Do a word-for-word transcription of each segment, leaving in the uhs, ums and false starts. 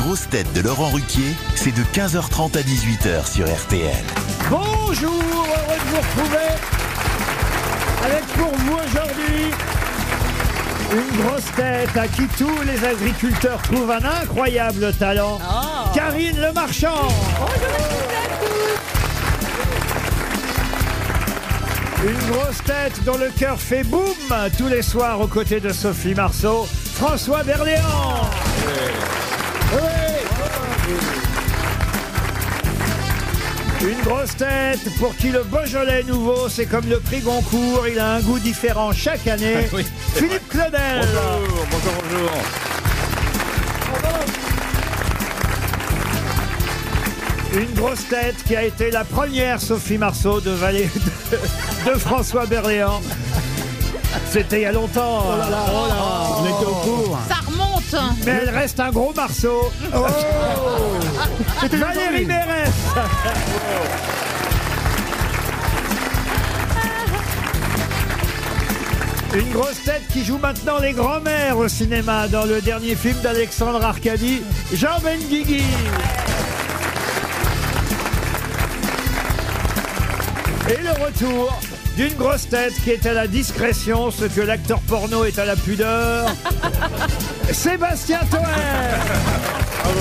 grosses têtes de Laurent Ruquier, c'est de quinze heures trente à dix-huit heures sur R T L. Bonjour, heureux de vous retrouver avec pour vous aujourd'hui une grosse tête à qui tous les agriculteurs trouvent un incroyable talent, oh. Karine Le Marchand. Bonjour à tous. Une grosse tête dont le cœur fait boum tous les soirs aux côtés de Sophie Marceau, François Berléand. Oui. Oui. Une grosse tête pour qui le Beaujolais nouveau, c'est comme le prix Goncourt, il a un goût différent chaque année. Oui, Philippe vrai. Claudel. Bonjour, bonjour, bonjour. Une grosse tête qui a été la première Sophie Marceau de Valais de, de François Berléand. C'était il y a longtemps. Oh là là, oh là là. On était au cours. Ça remonte. Mais elle reste un gros Marceau. Oh. Valérie Mérès. Une grosse tête qui joue maintenant les grands-mères au cinéma dans le dernier film d'Alexandre Arcadi, Jean Benguigui. Et le retour d'une grosse tête qui est à la discrétion, ce que l'acteur porno est à la pudeur, Sébastien Toen. Bravo.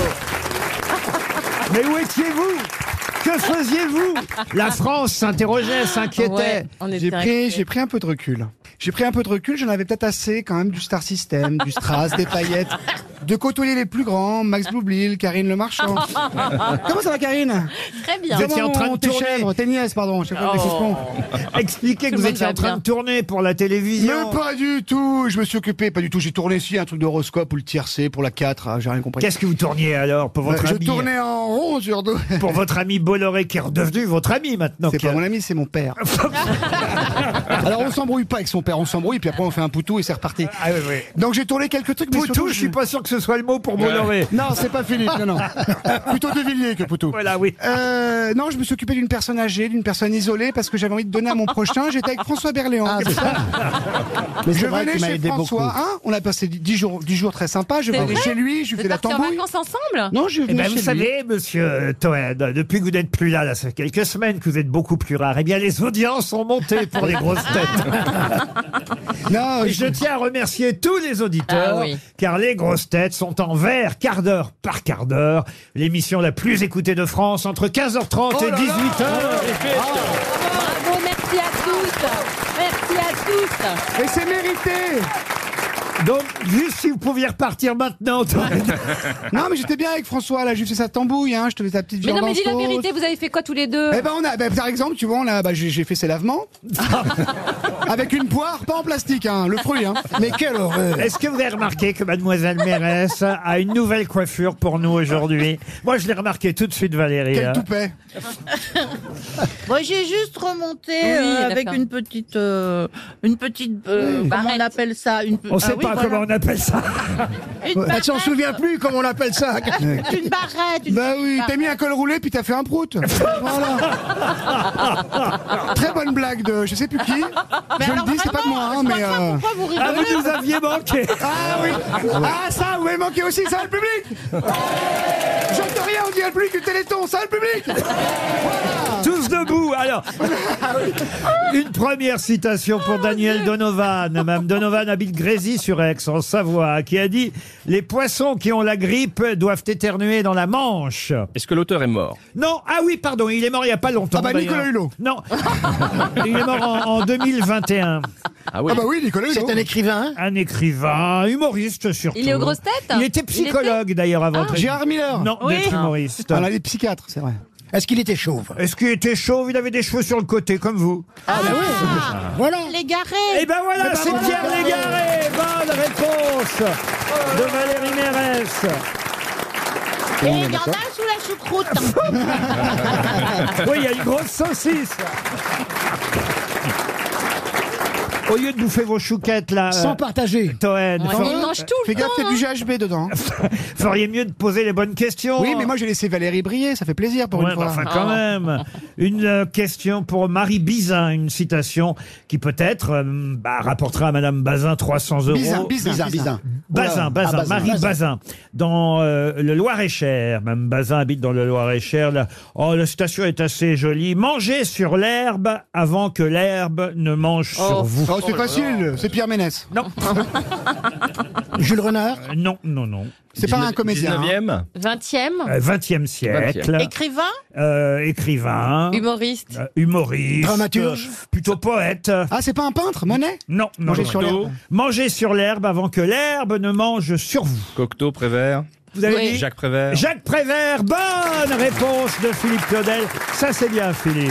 Mais où étiez-vous ? Que faisiez-vous ? La France s'interrogeait, s'inquiétait. Ouais, j'ai pris, j'ai pris un peu de recul. J'ai pris un peu de recul, j'en avais peut-être assez quand même du Star System, du Strass, des paillettes, de côtoyer les plus grands, Max Boublil, Karine Le Marchand. Comment ça va, Karine ? Très bien. Vous étiez en train de tes tourner. chèvres, tes nièces, pardon. Je sais pas, Oh. Expliquez que Tout vous le monde étiez va en train bien. de tourner pour la télévision. Mais pas du tout, je me suis occupé, pas du tout. J'ai tourné ici un truc d'horoscope ou le tiercé pour la quatre, ah, j'ai rien compris. Qu'est-ce que vous tourniez alors pour votre Euh, je ami tournais en rond sur deux. Pour votre ami Bolloré qui est redevenu votre ami maintenant. C'est qui pas a- mon ami, c'est mon père. Alors on s'embrouille pas avec son père, on s'embrouille, puis après on fait un poutou et c'est reparti. Ah oui, oui. Donc j'ai tourné quelques trucs, mais Poutou, surtout, je suis pas sûr que ce soit le mot pour Bolloré. Non, c'est pas Philippe, non, non. Plutôt De Villiers que Poutou. Voilà, oui. Euh, non, je me suis occupé d'une personne âgée, d'une personne isolée, parce que j'avais envie de donner à mon prochain. J'étais avec François Berléand. Ah, c'est ça. Mais Je c'est vrai venais qu'il m'a chez aidé François, beaucoup. hein, on a passé dix jours, dix jours très sympas. Je C'est venais vrai chez lui, je lui Vous fais êtes la partis en tambouille. vacances ensemble? Non, je Eh venais ben, vous chez lui. savez, monsieur Toen, depuis que vous n'êtes plus là, là, ça fait quelques semaines que vous êtes beaucoup plus rare, eh bien, les audiences ont monté pour les grosses têtes. Non, Et je- je tiens à remercier tous les auditeurs, Ah oui. car les grosses têtes sont en vert, quart d'heure par quart d'heure. L'émission la plus écoutée de France, entre quinze heures trente et dix-huit heures. Bravo, merci à tous. Merci à tous. Et c'est mérité. Donc, juste si vous pouviez repartir maintenant, Toen. Non, mais j'étais bien avec François, là, j'ai fait sa tambouille, hein, je te fais ta petite Mais viande non, mais en dis la sauce. vérité, vous avez fait quoi tous les deux? Eh ben on a, ben, par exemple, tu vois, on a, bah, j'ai, j'ai fait ses lavements avec une poire, pas en plastique, hein, le fruit, hein. Mais quelle horreur! Est-ce que vous avez remarqué que Mademoiselle Mérès a une nouvelle coiffure pour nous aujourd'hui? Moi, je l'ai remarqué tout de suite, Valérie. Quel hein. toupet. Moi, j'ai juste remonté Oui, euh, avec d'accord. une petite, euh, une petite, euh, comment Barrette. on appelle ça, une. pe- On sait ah oui, pas voilà. comment on appelle ça. Une Elle s'en barrette, souvient plus comment on appelle ça. une barrette. Une Bah oui, petite t'as mis un col roulé puis t'as fait un prout. Voilà. Très bonne blague de je sais plus qui. Mais je alors, le dis, c'est pas de moi, hein, vraiment, mais. je vois pas euh, pourquoi vous Ah, rigolez. vous nous aviez manqué. Ah oui. Ah ça, vous m'avez manqué aussi, ça le public. J'entends rien, on dit le public du Téléthon, ça le public. Tous debout. Alors, une première citation pour Daniel Donovan. Mme Donovan habite Grésy-sur-Aix, en Savoie, qui a dit « Les poissons qui ont la grippe doivent éternuer dans la Manche. Est-ce que l'auteur est mort » Non, ah oui, pardon, il est mort il n'y a pas longtemps. Ah bah, d'ailleurs. Nicolas Hulot. Non, il est mort en, en deux mille vingt et un. Ah oui. Ah bah oui, Nicolas Hulot. C'est un écrivain. Un écrivain, humoriste surtout. Il est aux grosses têtes? Il était psychologue d'ailleurs avant. d'être- Gérard Miller. Non, Oui. d'être humoriste. On a des psychiatres, c'est vrai. Est-ce qu'il était chauve? Est-ce qu'il était chauve? Il avait des cheveux sur le côté, comme vous. Ah, bah oui. Voilà. Les garés. Eh ben voilà, Eh ben c'est voilà. Pierre Légaré. Bonne réponse de Valérie Mérès. Et il y en a sous la choucroute. Oui, il y a une grosse saucisse. Au lieu de bouffer vos chouquettes, là, Sans euh, partager. Toen, Ouais, fer- mais il mange tout Fais le gaffe, temps. il y a du G H B dedans. feriez mieux de poser les bonnes questions. Oui, mais moi j'ai laissé Valérie briller, ça fait plaisir pour Ouais, une bah, fois. enfin, quand même. Une euh, question pour Marie Bizin, une citation qui peut-être euh, bah, rapportera à Madame Bazin trois cents euros. Bizin, bizin, Bizarre, bizin. bizarre. Bazin, Bazin, Ah, Bazin, Marie Bazin. Bazin, dans euh, le Loir-et-Cher. Même Bazin habite dans le Loir-et-Cher. Là. Oh, la citation est assez jolie. Mangez sur l'herbe avant que l'herbe ne mange sur vous. Oh, c'est facile, c'est Pierre Ménès. Non, Jules Renard. euh, non, non, non. C'est pas un comédien. hein. dix-neuvième. vingtième. Euh, vingtième siècle. Écrivain. Euh, écrivain. Humoriste. euh, humoriste. Dramaturge. euh, plutôt poète. Ah, c'est pas un peintre, Monet? Non, non. Manger non. sur l'herbe. Mangez sur l'herbe avant que l'herbe ne mange sur vous. Cocteau, Prévert. Vous avez Oui. dit Jacques Prévert. Jacques Prévert, bonne réponse de Philippe Claudel. Ça, c'est bien, Philippe.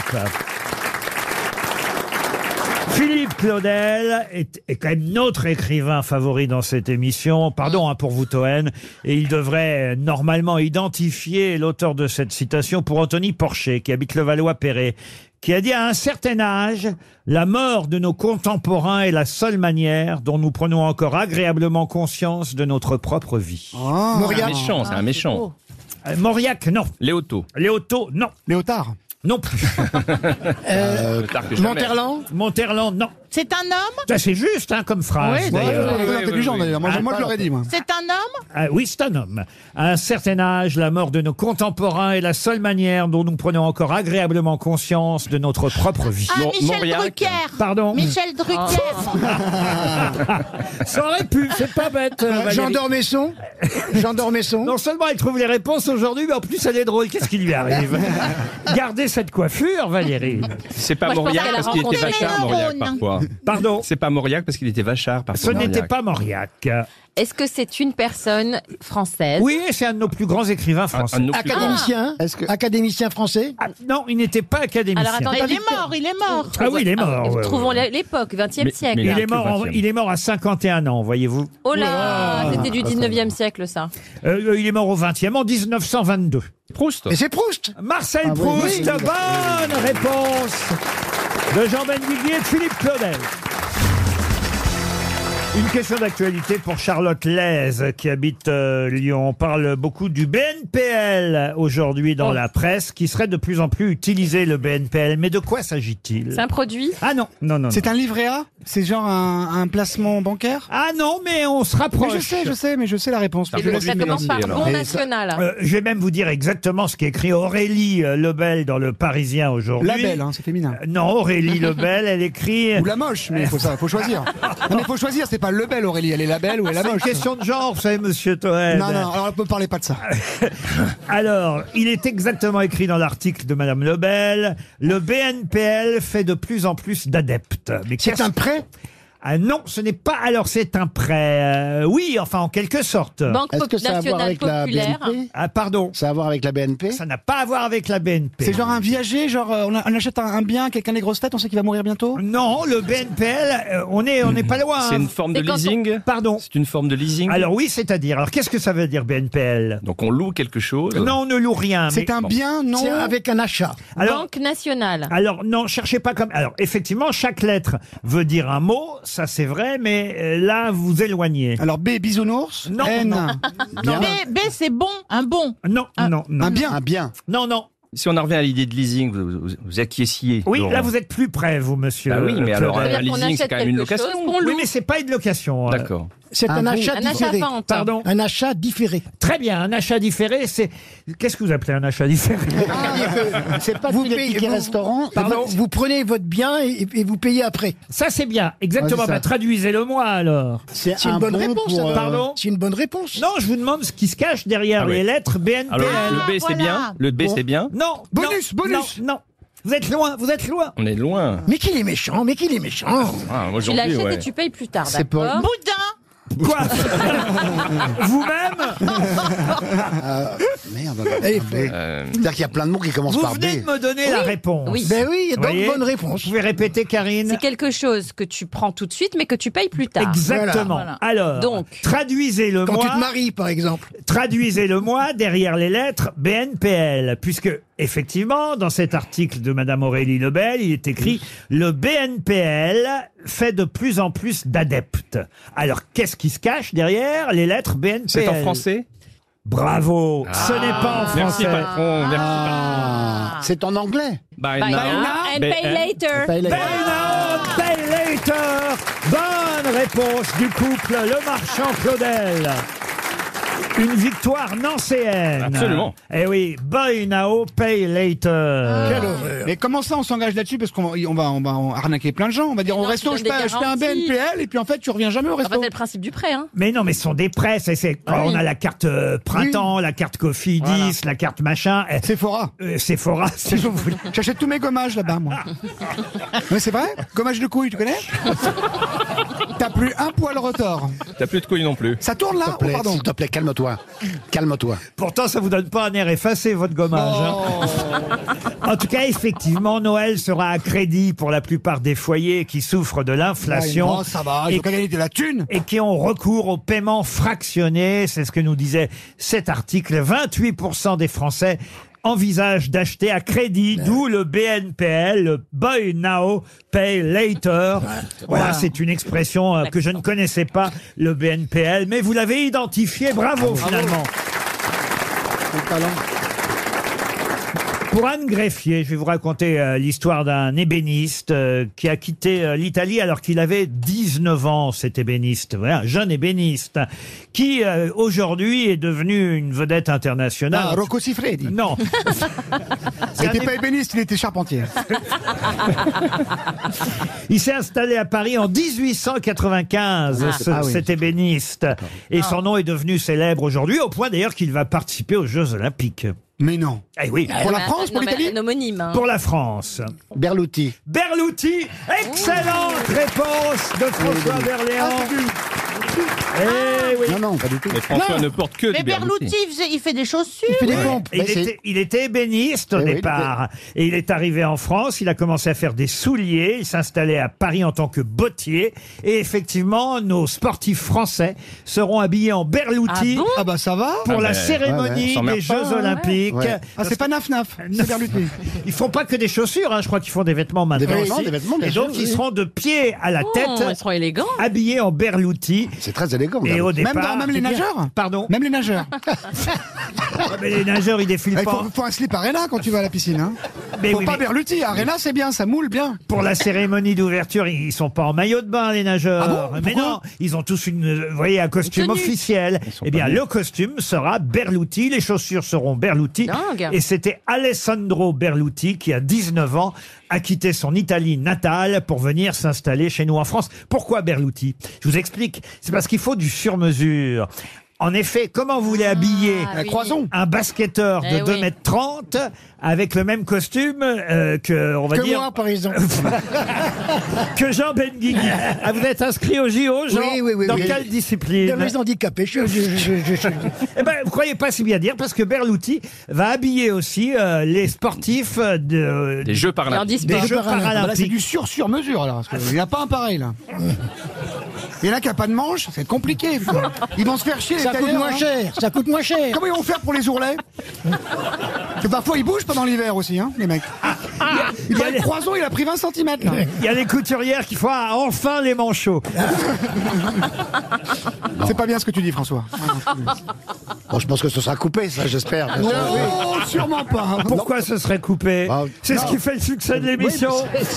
Philippe Claudel est, est quand même notre écrivain favori dans cette émission. Pardon hein, pour vous, Toen. Et il devrait euh, normalement identifier l'auteur de cette citation pour Anthony Porcher, qui habite le Valois-Perret, qui a dit à un certain âge, la mort de nos contemporains est la seule manière dont nous prenons encore agréablement conscience de notre propre vie. Ah, C'est un Mauriac. méchant, c'est un méchant. Euh, Mauriac, non. Léoto. Léoto, non. Léotard. Non plus. Euh, Le tard que jamais. Monterland. Monterland, non. C'est un homme. Ça, c'est juste hein, comme phrase, Oui, d'ailleurs. Ouais, oui, très intelligent, oui, oui. d'ailleurs. Moi, Ah, moi, je l'aurais dit, moi. C'est un homme. Ah, oui, c'est un homme. À un certain âge, la mort de nos contemporains est la seule manière dont nous prenons encore agréablement conscience de notre propre vie. Ah, Mon- Michel Mauriac. Drucker. Pardon. Michel Drucker. Ça aurait pu, c'est pas bête. euh, Valérie. Jean d'Ormesson. Jean d'Ormesson. Non seulement elle trouve les réponses aujourd'hui, mais en plus elle est drôle. Qu'est-ce qui lui arrive? Gardez cette coiffure, Valérie. C'est pas Moi, je pense Mauriac qu'elle a parce qu'il était rencontré vachard, les Mauriac, neurones. parfois. Pardon. C'est pas Mauriac parce qu'il était vachard, parfois. Ce n'était Mauriac. pas Mauriac. Est-ce que c'est une personne française? Oui, c'est un de nos plus grands écrivains Un- français. un de nos plus grands. Académicien. Est-ce que- Académicien français. Ah, non, il n'était pas académicien. Alors, attendez. Il est mort. Il est mort. Ah oui, il est mort. Ah, ouais, trouvons ouais. l'époque, vingtième Mais- siècle. mais Il là, est, que mort en- vingtième. il est mort à cinquante et un ans, voyez-vous. Oh là, c'était du dix-neuvième siècle, ça. Euh, il est mort au vingtième, en mille neuf cent vingt-deux. Proust. Mais c'est Proust. Marcel Ah oui, Proust, oui. bonne réponse de Jean Benguigui et de Philippe Claudel. Une question d'actualité pour Charlotte Lèze qui habite euh, Lyon. On parle beaucoup du B N P L aujourd'hui dans Oh. la presse, qui serait de plus en plus utilisé, le B N P L. Mais de quoi s'agit-il? C'est un produit? Ah non, non, non. non. C'est un livret A? C'est genre un, un placement bancaire? Ah non, mais on se Mais rapproche. je sais, je sais, mais je sais la réponse. Et Je le- l'ai ça vu. commence par alors. Bon Et ça- National. Euh, je vais même vous dire exactement ce qu'écrit Aurélie euh, Lebel dans le Parisien aujourd'hui. La belle, hein, c'est féminin. Euh, Non, Aurélie Lebel, elle écrit... Ou la moche, mais il faut, ça, faut choisir. Non, mais il faut choisir, c'est pas le belle, Aurélie, elle est la belle ou elle est la C'est une moche. question de genre, vous savez, monsieur Toen. Non, non, alors ne me parlez pas de ça. Alors, il est exactement écrit dans l'article de Madame Lebel, le B N P L fait de plus en plus d'adeptes. Mais C'est qu'est-ce- un prêt. Ah non, ce n'est pas. Alors, c'est un prêt. euh, oui, enfin, en quelque sorte. Banque Est-ce Pop- que ça a à voir Nationale avec la B N Populaire. P Ah, pardon. Ça a à voir avec la B N P Ça n'a pas à voir avec la B N P. C'est genre un viager, genre euh, on, a- on achète un, un bien, quelqu'un des grosses têtes, on sait qu'il va mourir bientôt. Non, le B N P L, euh, on est, on n'est pas loin. C'est hein. une forme de C'est quand on- leasing. Pardon. C'est une forme de leasing. Alors oui, c'est-à-dire. Alors, qu'est-ce que ça veut dire B N P L? Donc on loue quelque chose. Non, on ne loue rien. C'est mais- un bon. bien, non? C'est avec un achat. Alors, Banque Nationale. Alors non, cherchez pas comme. Alors effectivement, chaque lettre veut dire un mot, ça c'est vrai, mais euh, là vous vous éloignez. Alors B, bisounours. Non, N, non. bien. B, B c'est bon. Un bon. Non, non, non, Un bien. Un bien. non, non. Si on en revient à l'idée de leasing, vous, vous, vous acquiesciez. Oui, Laurent. là vous êtes plus près, vous, monsieur. Bah oui, mais euh, alors, Claudel. un C'est-à-dire qu'on leasing, c'est achète quand même une quelque location. chose qu'on Oui, loue. mais c'est pas une location. euh. D'accord. C'est Un un, bon. achat Un achat différé. vente. Pardon. Un achat différé. Très bien, un achat différé, c'est. Qu'est-ce que vous appelez un achat différé? C'est pas Vous tous les payez- tickets vous- restaurants. Pardon. vous, vous prenez votre bien et, et vous payez après. Ça c'est bien, exactement. Ouais, c'est ça. Bah, traduisez-le moi alors. C'est un une bonne bon réponse. pour, alors. euh, Pardon. C'est une bonne réponse. Non, je vous demande ce qui se cache derrière Ah oui. les lettres B N P L. Alors le B c'est voilà. bien. Le B Bon. c'est bien. Non. Bonus, non, bonus. Non, non. Vous êtes loin, vous êtes loin. On est loin. Mais qu'il est méchant, mais qu'il est méchant. Ah, Tu aujourd'hui, l'achètes ouais. et tu payes plus tard, C'est pour- d'accord? Boudin. Quoi? Vous-même? Merde. Allez, B. fais. Euh, C'est-à-dire qu'il y a plein de mots qui commencent Vous par B. venez de me donner la réponse. Oui. Ben oui, donc Voyez bonne Vous réponse. pouvez répéter, Karine? C'est quelque chose que tu prends tout de suite, mais que tu payes plus tard. Exactement. Voilà. Alors, Donc. traduisez-le Quand tu te moi. maries, par exemple. Traduisez-le moi derrière les lettres B N P L, puisque effectivement, dans cet article de Madame Aurélie Lebel, il est écrit le B N P L fait de plus en plus d'adeptes. Alors, qu'est-ce qui se cache derrière les lettres B N P L? c'est en français. Bravo. Ce n'est pas en français. Merci patron. Merci patron. Ah, c'est en anglais. Buy Buy now, now and B pay N. later. Pay later. Pay now, pay later. Bonne réponse du couple Le Marchand-Claudel. Une victoire nancéenne. Absolument. Eh oui, buy now, pay later. Quelle horreur. Mais comment ça, on s'engage là-dessus parce qu'on va, on va, on va arnaquer plein de gens. On va dire Mais au non, resto, tu je donnes paye, des je fais un B N garanties. P L et puis en fait, tu reviens jamais au resto. Enfin, c'est le principe du prêt, hein. Mais non, mais ce sont des prêts. C'est, c'est quand Ah oui. on a la carte euh, printemps, la carte Cofidis, Voilà. la carte machin. eh, Sephora. euh, Sephora, si vous voulez. J'achète tous mes gommages là-bas, moi. Mais c'est vrai? Gommage de couilles, tu connais? T'as plus un poil retors. T'as plus de couilles non plus. Ça tourne là? S'il te plaît, Oh, pardon. s'il te plaît, calme-toi. Calme-toi. Pourtant, ça vous donne pas un air effacé, votre gommage. hein. En tout cas, effectivement, Noël sera à crédit pour la plupart des foyers qui souffrent de l'inflation. Oh, ça va, ils Et- ont qu'à gagner de la thune. et qui ont recours au paiement fractionné. C'est ce que nous disait cet article. vingt-huit pour cent des Français envisagent d'acheter à crédit, d'où le B N P L, le Buy Now, Pay Later. Voilà, c'est une expression euh, que je ne connaissais pas, le B N P L, mais vous l'avez identifié, bravo finalement. Le talent. Pour Anne Greffier, je vais vous raconter euh, l'histoire d'un ébéniste euh, qui a quitté euh, l'Italie alors qu'il avait dix-neuf ans, cet ébéniste, voilà, un jeune ébéniste, qui euh, aujourd'hui est devenu une vedette internationale. Ah, Rocco Siffredi. Non. Il C'est un n'était é- pas ébéniste, il était charpentier. Il s'est installé à Paris en dix-huit cent quatre-vingt-quinze, ce- Ah oui. cet ébéniste. Et son nom est devenu célèbre aujourd'hui, au point d'ailleurs qu'il va participer aux Jeux Olympiques. Mais non. Eh oui, Pour la Euh, France, pour non, mais l'Italie? Un homonyme. hein. pour la France. Berluti. Berluti, excellente réponse de François Berléand. Eh oui. Non, non, pas du tout. Mais François ne porte que Mais du Berluti. Berluti, il, faisait- il fait des chaussures. Il fait des pompes. Il Mais c'est- était, il était ébéniste au Eh oui, départ. Et il est arrivé en France, il a commencé à faire des souliers, il s'installait à Paris en tant que bottier. Et effectivement, nos sportifs français seront habillés en Berluti Ah bon Ah bah ça va. pour Ah la ben, cérémonie ouais, ouais, on s'emmerde des pas, Jeux hein, Olympiques. ouais. Ah, c'est pas Naf Naf, c'est Berluti. Ils font pas que des chaussures, hein, je crois qu'ils font des vêtements maintenant. Des vêtements, aussi. des vêtements, bien Et donc, sûr, ils oui. seront de pied à la Oh, tête, ils seront élégants. habillés en Berluti. C'est très élégant. Et au Berluti. départ... Même, dans, même les C'est bien. nageurs. Pardon. Même les nageurs. Ah, mais les nageurs, ils défilent Il pas. faut, faut un slip Arena quand tu vas à la piscine. Hein. Mais Faut oui, pas mais Berluti. Arena, c'est bien, ça moule bien. pour la cérémonie d'ouverture, ils sont pas en maillot de bain, les nageurs. Ah bon Mais Pourquoi non, ils ont tous une, euh, vous voyez, un costume Une tenue. officiel. sont Eh bien, pas le costume sera Berluti, les chaussures seront Berluti. Dingue. Et c'était Alessandro Berluti qui, à dix-neuf ans, a quitté son Italie natale pour venir s'installer chez nous en France. Pourquoi Berluti? Je vous explique. C'est parce qu'il faut du sur-mesure. En effet, comment vous voulez habiller Ah, La oui. croison. un basketteur de Eh deux oui. mètres trente avec le même costume euh, que, on va Que dire, moi, par exemple. que Jean Benguigui. Ah, vous êtes inscrit au J O, Jean? Oui, oui, oui, Dans oui. quelle discipline? Dans les handicapés. Je, je, je, je, je- Eh ben, vous croyez pas si bien dire, parce que Berluti va habiller aussi euh, les sportifs de, Des Jeux Et en paralympiques. disport. des Jeux Ah bah là, c'est paralympiques. du sur sur mesure alors. Parce qu'il n'y a pas un pareil là. Il y en a qui n'ont pas de manche, c'est compliqué. putain. Ils vont se faire chier. les Ça coûte tailleurs, moins hein. cher. Ça coûte moins cher. Comment ils vont faire pour les ourlets? Parce que parfois ils bougent pendant l'hiver aussi, hein, les mecs. Il Il y a a les- le croison, il a pris vingt centimètres. Là. Il y a les couturières qui font ah, enfin les manchots. C'est pas bien ce que tu dis, François. Bon, je pense que ce sera coupé, ça, j'espère. bien sûr. Oh, sûrement pas. Pourquoi ce serait coupé? Ah, C'est ce qui fait le succès de l'émission.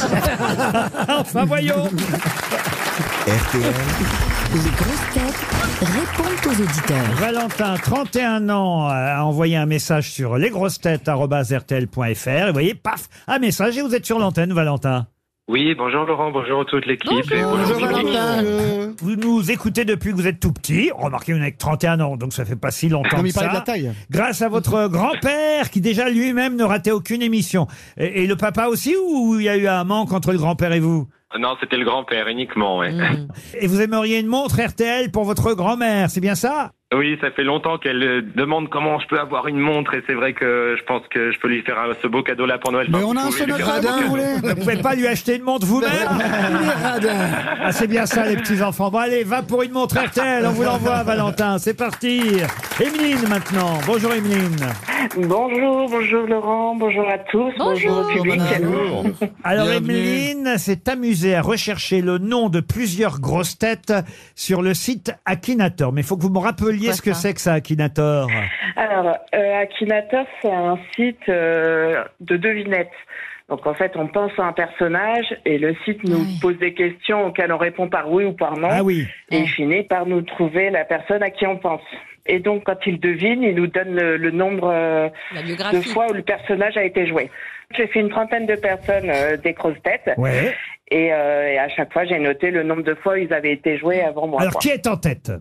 Enfin, voyons. R T L, Les grosses têtes répondent aux auditeurs. Valentin, trente et un ans, a envoyé un message sur lesgrossetêtes arobase r t l point f r. Et vous voyez, paf, un message et vous êtes sur l'antenne, Valentin. Oui, bonjour Laurent, bonjour toute l'équipe. et Bonjour public. Valentin. Vous nous écoutez depuis que vous êtes tout petit. Remarquez, vous n'avez que trente et un ans, donc ça fait pas si longtemps Non, que mais il parlait de la ça. taille. Grâce à votre grand-père, qui déjà lui-même ne ratait aucune émission. Et, et le papa aussi, ou il y a eu un manque entre le grand-père et vous? Non, c'était le grand-père uniquement, ouais. Mmh. Et vous aimeriez une montre R T L pour votre grand-mère, c'est bien ça? Oui, ça fait longtemps qu'elle euh, demande comment je peux avoir une montre et c'est vrai que je pense que je peux lui faire un- ce beau cadeau-là pour Noël. Mais Enfin, on a vous un pouvez lui sonneau faire un beau radin, vous cadeau. voulez? Vous pouvez pas lui acheter une montre vous-même? Les radins. Ah, c'est bien ça, les petits-enfants. Bon, allez, va pour une montre R T L, on vous l'envoie, Valentin. C'est parti. Emeline, maintenant. Bonjour, Emeline. Bonjour, bonjour Laurent, bonjour à tous, bonjour, au public. Alors, Bienvenue. Emeline s'est amusée à rechercher le nom de plusieurs grosses têtes sur le site Akinator. Mais il faut que vous me rappeliez Quoi, ce que ça c'est que ça, Akinator. Alors, euh, Akinator, c'est un site euh, de devinettes. Donc en fait, on pense à un personnage et le site nous Oui. pose des questions auxquelles on répond par oui ou par non. Ah oui. Et il finit par nous trouver la personne à qui on pense. Et donc quand il devine, il nous donne le, le nombre euh, La de biographie. fois où le personnage a été joué. J'ai fait une trentaine de personnes euh, des grosses têtes. Ouais. Et, euh, et à chaque fois, j'ai noté le nombre de fois où ils avaient été joués avant moi. Alors, quoi. qui est en tête?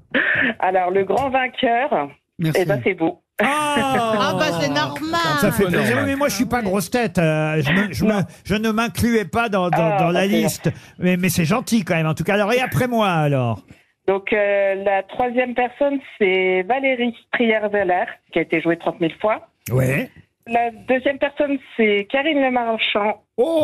Alors, le grand vainqueur, Merci. eh ben, c'est vous. Ah bah c'est normal. Ça fait plaisir. normal. Oui, mais moi, je suis pas grosse tête. euh, je, me- je, me- je ne m'incluais pas dans, dans, Ah, dans la ok. liste. Mais, mais c'est gentil quand même, en tout cas. Alors, et après moi, alors? Donc, euh, la troisième personne, c'est Valérie Trier-Veller, qui a été jouée trente mille fois. Ouais. La deuxième personne, c'est Karine Le Marchand,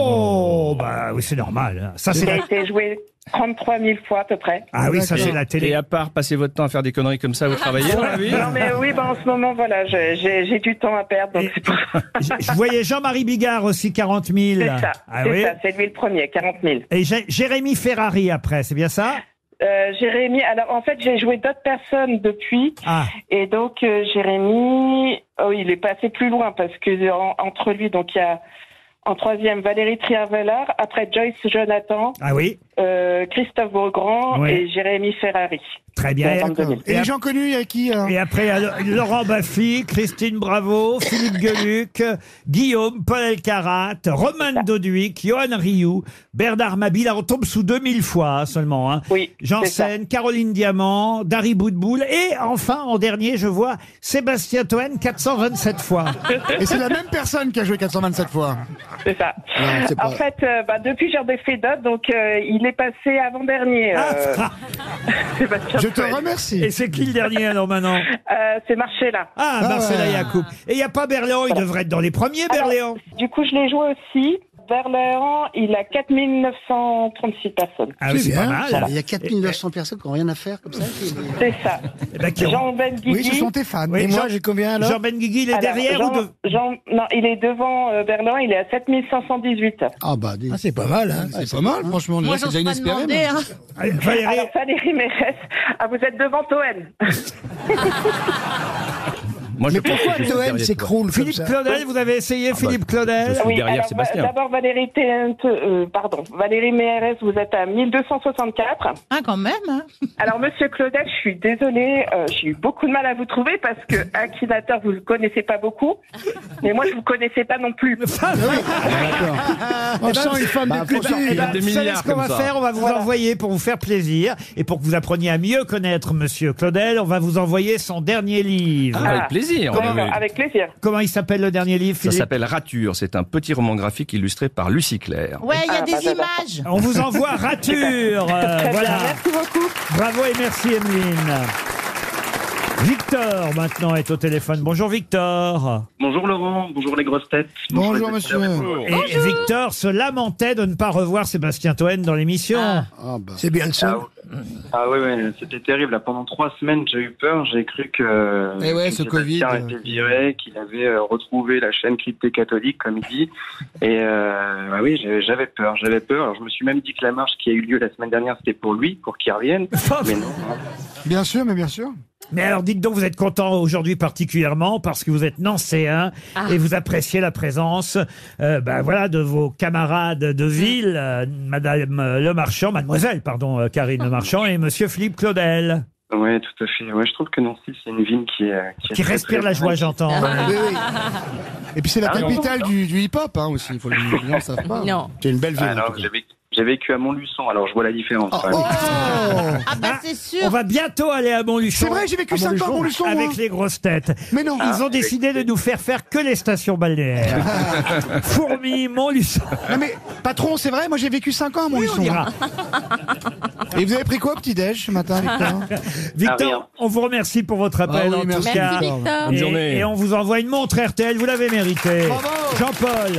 Oh, bah oui, c'est normal. hein. Ça, c'est qui a la... été jouée trente-trois mille fois à peu près. Ah oui, ça, c'est la Et télé. à part passer votre temps à faire des conneries comme ça, vous travaillez dans la vie? Non, mais oui, bah, en ce moment, voilà, je- j'ai j'ai du temps à perdre, donc Et- c'est pour ça. Je je voyais Jean-Marie Bigard aussi, quarante mille. C'est ça, Ah c'est oui. ça, c'est lui le premier, quarante mille. Et Jé- Jérémy Ferrari après, c'est bien ça? Euh, Jérémy, alors en fait, j'ai joué d'autres personnes depuis. Ah, Et donc, euh, Jérémy, oh, il est passé plus loin parce que en- entre lui, donc il y a en troisième Valérie Trier-Veller, après Joyce Jonathan, ah oui, euh, Christophe Beaugrand Ouais. et Jérémy Ferrari. très bien. cinquante-deux mille. Et les gens connus, il y a qui alors Et après, alors, Laurent Baffy, Christine Bravo, Philippe Gueluc, Guillaume, Paul Elkarat, Roman Doduic, Johan Rioux, Bernard Mabille. Alors, on tombe sous deux mille fois hein, seulement. Hein. Oui, Jean c'est ça. Sen, Caroline Diamant, Dari Boudboul. Et enfin, en dernier, je vois Sébastien Toen, quatre cent vingt-sept fois. Et c'est la même personne qui a joué quatre cent vingt-sept fois. C'est ça. Non, c'est pas- En fait, euh, bah, depuis j'en ai fait d'autres, donc euh, il est passé avant-dernier. Euh, Ah, Sébastien Je te Toen. remercie. et c'est qui le dernier alors maintenant? Euh, c'est marché là. Ah, Ah Marcela ouais. Yacoub. Et il n'y a pas Berléand, il devrait être dans les premiers, Alors, Berléand. Du coup, je l'ai joué aussi. Berléand, il a quatre mille neuf cent trente-six personnes. Ah oui, c'est pas bien. mal. Il y a quatre mille neuf cents personnes qui n'ont rien à faire comme ça. qui- C'est ça. Eh ben, qui ont- Jean Benguigui. Oui, ce sont tes fans. Oui, Et moi, Jean- j'ai combien alors Jean Benguigui, il est Alors, derrière Jean, ou de... Jean- non, il est devant euh, Berléand, il est à sept mille cinq cent dix-huit. Ah bah, dis. Ah, c'est pas mal, hein. C'est pas mal, franchement. Moi, Déjà, j'ose c'est déjà pas inespéré. demander. mais- Hein. Allez, Valérie, Alors, Valérie Mérès, ah, vous êtes devant Toen. Moi, je Mais pense pourquoi que je suis Toen derrière toi. s'écroule comme Philippe ça Claudel, vous avez essayé Philippe Claudel? je suis Oui, derrière alors, Sébastien. va- d'abord Valérie T- euh, pardon, Valérie Mérès, vous êtes à mille deux cent soixante-quatre. Ah, quand même. Hein. Alors, Monsieur Claudel, je suis désolée, euh, j'ai eu beaucoup de mal à vous trouver parce que Akinator, vous ne le connaissez pas beaucoup, mais moi, je vous connaissais pas non plus. On sent une femme Bah, de faut culture. Eh ben, des vous savez milliards ce qu'on va comme ça. faire? On va vous Voilà. envoyer pour vous faire plaisir et pour que vous appreniez à mieux connaître Monsieur Claudel. On va vous envoyer son dernier livre. Ah, avec plaisir. D'accord, oui, oui. avec plaisir. Comment il s'appelle le dernier livre, Ça Philippe? s'appelle Rature. C'est un petit roman graphique illustré par Lucie Claire. Ouais, il y a Ah, des bah, j'adore. images. On vous envoie Rature. euh, Très voilà. bien, merci beaucoup. Bravo et merci Emeline. Victor maintenant est au téléphone. Bonjour Victor. Bonjour Laurent, bonjour les grosses têtes. Bonjour, monsieur. Et Victor se lamentait de ne pas revoir Sébastien Toen dans l'émission. Ah bah. C'est bien le seul. Ah oui, oui, c'était terrible. Là, pendant trois semaines, j'ai eu peur. J'ai cru que, Eh ouais, que ce Covid, Sébastien euh, était viré, qu'il avait euh, retrouvé la chaîne cryptée catholique, comme il dit. Et euh, bah oui, j'avais- j'avais peur, j'avais peur. Alors, je me suis même dit que la marche qui a eu lieu la semaine dernière, c'était pour lui, pour qu'il revienne. Mais non. Bien sûr, mais bien sûr. Mais alors dites donc, vous êtes content aujourd'hui particulièrement parce que vous êtes nancéen et vous appréciez la présence euh, bah, voilà, de vos camarades de ville, euh, Madame euh, Le Marchand, Mademoiselle, pardon, euh, Karine Le Marchand et Monsieur Philippe Claudel, Ouais, tout à fait. Ouais, je trouve que Nancy, c'est une ville qui est qui, est qui très, respire très la joie, bonne. j'entends. Oui, oui. Et puis c'est la Ah, non. capitale du, du hip-hop hein, aussi. Il faut le dire, les gens savent pas. Non. C'est une belle ville. Ah, en alors, tout cas. j'ai vécu, j'ai vécu à Montluçon, alors je vois la différence. Oh, Ouais. oh. Ah, bah, Ah, c'est sûr. On va bientôt aller à Montluçon. C'est vrai, j'ai vécu À cinq ans à Montluçon, moi. avec les grosses têtes. Mais non. Ils ont décidé de nous faire faire que les stations balnéaires. Fourmi, Montluçon. Non mais patron, c'est vrai, moi j'ai vécu cinq ans à Oui, Montluçon. on ira. Et vous avez pris quoi au petit-déj ce matin, Victor? Ah, Victor, rien. on vous remercie pour votre appel Ah oui, en merci, tout cas. Merci Victor. Bonne Et, journée. et on vous envoie une montre R T L, vous l'avez mérité. Bravo. Jean-Paul.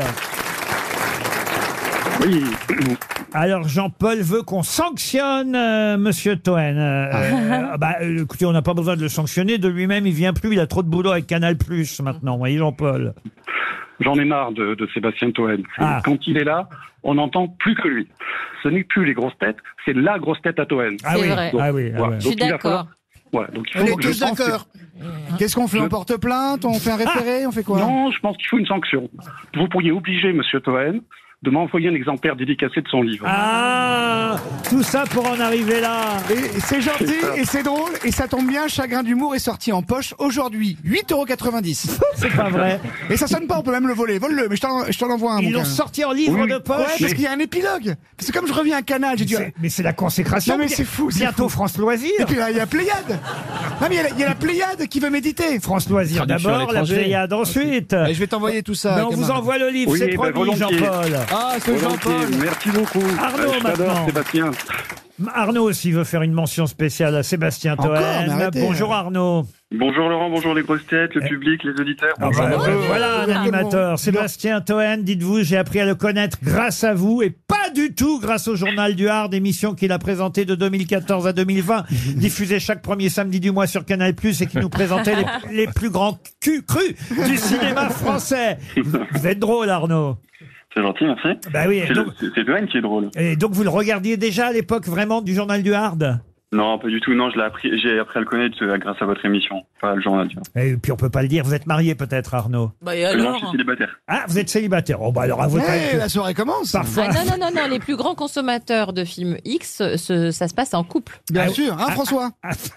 Oui. Alors Jean-Paul veut qu'on sanctionne euh, Monsieur Toen. Euh, euh, bah, euh, écoutez, on n'a pas besoin de le sanctionner. De lui-même, il vient plus. Il a trop de boulot avec Canal Plus maintenant. Vous voyez, Jean-Paul. J'en ai marre de, de Sébastien Toen. Ah. Quand il est là, on n'entend plus que lui. Ce n'est plus les grosses têtes, c'est la grosse tête à Toen. Ah C'est oui. vrai. Ah oui. ah Voilà. ouais. Je suis Donc, il va d'accord. falloir- Voilà, donc il On faut est que je tous pense que- d'accord. Qu'est-ce qu'on fait? Je- On porte plainte? On fait un référé? On fait quoi? Non, je pense qu'il faut une sanction. Vous pourriez obliger Monsieur Toen de m'envoyer un exemplaire dédicacé de son livre. Ah, tout ça pour en arriver là. Et c'est gentil, et c'est drôle, et ça tombe bien, Chagrin d'humour est sorti en poche aujourd'hui, huit euros quatre-vingt-dix. C'est pas vrai. Et ça sonne pas, on peut même le voler. Vole-le, mais je t'en je t'en envoie un. Ils mon l'ont gars. sorti en livre Oui. de poche. Ouais, parce qu'il y a un épilogue. Parce que comme je reviens à Canal, j'ai dit. C'est- Mais c'est la consécration. Non, mais c'est fou, c'est Bientôt fou. France Loisirs. Et puis là, il y a Pléiade. Non, mais il y a la- il y, a la Pléiade qui veut méditer. France Loisirs Traduction à d'abord, la l'étranger. Pléiade ensuite. Et je vais t'envoyer tout ça. Mais on vous camarade. envoie le livre, Oui, c'est bah, promis, volontiers. Jean-Paul. Ah, c'est Volontiers, Jean-Paul. merci beaucoup. Arnaud, Euh, je t'adore, maintenant. Sébastien. Arnaud aussi veut faire une mention spéciale à Sébastien Encore, Toen. mais arrêtez. Bonjour Arnaud. Bonjour Laurent, bonjour les grosses têtes, le public, les auditeurs. Ah Bonjour. bah, bonjour. euh, voilà un Bonjour. animateur. Sébastien Toen, dites-vous, j'ai appris à le connaître grâce à vous et pas du tout grâce au Journal du Hard, émission qu'il a présentée de deux mille quatorze à deux mille vingt, diffusée chaque premier samedi du mois sur Canal plus, et qui nous présentait les, les plus grands culs crus du cinéma français. Vous êtes drôle, Arnaud. C'est gentil, merci. Bah oui, C'est donc, le- c'est- c'est Toen qui est drôle. et donc vous le regardiez déjà à l'époque vraiment du Journal du Hard? Non, pas du tout. Non, je l'ai appris, j'ai appris à le connaître euh, grâce à votre émission, pas le journal. tu vois. Et puis on peut pas le dire, vous êtes marié peut-être, Arnaud? Bah et Non, je alors suis célibataire. Ah, vous êtes célibataire. Oh bah alors à votre Ouais, avis, la soirée commence. parfois. Ah non, non, non, non, les plus grands consommateurs de films X, ce- ça se passe en couple. Bien Ah, sûr, hein, François.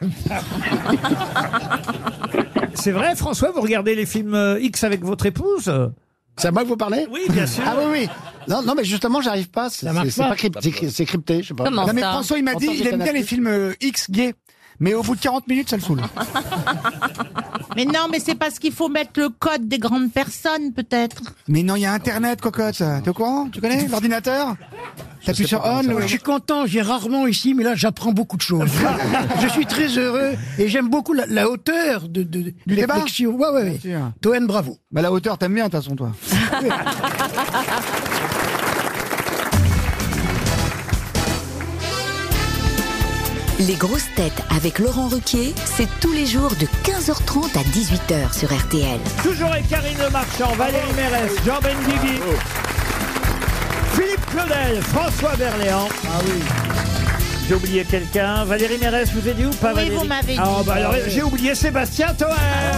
C'est vrai, François, vous regardez les films euh, X avec votre épouse? C'est à moi que vous parlez? Oui, bien sûr. Ah oui, oui. Non, non, mais justement, j'arrive pas. C'est marche c'est- c'est pas. pas crypt- c'est- c'est crypté, je sais pas. Comment Non, mais ça François, il m'a dit, Entends, il j'ai aime bien canapé. les films euh, X gays. Mais au bout de quarante minutes, ça le saoule. Mais non, mais c'est parce qu'il faut mettre le code des grandes personnes, peut-être. Mais non, il y a Internet, cocotte. T'es au courant? Tu connais l'ordinateur? T'appuies sur on, le... Je suis content, j'ai rarement ici, mais là j'apprends beaucoup de choses. Je suis très heureux et j'aime beaucoup la, la hauteur de, de, de Du débat. réflexion. Ouais, ouais, Bien ouais. sûr. Toen, bravo. Bah, la hauteur, t'aimes bien, de toute façon, toi. Les grosses têtes avec Laurent Ruquier, c'est tous les jours de quinze heures trente à dix-huit heures sur R T L. Toujours avec Karine Le Marchand, Valérie Mérès, Jean Benguigui, Philippe Claudel, François Berléand. Ah oui. J'ai oublié quelqu'un. Valérie Mérès, vous ai dit ou pas, Oui, Valérie? vous m'avez dit. Ah bah alors, j'ai oublié Sébastien Toen.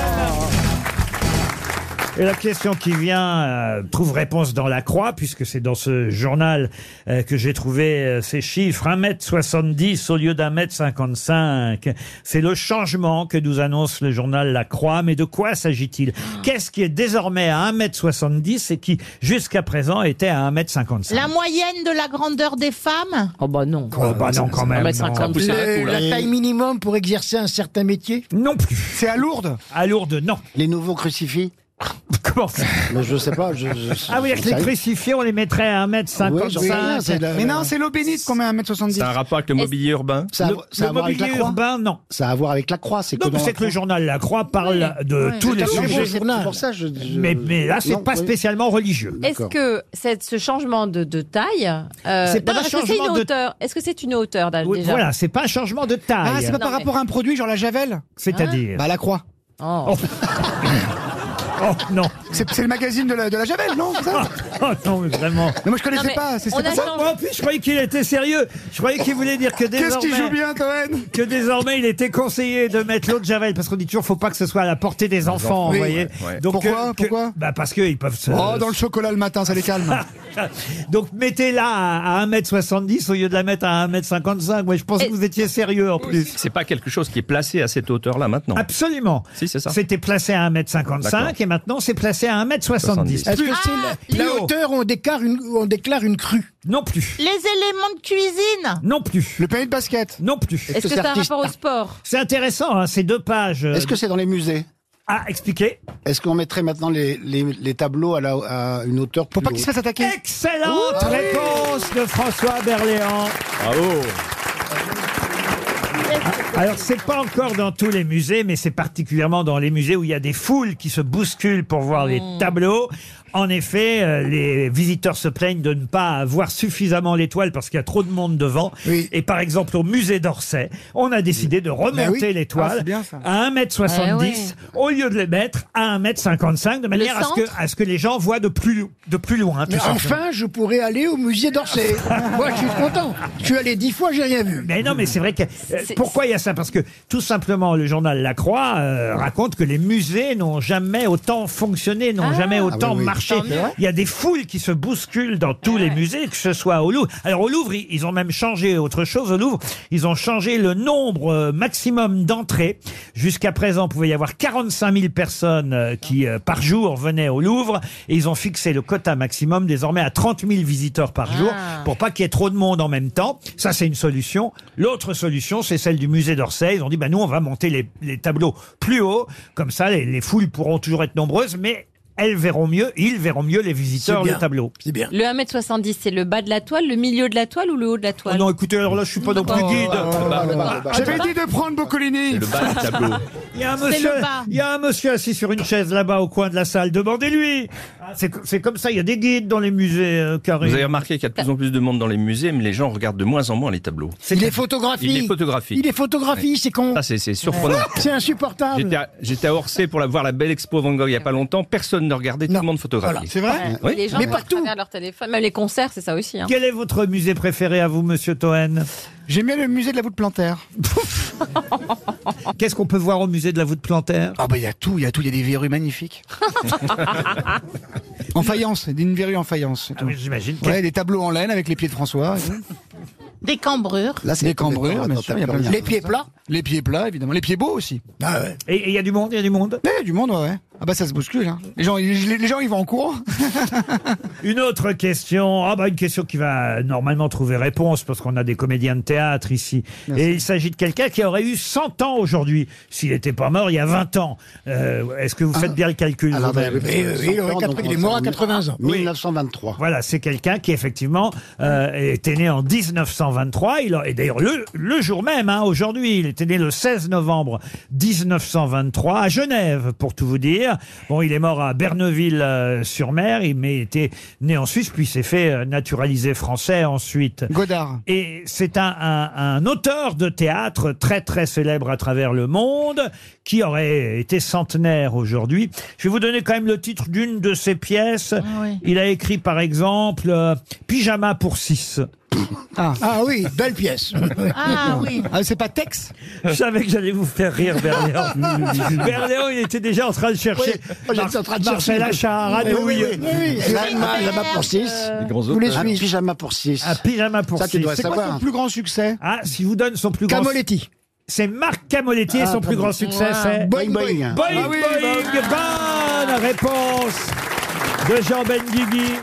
Et la question qui vient euh, trouve réponse dans la Croix, puisque c'est dans ce journal euh, que j'ai trouvé euh, ces chiffres. un mètre soixante-dix au lieu d'un mètre cinquante-cinq. C'est le changement que nous annonce le journal La Croix. Mais de quoi s'agit-il? Qu'est-ce qui est désormais à un mètre soixante-dix et qui, jusqu'à présent, était à un mètre cinquante-cinq? La moyenne de la grandeur des femmes? Oh bah non. Oh bah non, quand même. un mètre non. cinquante. Le- la taille minimum pour exercer un certain métier? Non plus. C'est à Lourdes? À Lourdes, non. Les nouveaux crucifix? Comment ça? Mais je sais pas. Je, je- Ah oui, avec les sérieux. crucifiés, on les mettrait à un mètre Oui, j'en sais rien, cinquante-cinq. c'est la- Mais non, c'est l'eau bénite qu'on met à un mètre soixante-dix. C'est un rapport avec le mobilier urbain? Ça a, Le, ça a le à voir avec la mobilier croix. urbain, non. Ça a à voir avec la croix. C'est Non, que mais dans c'est la que le croix. journal La Croix parle de Oui. tous les Tout à fait, sujets. c'est journal. pour ça. Je, je- Mais, mais là, c'est Non, pas oui. spécialement religieux. Est-ce D'accord. que cette, ce changement de, de taille, euh, C'est pas d'abord, un est-ce que c'est changement une de- hauteur Est-ce que c'est une hauteur d'a- Oui, déjà voilà, c'est pas un changement de taille. Ah, c'est pas Non, par mais- rapport à un produit, genre la Javel? C'est-à-dire. Bah, la croix. Oh. Oh non. C'est c'est le magazine de la, de la Javel, non? c'est ça Oh non, mais vraiment. Mais moi, je connaissais Non, mais pas. C'est on c'est pas a ça? changé- Moi, en plus, je croyais qu'il était sérieux. Je croyais qu'il voulait dire que Qu'est-ce qu'il joue désormais, bien, Toen? que désormais, il était conseillé de mettre l'eau de Javel, parce qu'on dit toujours, faut pas que ce soit à la portée des enfants, vous Oui. voyez. Ouais. Pourquoi que- Pourquoi Bah parce qu'ils peuvent se. Oh, dans le chocolat le matin, ça les calme. Donc mettez-la à à un mètre soixante-dix au lieu de la mettre à un mètre cinquante-cinq. Moi, je pensais Et- que vous étiez sérieux en plus. C'est pas quelque chose qui est placé à cette hauteur-là maintenant. Absolument. Si, c'est ça. C'était placé à un mètre cinquante-cinq D'accord. et maintenant c'est placé à un mètre soixante-dix. Est-ce que Plus- c'est la, la plus haut. hauteur où on déclare une, où on déclare une crue? Non plus. Les éléments de cuisine? Non plus. Le panier de basket. Non plus. Est-ce que c'est c'est un artiste- rapport au sport C'est intéressant, hein, ces deux pages. euh, Est-ce que c'est dans les musées? Ah, expliquez. Est-ce qu'on mettrait maintenant les, les, les tableaux à, la, à une hauteur plus Pour pas qu'il se haute? fasse attaquer. Excellente Ah oui. réponse de François Berléand. Bravo! Alors, c'est pas encore dans tous les musées, mais c'est particulièrement dans les musées où il y a des foules qui se bousculent pour voir les tableaux. En effet, euh, les visiteurs se plaignent de ne pas voir suffisamment l'étoile parce qu'il y a trop de monde devant. Oui. Et par exemple, au musée d'Orsay, on a décidé de remonter Ben oui. Ah, l'étoile c'est bien, ça. à un mètre soixante-dix au lieu de les mettre à un mètre cinquante-cinq de manière à ce, que, centre à ce que les gens voient de plus, de plus loin. tout Mais simplement. enfin, je pourrais aller au musée d'Orsay. Moi, je suis content. Je suis allé dix fois, j'ai rien vu. Mais non, mais c'est vrai que euh, C'est- pourquoi il y a ça, parce que tout simplement, le journal La Croix euh, raconte que les musées n'ont jamais autant fonctionné, n'ont Ah. jamais Ah autant oui, oui. marché. Tant mieux. Il y a des foules qui se bousculent dans tous les musées, que ce soit au Louvre. Alors au Louvre, ils ils ont même changé autre chose. Au Louvre, ils ont changé le nombre euh, maximum d'entrées. Jusqu'à présent, il pouvait y avoir quarante-cinq mille personnes euh, qui, euh, par jour, venaient au Louvre. Et ils ont fixé le quota maximum désormais à trente mille visiteurs par jour Ah. pour pas qu'il y ait trop de monde en même temps. Ça, c'est une solution. L'autre solution, c'est celle du musée d'Orsay. Ils ont dit, bah, nous, on va monter les, les tableaux plus haut. Comme ça, les, les foules pourront toujours être nombreuses, mais elles verront mieux, ils verront mieux les visiteurs, C'est bien. le tableau. C'est bien. Le un mètre soixante-dix, c'est le bas de la toile, le milieu de la toile ou le haut de la Oh toile? non, écoutez, alors là, je suis pas non plus guide. J'avais dit de prendre Boccolini. C'est le bas du tableau. Il y a un C'est monsieur, le bas. il y a un monsieur assis sur une chaise là-bas au coin de la salle. Demandez-lui. Ah, C'est c'est comme ça. Il y a des guides dans les musées, euh, Karine. Vous avez remarqué qu'il y a de plus en plus de monde dans les musées, mais les gens regardent de moins en moins les tableaux. Il est photographié. Il est photographié. Il est photographié, c'est con. Ça, c'est c'est surprenant. C'est insupportable. J'étais à, j'étais à Orsay pour la, voir la belle expo Van Gogh il y a pas longtemps. Personne ne regardait, tout le monde photographiait. C'est vrai? Oui. Les gens Mais vont à partout. travers leur téléphone, même les concerts, c'est ça aussi. Hein. Quel est votre musée préféré à vous, monsieur Toen? J'aime bien le musée de la voûte plantaire. Qu'est-ce qu'on peut voir au musée de la voûte plantaire? Ah bah il y a tout, il y a tout, il y a des verrues magnifiques. En faïence, une verrue en faïence. c'est Ah tout. oui, j'imagine. Ouais, des tableaux en laine avec les pieds de François. et tout. Des cambrures. Là, Des cambrures, bien sûr, il y a plein de Les pieds plats. Les pieds plats, évidemment. Les pieds beaux aussi. Ah ouais. Et et il y a du monde, il y a du monde. Ouais, il y a du monde, ouais, ouais. Ah bah ça se bouscule. Hein. Les gens, ils- les, les gens, ils vont en courant. Une autre question, ah bah une question qui va normalement trouver réponse parce qu'on a des comédiens de théâtre ici. Merci. Et il s'agit de quelqu'un qui aurait eu cent ans aujourd'hui, s'il n'était pas mort il y a vingt ans. Euh, Est-ce que vous faites bien le calcul Alors, vous-même ben, Et, euh, il, aurait quatre- il est mort à quatre-vingts ans. Oui. mille neuf cent vingt-trois. Voilà, c'est quelqu'un qui effectivement euh, était né en dix-neuf cent vingt-trois. Il a, et d'ailleurs le, le jour même, hein, aujourd'hui, il était né le seize novembre dix-neuf cent vingt-trois à Genève, pour tout vous dire. Bon, il est mort à Berneville-sur-Mer, il mais était né en Suisse, puis il s'est fait euh, naturaliser français ensuite. Godard. Et c'est un, un, un auteur de théâtre très très célèbre à travers le monde, qui aurait été centenaire aujourd'hui. Je vais vous donner quand même le titre d'une de ses pièces. oui. Il a écrit par exemple euh, Pyjama pour six. Ah, Ah oui, belle pièce. Ah oui. ah c'est pas Tex? Je savais que j'allais vous faire rire, Berléand. Berléand, il était déjà en train de chercher Oui, j'étais en train de Marcel chercher. Achard, Radouille. Oui, oui. Pyjama, pyjama pour six. Les grands Vous les auteurs. Un suivez. pyjama pour six. Un pyjama pour Ça, tu six. dois C'est quoi savoir. son plus grand succès? Ah, si vous donne son plus grand... Camoletti. C'est Marc Camoletti et Ah, son très plus bon. grand succès, Wow. c'est... Boing, boing. Boing, Ah oui, boing, bonne réponse de Jean Benguigui.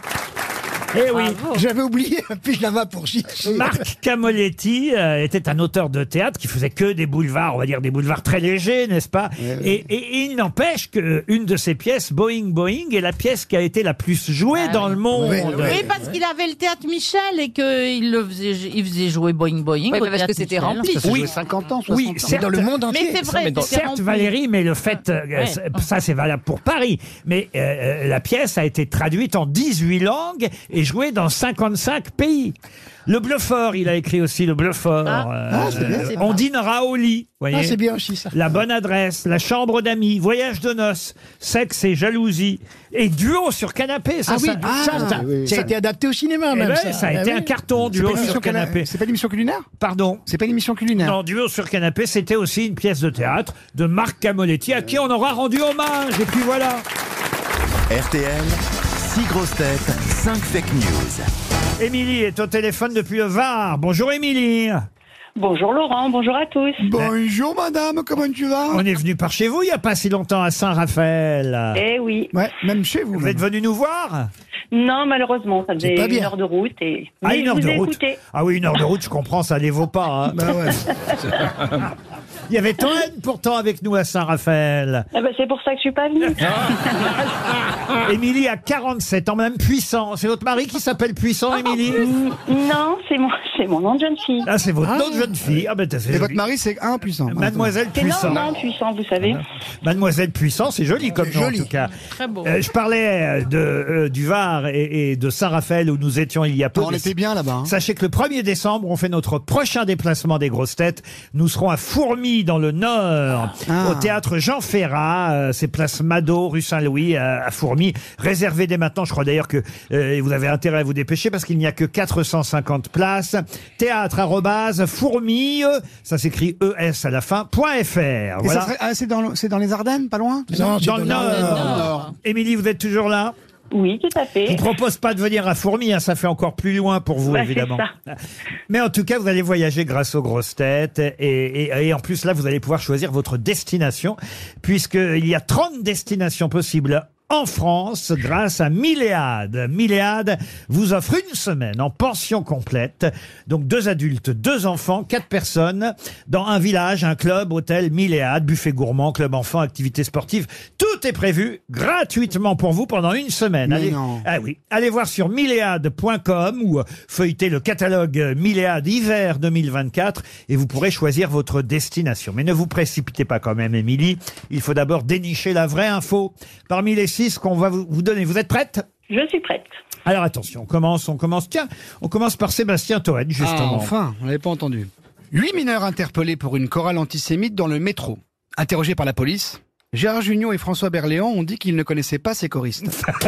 Eh oui, J'avais oublié un pyjama pour six. Marc Camoletti euh, était un auteur de théâtre qui faisait que des boulevards, on va dire des boulevards très légers, n'est-ce pas? et, et- et il n'empêche qu'une de ses pièces, Boing Boing, est la pièce qui a été la plus jouée Ah dans oui. le monde. Oui, Oui, parce qu'il avait le théâtre Michel et qu'il le faisait, il faisait jouer Boing Boing. Oui, au mais parce que théâtre c'était Michel. rempli. Ça s'est Oui. joué cinquante ans, soixante Oui, ans. C'est certes. dans le monde entier. Mais c'est vrai, mais dans- c'était Certes, rempli. Valérie, mais le fait, euh, Ouais. c'est- ça c'est valable pour Paris. Mais euh, la pièce a été traduite en dix-huit langues et jouée dans cinquante-cinq pays. Le Bluffeur, il a écrit aussi le Bluffeur. Ah. Euh, Ah, c'est bien. euh, on dînera au lit. Voyez. Ah, c'est bien aussi ça. La bonne adresse, la chambre d'amis, voyage de noces, sexe et jalousie, et duo sur canapé. Ça, Ah oui, ça, ça, ça, oui, oui. ça a été adapté au cinéma eh même. ben, ça, ça a Ah été oui. un carton, C'est duo pas une sur émission cana- canapé. C'est pas une émission culinaire? Pardon. C'est pas une émission culinaire? Non, duo sur canapé, c'était aussi une pièce de théâtre de Marc Camoletti, à qui on aura rendu hommage. Et puis voilà. R T L, six grosses têtes, cinq fake news. Émilie est au téléphone depuis le Var. Bonjour Émilie. Bonjour Laurent, bonjour à tous. Bonjour madame, comment tu vas? On est venu par chez vous il n'y a pas si longtemps à Saint-Raphaël. Eh oui. Ouais, même chez vous. Vous même. êtes venu nous voir? Non, malheureusement, ça C'est faisait pas une bien. heure de route et. Ah, Mais une je heure vous de ai route. écouté. Ah oui, une heure de route, je comprends, ça les vaut pas. Hein. Bah ouais. Il y avait Toen pourtant avec nous à Saint-Raphaël. Eh ben, c'est pour ça que je suis pas venue. Émilie a quarante-sept ans, même Puissant. C'est votre mari qui s'appelle Puissant, Émilie? Non, c'est mon, c'est mon nom de jeune fille. Ah, c'est votre Ah. autre jeune fille. Ah ben, c'est Et votre joli. mari, c'est un puissant. Mademoiselle C'est Puissant. non, non, puissant, vous savez. Mademoiselle Puissant, c'est joli comme nom en joli. tout cas. Très beau. Euh, je parlais de, euh, du Var et, et de Saint-Raphaël où nous étions il y a peu. On était bien là-bas. hein. Sachez que le premier décembre, on fait notre prochain déplacement des grosses têtes. Nous serons à Fourmi Fourmies dans le Nord, Ah. au théâtre Jean Ferrat. Euh, c'est place Mado, rue Saint-Louis, à, à Fourmies. Réservé dès maintenant. Je crois d'ailleurs que euh, vous avez intérêt à vous dépêcher parce qu'il n'y a que quatre cent cinquante places. Théâtre arrobase fourmis, ça s'écrit E S à la fin, point F R. Et Voilà. ça serait- ah, c'est dans, le- c'est dans les Ardennes, pas loin Non, c'est Dans le Nord. Nord. Émilie, vous êtes toujours là? Oui, tout à Je fait. ne propose pas de venir à Fourmies, hein, ça fait encore plus loin pour vous, Bah, évidemment. c'est Mais en tout cas, vous allez voyager grâce aux grosses têtes. Et, et, et en plus, là, vous allez pouvoir choisir votre destination, puisqu'il y a trente destinations possibles en France grâce à Milléade. Milléade vous offre une semaine en pension complète. Donc deux adultes, deux enfants, quatre personnes dans un village, un club, hôtel Milléade, buffet gourmand, club enfant, activités sportives. Tout est prévu gratuitement pour vous pendant une semaine. Mais Allez, non. ah oui, allez voir sur milléade point com ou feuilletez le catalogue Milléade hiver deux mille vingt-quatre et vous pourrez choisir votre destination. Mais ne vous précipitez pas quand même, Émilie. Il faut d'abord dénicher la vraie info parmi les six qu'on va vous vous donner. Vous êtes prête? Je suis prête. Alors attention, on commence, on commence. Tiens, on commence par Sébastien Toen, Ah, justement. enfin, on n'avait pas entendu. Huit mineurs interpellés pour une chorale antisémite dans le métro. Interrogés par la police, Gérard Jugnot et François Berléand ont dit qu'ils ne connaissaient pas ces choristes.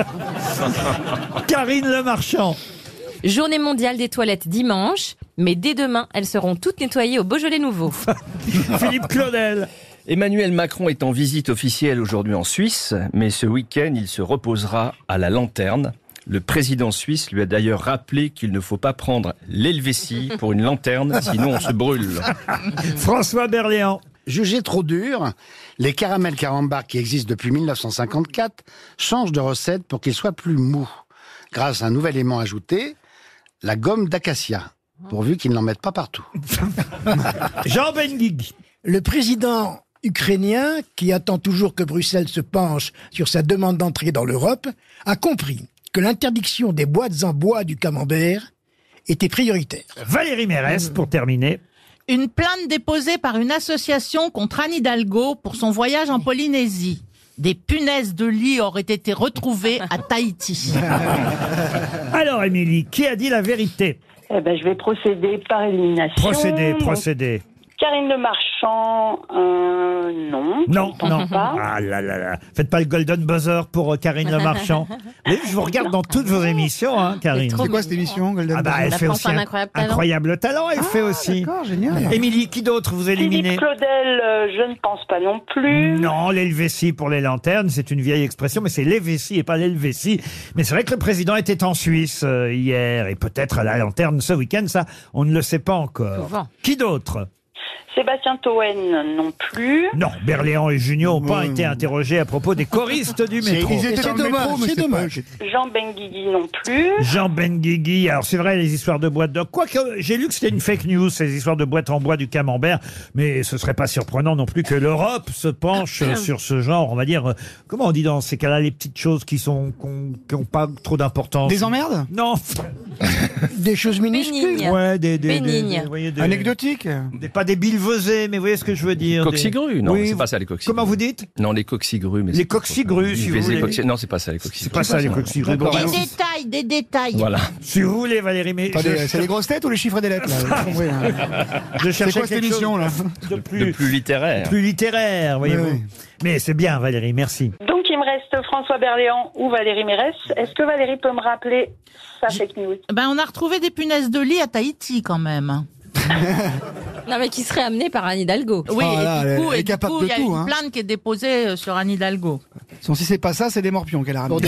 Karine Le Marchand. Journée mondiale des toilettes dimanche, mais dès demain, elles seront toutes nettoyées au Beaujolais Nouveau. Philippe Claudel. Emmanuel Macron est en visite officielle aujourd'hui en Suisse, mais ce week-end, il se reposera à la lanterne. Le président suisse lui a d'ailleurs rappelé qu'il ne faut pas prendre l'Helvétie pour une lanterne, sinon on se brûle. François Berléand. Jugé trop dur, les caramels carambar qui existent depuis mille neuf cent cinquante-quatre changent de recette pour qu'ils soient plus mous. Grâce à un nouvel élément ajouté, la gomme d'acacia, pourvu qu'ils n'en mettent pas partout. Jean Benguigui. Le président ukrainien, qui attend toujours que Bruxelles se penche sur sa demande d'entrée dans l'Europe, a compris que l'interdiction des boîtes en bois du camembert était prioritaire. Valérie Mérès, pour terminer. Une plainte déposée par une association contre Anne Hidalgo pour son voyage en Polynésie. Des punaises de lit auraient été retrouvées à Tahiti. Alors, Émilie, qui a dit la vérité? Eh ben, je vais procéder par élimination. Procédez, procédez. Karine Le Marchand, euh, non. Non, je pense non. pas. Ah là là là. Faites pas le golden buzzer pour euh, Karine Le Marchand. Vous voyez, je vous regarde dans toutes vos émissions, hein, Karine. C'est quoi cette émission, Golden Ah bah, elle La fait France aussi a un un incroyable talent. incroyable talent. Elle fait aussi. D'accord, génial. Émilie, qui d'autre vous éliminez? Philippe Claudel, euh, je ne pense pas non plus. Non, l'Helvétie pour les lanternes, c'est une vieille expression, mais c'est l'Helvétie et pas l'Helvétie. Mais c'est vrai que le président était en Suisse euh, hier et peut-être à la lanterne ce week-end, ça, on ne le sait pas encore. Souvent. Qui d'autre? Sébastien Toen, non plus. Non, Berléand et Junio n'ont pas Mmh. été interrogés à propos des choristes du métro. Ils étaient C'est dans le dommage, métro, mais c'est c'est dommage. pas- Jean Benguigui, non plus. Jean Benguigui, alors c'est vrai les histoires de boîtes de... Quoique j'ai lu que c'était une fake news, ces histoires de boîtes en bois du camembert, mais ce serait pas surprenant non plus que l'Europe se penche euh, sur ce genre, on va dire, euh, comment on dit dans ces cas-là, les petites choses qui sont qui n'ont pas trop d'importance. Des emmerdes Non. Des choses minuscules. Bénigne. Ouais, des... des, des, Bénigne. des- vous voyez, des- Anecdotique. des- pas des bilvesés, mais vous voyez ce que je veux dire. des- Coxigrues, non, Oui, c'est pas ça les coxigrues. Comment vous dites? Non, les coxigrues. Mais Les c'est- coxigrues, si Les vous voulez. coxi- Non, c'est pas ça les coxigrues. C'est pas ça les coxigrues. Bon, Des alors, détails, des détails. Voilà. si vous voulez Valérie, mais Attendez, je, c'est les grosses têtes ou les chiffres des lettres là J'ai compris, hein. je C'est cherchais quoi cette quelque chose émission là de De plus, plus littéraire. plus littéraire, voyez-vous. Oui, oui. Mais c'est bien Valérie, merci. Donc, il me reste François Berléand ou Valérie Mérès. Est-ce que Valérie peut me rappeler sa fake news? Ben, on a retrouvé des punaises de lit à Tahiti quand même. Non, mais qui serait amené par Anne Hidalgo. Oui, Oh là, et elle du coup, est et du capable coup, de il y a tout, une hein. plainte qui est déposée euh, sur Anne Hidalgo. Sinon, si c'est pas ça, c'est des morpions qu'elle a ramenés.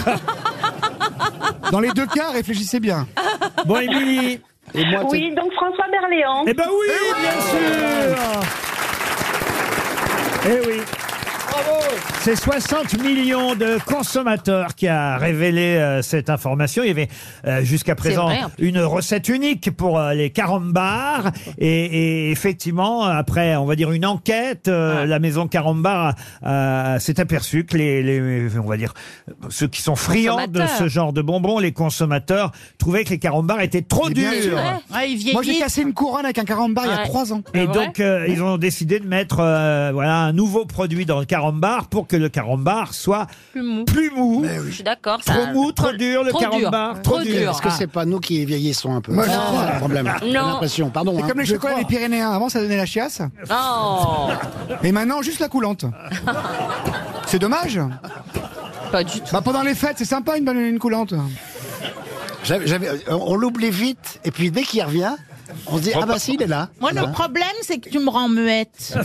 Dans les deux cas, réfléchissez bien. Bon, Émilie. Et moi, Oui, donc François Berléand. Eh ben oui, bien sûr. Eh oui. C'est soixante millions de consommateurs qui a révélé euh, cette information. Il y avait euh, jusqu'à présent vrai, en plus. une recette unique pour euh, les carambars. Et, et effectivement, après, on va dire une enquête, euh, Ouais. la maison Carambar euh, s'est aperçue que les, les, on va dire, ceux qui sont friands de Consommateurs. ce genre de bonbons, les consommateurs, trouvaient que les carambars étaient trop Eh bien durs. sûr. Ouais, ils Moi, j'ai vieillissent. cassé une couronne avec un carambar il y a Ouais. trois ans. Et C'est vrai donc, euh, ils ont décidé de mettre euh, voilà un nouveau produit dans le carambar pour que que le carambar soit Plus mou. plus mou. Je suis d'accord. ça- Trop mou, trop dur, le trop dur. carambar. Trop dur. Est-ce que Ah. c'est pas nous qui vieillissons un peu Moi, je C'est crois. ça le problème. J'ai Non. l'impression, pardon. C'est hein. comme les Je chocolats crois. des Pyrénéens. Avant, ça donnait la chiasse. Oh, Et maintenant, juste la coulante. C'est dommage. pas du tout. Bah, pendant les fêtes, c'est sympa une, bonne- une coulante. J'avais- j'avais- on l'oublie vite, et puis dès qu'il revient, on se dit, ah bah si, il est là. Moi, le Voilà. problème, c'est que tu me rends muette.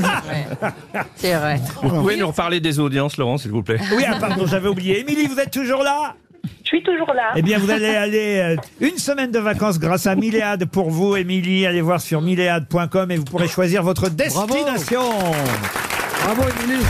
C'est vrai. Vous pouvez nous reparler des audiences, Laurent, s'il vous plaît? Oui, ah, pardon, j'avais oublié. Émilie, vous êtes toujours là? Je suis toujours là. Eh bien, vous allez aller euh, une semaine de vacances grâce à Milléade pour vous, Émilie. Allez voir sur milléade point com et vous pourrez choisir votre destination. Bravo, Émilie.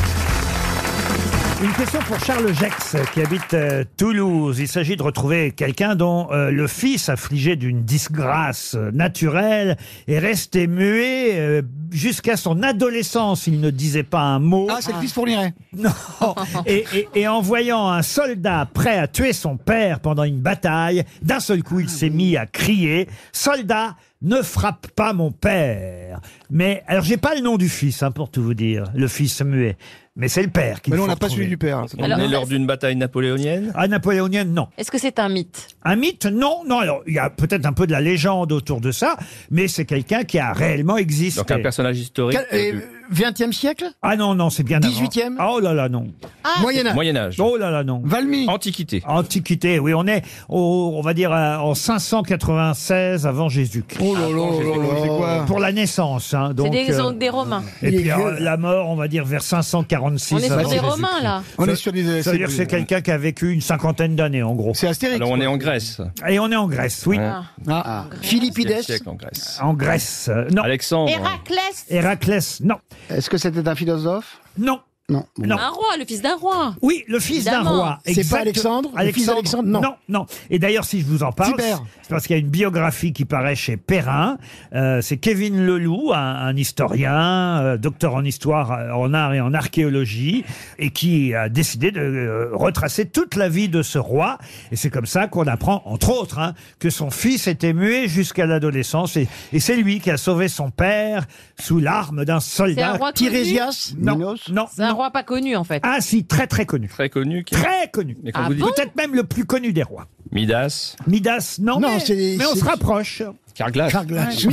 Une question pour Charles Gex, qui habite euh, Toulouse. Il s'agit de retrouver quelqu'un dont euh, le fils, affligé d'une disgrâce euh, naturelle, est resté muet euh, jusqu'à son adolescence. Il ne disait pas un mot. Ah, c'est le fils Fourniret. Non. Et, et- et en voyant un soldat prêt à tuer son père pendant une bataille, d'un seul coup, il s'est mis à crier « Soldat, ne frappe pas mon père !» Mais, alors, j'ai pas le nom du fils, hein, pour tout vous dire, le fils muet. Mais c'est le père qui Mais nous, on n'a pas suivi du père. On Alors, est on a- lors d'une bataille napoléonienne? Ah, napoléonienne, non. Est-ce que c'est un mythe? Un mythe, non, non. Alors, il y a peut-être un peu de la légende autour de ça, mais c'est quelqu'un qui a réellement existé. Donc un personnage historique Quel- et, du vingtième siècle Ah non, non, c'est bien avant. dix-huitième Oh là là, non. Moyen-Âge. Moyen-Âge. Oh là là, non. Valmy. Antiquité. Antiquité, oui, on est, au, on va dire, euh, en cinq cent quatre-vingt-seize avant Jésus-Christ. Oh là là, oh là là, c'est quoi? Pour la naissance, hein, C'est donc. des, euh, des Romains. et Il est puis euh, vieux. la mort, on va dire, vers cinq cent quarante-six On est sur avant des Jésus-Christ. Romains, là. On Ça- est sur des. Ça veut dire que c'est quelqu'un qui a vécu une cinquantaine d'années, en gros. C'est Astérix. Alors on est quoi. en Grèce. Et on est en Grèce, oui. Ouais. Ah. Ah. Philippides. siècle en Grèce. En Grèce, euh, non. Alexandre. Héraclès. Héraclès, non. Est-ce que c'était un philosophe? Non. Non. Bon. Non. Un roi, le fils d'un roi. Oui, le fils d'un Évidemment. roi. C'est pas Exact- Alexandre Le fils d'Alexandre Non. non, non. Et d'ailleurs, si je vous en parle, Tibère. c'est parce qu'il y a une biographie qui paraît chez Perrin. Euh, c'est Kevin Leloup, un, un historien, euh, docteur en histoire, euh, en art et en archéologie, et qui a décidé de euh, retracer toute la vie de ce roi. Et c'est comme ça qu'on apprend, entre autres, hein, que son fils était muet jusqu'à l'adolescence. Et, et c'est lui qui a sauvé son père sous l'arme d'un C'est un soldat. roi connu. Tirésias. Non, Minos non, C'est un non. roi pas connu, en fait. Ah si, très très connu. Très connu. qui- Très connu. Mais quand Ah vous dites bon Peut-être même le plus connu des rois. Midas, Midas, non, Non, mais, c'est- mais on c'est- se rapproche. Carglass. Carglass.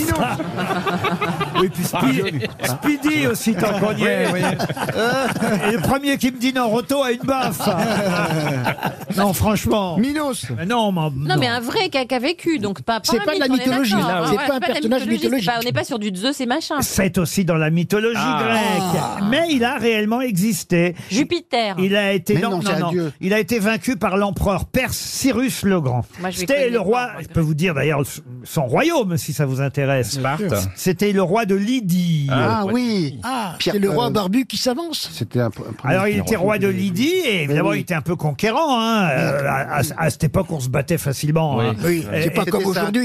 Oui, puis Speedy, Speedy aussi, tant qu'on y est. vous voyez. Et le premier qui me dit non, Roto a une baffe. Non, franchement. Minos. Mais non, mais- Non, mais un vrai qui a, qui a vécu, donc pas, pas C'est un pas de la mythe, on est mythologie, d'accord. là, Ouais, c'est ouais, pas un de la personnage mythologie, c'est mythologique. pas- on n'est pas sur du Zeus et machin. c'est aussi dans la mythologie Ah. grecque. Mais il a réellement existé. Jupiter. Il a été Mais non, non, non, c'est un non. dieu. Il a été vaincu par l'empereur perse Cyrus le Grand. Moi, je vais C'était connaître le roi. pas, moi, Je peux vous dire d'ailleurs son royaume si ça vous intéresse. Sparte. C'était le roi de Lydie. Ah oui. Ah, Pierre- c'est le roi euh, barbu qui s'avance. C'était un, un premier Alors il film. était roi de Lydie et évidemment oui. il était un peu conquérant. Hein. Euh, à, à- à cette époque on se battait facilement. hein. Oui, Et- c'est pas et- comme c'était ça. aujourd'hui.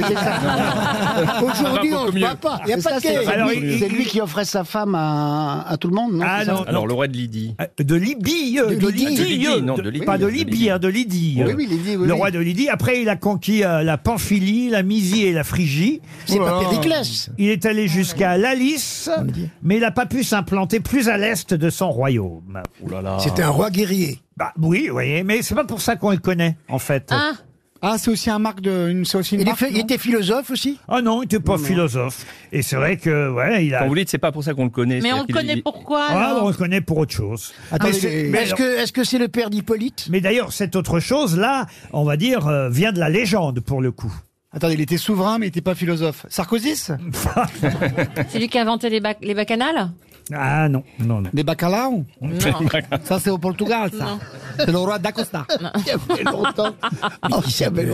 Aujourd'hui, on beaucoup se mieux. bat pas. Il n'y a C'est pas ça, de c'est- guerre. Alors, c'est il- lui, c'est il- lui qui offrait sa femme à, à tout le monde, non Ah C'est ça non, Alors le roi de Lydie. Euh, de Libye, euh, De de Lydie. Lydie, De Lydie, euh, non, de- de Lydie. pas de De Libye, Lydie. hein, de Lydie. Oui, euh, oui, Lydie, oui, le oui. roi de Lydie. Après il a conquis euh, la Pamphylie, la Mysie et la Phrygie. C'est pas Périclès. Il est allé jusqu'à l'Alice, mais il n'a pas pu s'implanter plus à l'est de son royaume. Oh là là. C'était un roi guerrier. Bah oui, vous voyez, mais c'est pas pour ça qu'on le connaît en fait. Ah, Ah, c'est aussi un marque de. Une, c'est aussi une Il, est marque, fait- il non était philosophe aussi. Ah non, il était pas philosophe. Et c'est vrai que ouais, il a. Quand vous dites c'est pas pour ça qu'on le connaît. Mais on c'est-à-dire le qu'il- connaît il- pourquoi Ah, alors on le connaît pour autre chose. Attendez, mais c'est- les- mais Est-ce alors- que est-ce que c'est le père d'Hippolyte mais d'ailleurs, cette autre chose-là, on va dire, euh, vient de la légende pour le coup. Attendez, il était souverain, mais il n'était pas philosophe. Sarkozy c'est lui qui a inventé les, bac- les bacchanales. Ah non, non, non. Des bacalao Non. Ça, c'est au Portugal, ça. Non. C'est le roi d'Acosta. Il y avait longtemps. Oh, il s'appelle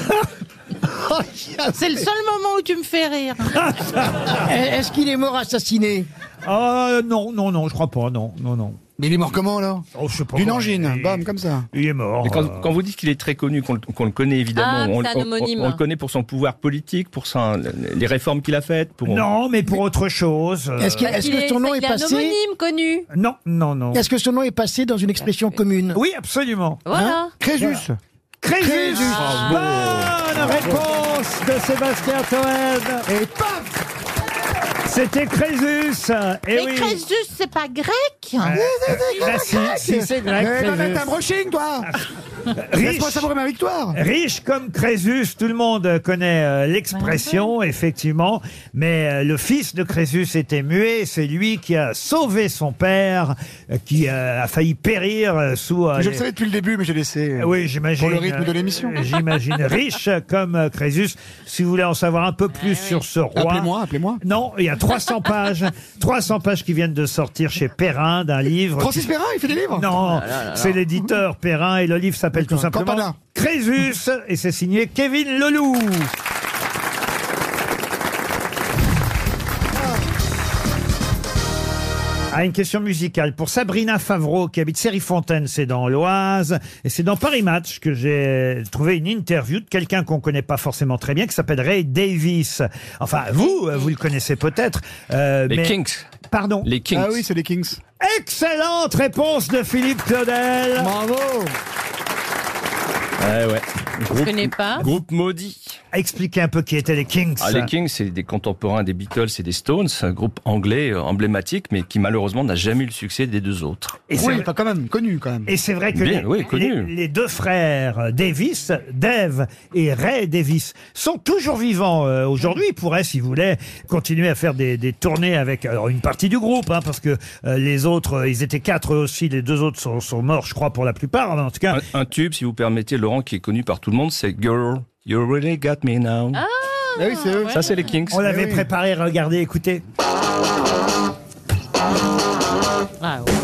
C'est le seul moment où tu me fais rire. Est-ce qu'il est mort assassiné Ah non, non, non, je crois pas, non, non, non. Mais il est mort comment, alors Oh, je sais pas D'une comment. angine, Il- bam, comme ça. Il est mort. Mais quand, euh. quand vous dites qu'il est très connu, qu'on le- qu'on le connaît évidemment, Ah, on, c'est un on- homonyme. on le connaît pour son pouvoir politique, pour son- les réformes qu'il a faites. Pour... Non, mais pour autre chose. euh, Est-ce que, Parce est-ce qu'il que son nom il est un passé homonyme connu. Non, non, non. Est-ce que son nom est passé dans une expression commune Oui, absolument. Voilà. Crésus. Crésus. Ah. Bonne réponse de Sébastien Toen. Et paf C'était Crésus. Et Mais oui. Crésus, c'est pas grec Bah, si, si, c'est grec. Mais non, mais Crésus. t'as un brushing, toi. Riche. Laisse-moi savourer ma victoire. Riche comme Crésus, tout le monde connaît euh, l'expression, effectivement, mais euh, le fils de Crésus était muet, c'est lui qui a sauvé son père, euh, qui euh, a failli périr euh, sous... euh, Je les- le savais depuis le début, mais j'ai laissé. euh, Oui, j'imagine. Pour le rythme de l'émission. euh, J'imagine riche comme euh, Crésus. Si vous voulez en savoir un peu plus sur ce roi... Appelez-moi, appelez-moi. Non, il y a trois cents pages, trois cents pages qui viennent de sortir chez Perrin d'un livre... Francis qui- Perrin, il fait des livres. Non, c'est l'éditeur Perrin et le livre s'appelle tout D'accord, simplement Campana. Crésus et c'est signé Kevin Leloup. Ah, une question musicale pour Sabrina Favreau qui habite Série-Fontaine, c'est dans l'Oise. Et c'est dans Paris Match que j'ai trouvé une interview de quelqu'un qu'on connaît pas forcément très bien, qui s'appelle Ray Davis. Enfin, vous, vous le connaissez peut-être. euh, Les mais- Kings. Pardon. Les Kings. Ah oui, c'est les Kings. Excellente réponse de Philippe Claudel. Bravo. Ouais, ouais. Je connais pas. Groupe maudit. Expliquez un peu qui étaient les Kings. Ah, les Kings, c'est des contemporains des Beatles et des Stones, un groupe anglais euh, emblématique, mais qui malheureusement n'a jamais eu le succès des deux autres. Et c'est Oui, vrai- pas quand même, connu quand même. Et c'est vrai que Bien, les, oui, les, connu. les deux frères Davis, Dave et Ray Davis, sont toujours vivants euh, aujourd'hui. Ils pourraient, si vous voulez, continuer à faire des, des tournées avec alors, une partie du groupe, hein, parce que euh, les autres, euh, ils étaient quatre eux aussi. Les deux autres sont, sont morts, je crois, pour la plupart. En tout cas, Un, un tube, si vous permettez, Laurent, qui est connu par tout le monde, c'est Girl, You Really Got Me Now. Ah, Ah oui, c'est eux. Ça, c'est les Kings. on l'avait oui. préparé. Regardez, écoutez. ah ouais.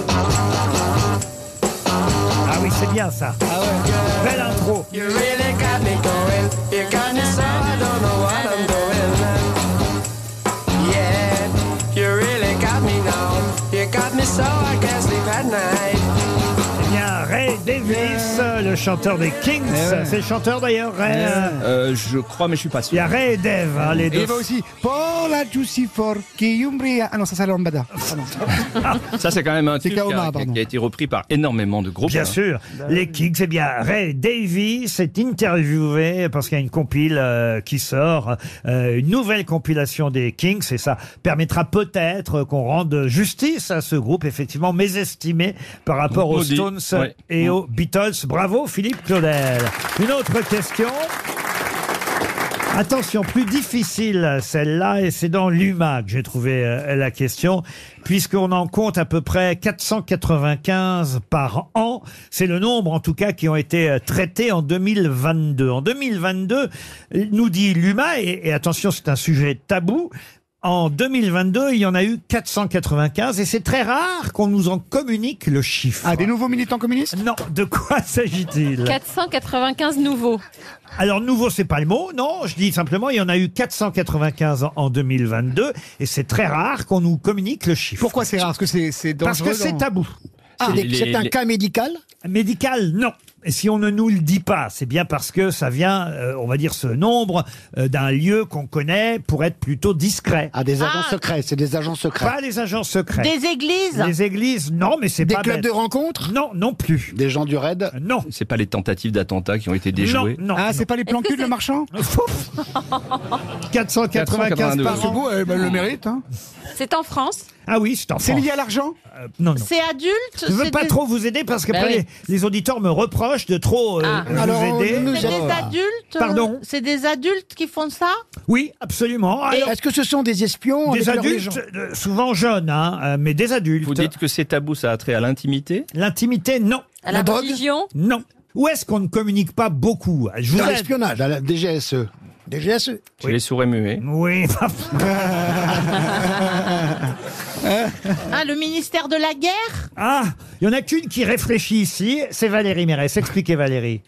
Ah oui, c'est bien ça. Ah ouais. Belle intro. You really got me going. You got me so I don't know what I'm doing. Yeah, you really got me now. You got me so I can't sleep at night. Eh bien, Ray Davis, le chanteur des Kings. Eh ouais. C'est le chanteur d'ailleurs, Ray. euh, Euh, je crois, mais je suis pas Il sûr. y a Ray et Dave, hein, les Et deux. il va aussi. Paula Giussi Forchi Umbria. Ah non, ça c'est la lambada. Ah non. Ça, c'est quand même un C'est tube qui Kaoma, a, pardon. qui a été repris par énormément de groupes. Bien hein. sûr, les Kings, c'est bien. Ray Davis est interviewé parce qu'il y a une compile euh, qui sort, euh, une nouvelle compilation des Kings, et ça permettra peut-être qu'on rende justice à ce groupe, effectivement mésestimé par rapport aux Maudit. Stones Ouais. et aux Beatles. Bravo Philippe Claudel. Une autre question. Attention, plus difficile celle-là, et c'est dans l'U M A que j'ai trouvé euh, la question, puisqu'on en compte à peu près quatre cent quatre-vingt-quinze par an. C'est le nombre, en tout cas, qui ont été euh, traités en deux mille vingt-deux. En deux mille vingt-deux, nous dit l'U M A, et, et attention, c'est un sujet tabou, en deux mille vingt-deux, il y en a eu quatre cent quatre-vingt-quinze, et c'est très rare qu'on nous en communique le chiffre. Ah, des nouveaux militants communistes? Non, de quoi s'agit-il? quatre cent quatre-vingt-quinze nouveaux. Alors, nouveau, c'est pas le mot, non, je dis simplement, il y en a eu quatre cent quatre-vingt-quinze en deux mille vingt-deux, et c'est très rare qu'on nous communique le chiffre. Pourquoi c'est rare? Parce que c'est c'est Parce dangereux. que c'est dans- tabou. C'est des- les- c'est un les- cas médical. Médical, non. Et si on ne nous le dit pas, c'est bien parce que ça vient, euh, on va dire, ce nombre euh, d'un lieu qu'on connaît pour être plutôt discret. Ah, des agents Ah. secrets, c'est des agents secrets. Pas les agents secrets. Des églises. Les églises, non, mais c'est Des pas clubs bête. de rencontres. Non, non plus. Des gens du raid. Euh, Non. C'est pas les tentatives d'attentats qui ont été déjouées. Non, non. Ah, c'est pas les plans Est-ce que cul de le c'est- marchand? quatre cent quatre-vingt-quinze par C'est an. beau, eh ben, le mérite. Hein. C'est en France. Ah oui, c'est en C'est France. lié à l'argent? Euh, non, non. C'est adulte. Je veux c'est pas des- trop vous aider parce que Bah après, oui. les, les auditeurs me reprochent de trop euh, Ah. vous Alors, aider. nous C'est des Oh. adultes. Pardon C'est des adultes qui font ça. Oui, absolument. Alors, Est-ce que ce sont des espions des avec leurs adultes, légendes euh, souvent jeunes, hein, euh, mais des adultes. Vous dites que c'est tabou, ça a trait à l'intimité. L'intimité, non. À la, La drogue religion. Non. Où est-ce qu'on ne communique pas beaucoup? Je vous Dans aide. l'espionnage. Dans la D G S E. Des G S E. Chez les sourds et muets. Oui. Ah, le ministère de la guerre. Ah, il y en a qu'une qui réfléchit ici, c'est Valérie Mérès. Expliquez Valérie.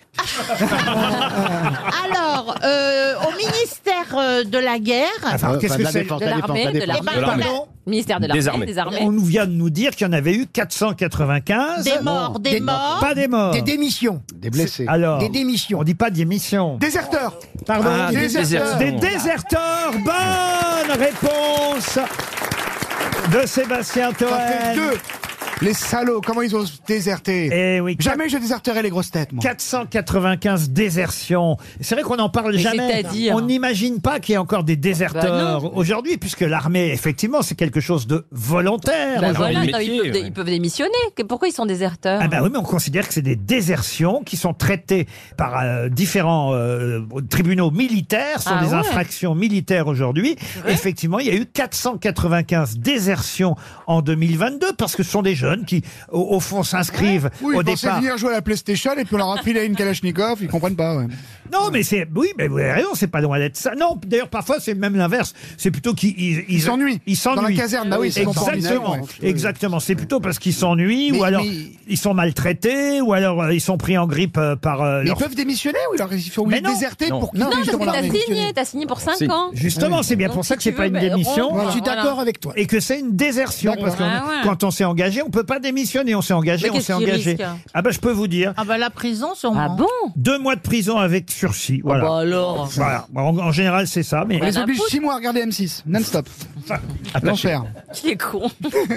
Alors, euh, au ministère euh, de la guerre. Enfin, Euh, qu'est-ce enfin, que de la c'est? défense, De la défense, l'armée, la de défense. Eh ben, l'armée. De l'armée. pardon. Ministère de l'armée, Des des armées. armées. On nous vient de nous dire qu'il y en avait eu quatre cent quatre-vingt-quinze. Des morts, des Des- morts. Pas des morts. Des démissions. Des blessés. Alors, Des démissions. on dit pas démissions. Déserteur. Pardon. Ah, des déserteurs. Des déserteurs. Bonne réponse de Sébastien Ça fait Toen. deux. Les salauds, comment ils ont déserté. Eh oui, Jamais je déserterai les grosses têtes, moi. quatre cent quatre-vingt-quinze désertions. C'est vrai qu'on n'en parle Mais jamais. c'est-à-dire On n'imagine pas qu'il y ait encore des déserteurs Bah aujourd'hui, puisque l'armée, effectivement, c'est quelque chose de volontaire. Bah aujourd'hui. voilà, non, ils, peuvent, dé- ils peuvent démissionner. Que- Pourquoi ils sont déserteurs? Ah bah oui, mais on considère que c'est des désertions qui sont traitées par euh, différents euh, tribunaux militaires, ce sont Ah des ouais. infractions militaires aujourd'hui. Effectivement, il y a eu quatre cent quatre-vingt-quinze désertions en deux mille vingt-deux parce que ce sont des jeunes qui, au, au fond, s'inscrivent Oui, au ils pensaient départ. venir jouer à la PlayStation et puis on leur a filé une Kalachnikov, ils comprennent pas, ouais. Non, mais c'est oui, mais vous avez raison, c'est pas loin d'être ça. Non, d'ailleurs parfois c'est même l'inverse. C'est plutôt qu'ils ils, Ils s'ennuient. Ils s'ennuient. Dans la caserne, bah oui, c'est exactement. conforme, ouais. Exactement. C'est plutôt parce qu'ils s'ennuient Mais- ou alors mais- ils sont maltraités ou alors euh, ils sont pris en grippe euh, par euh, Mais leur. ils peuvent démissionner ou alors ils sont Mais obligés de non. déserter Non. pour quitter Non, parce justement que t'as l'armée. signé, t'as signé pour cinq Si. ans. Justement, c'est bien Donc, pour ça si que c'est tu pas veux, une ben, démission. on- Je suis Voilà. d'accord avec toi. Et que c'est une désertion D'accord. parce que Ah ouais. quand on s'est engagé, on peut pas démissionner. On s'est engagé, Mais on qu'est-ce s'est qu'il engagé. risque Ah bah je peux vous dire, Ah bah la prison sûrement. Ah bon? deux mois de prison avec sursis. Voilà. Bah alors. Voilà. En, en général, c'est ça. Mais On les la oblige poutre. six mois à regarder M six, non-stop. L'enfer. Il est con.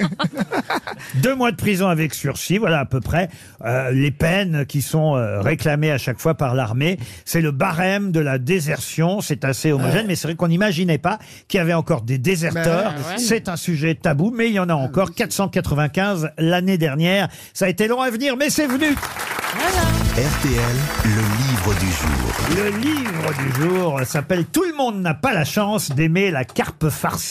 Deux mois de prison avec sursis, voilà à peu près euh, les peines qui sont euh, réclamées à chaque fois par l'armée. C'est le barème de la désertion, c'est assez homogène, mais c'est vrai qu'on n'imaginait pas qu'il y avait encore des déserteurs. Ben ouais. C'est un sujet tabou, mais il y en a encore quatre cent quatre-vingt-quinze l'année dernière. Ça a été long à venir, mais c'est venu. R T L, le livre du jour. Le livre du jour s'appelle « Tout le monde n'a pas la chance d'aimer la carpe farcie ».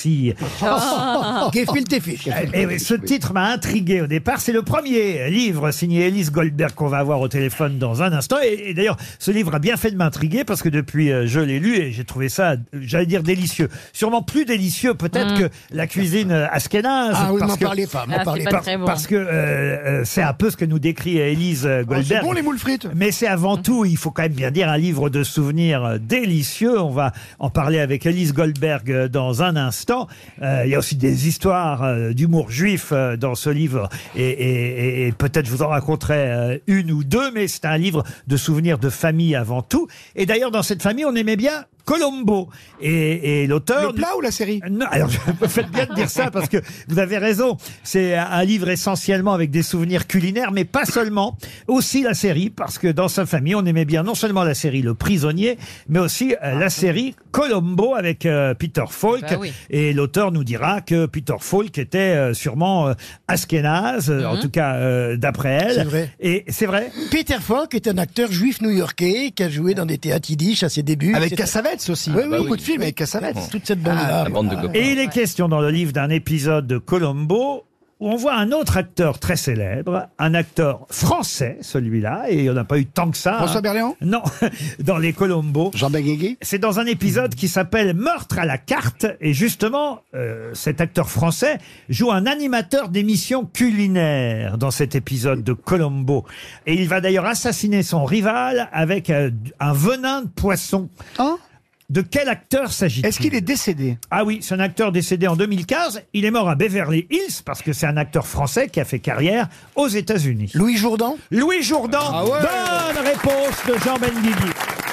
Gefilte fish. Et oui, ce titre m'a intrigué au départ. C'est le premier livre signé Élise Goldberg qu'on va avoir au téléphone dans un instant. Et, et d'ailleurs, ce livre a bien fait de m'intriguer parce que depuis, euh, je l'ai lu et j'ai trouvé ça, j'allais dire délicieux. Sûrement plus délicieux peut-être Mm. que la cuisine ashkénaze. Ah oui, parce m'en que- parlez pas, m'en Ah, c'est parlez pas pas. très bon. Parce que euh, euh, c'est un peu ce que nous décrit Élise Oh, Goldberg. c'est bon les moules frites. Mais c'est avant tout, il faut quand même bien dire, un livre de souvenirs euh, délicieux. On va en parler avec Élise Goldberg euh, dans un instant. Euh, il y a aussi des histoires euh, d'humour juif euh, dans ce livre. Et, et- et- et peut-être je vous en raconterai euh, une ou deux, mais c'est un livre de souvenirs de famille avant tout. Et d'ailleurs, dans cette famille, on aimait bien Colombo. Et, et l'auteur... Le plat ou la série? Non, alors je faites bien de dire ça parce que vous avez raison. C'est un livre essentiellement avec des souvenirs culinaires, mais pas seulement. Aussi la série, parce que dans sa famille, on aimait bien non seulement la série Le Prisonnier, mais aussi euh, la série Colombo avec euh, Peter Falk. Bah oui. Et l'auteur nous dira que Peter Falk était euh, sûrement euh, ashkénaze, euh, en Mhm. tout cas euh, d'après elle. C'est vrai. Et c'est vrai. Peter Falk est un acteur juif new-yorkais qui a joué dans des théâtres yiddish à ses débuts. Avec C'est- Cassavetes aussi. Oui, oui. Beaucoup de films avec Cassavetes. toute cette bande-là. La bande de copains. Et il est question dans le livre d'un épisode de Colombo où on voit un autre acteur très célèbre, un acteur français, celui-là, et il n'y en a pas eu tant que ça. François hein. Berléand? Non, dans les Colombo. Jean Benguigui? C'est dans un épisode qui s'appelle Meurtre à la carte, et justement, euh, cet acteur français joue un animateur d'émissions culinaires dans cet épisode de Colombo. Et il va d'ailleurs assassiner son rival avec euh, un venin de poisson. Hein? De quel acteur s'agit-il? Est-ce qu'il est décédé? Ah oui, c'est un acteur décédé en deux mille quinze. Il est mort à Beverly Hills parce que c'est un acteur français qui a fait carrière aux États-Unis. Louis Jourdan? Louis Jourdan. Ah ouais. Bonne réponse de Jean Benguigui.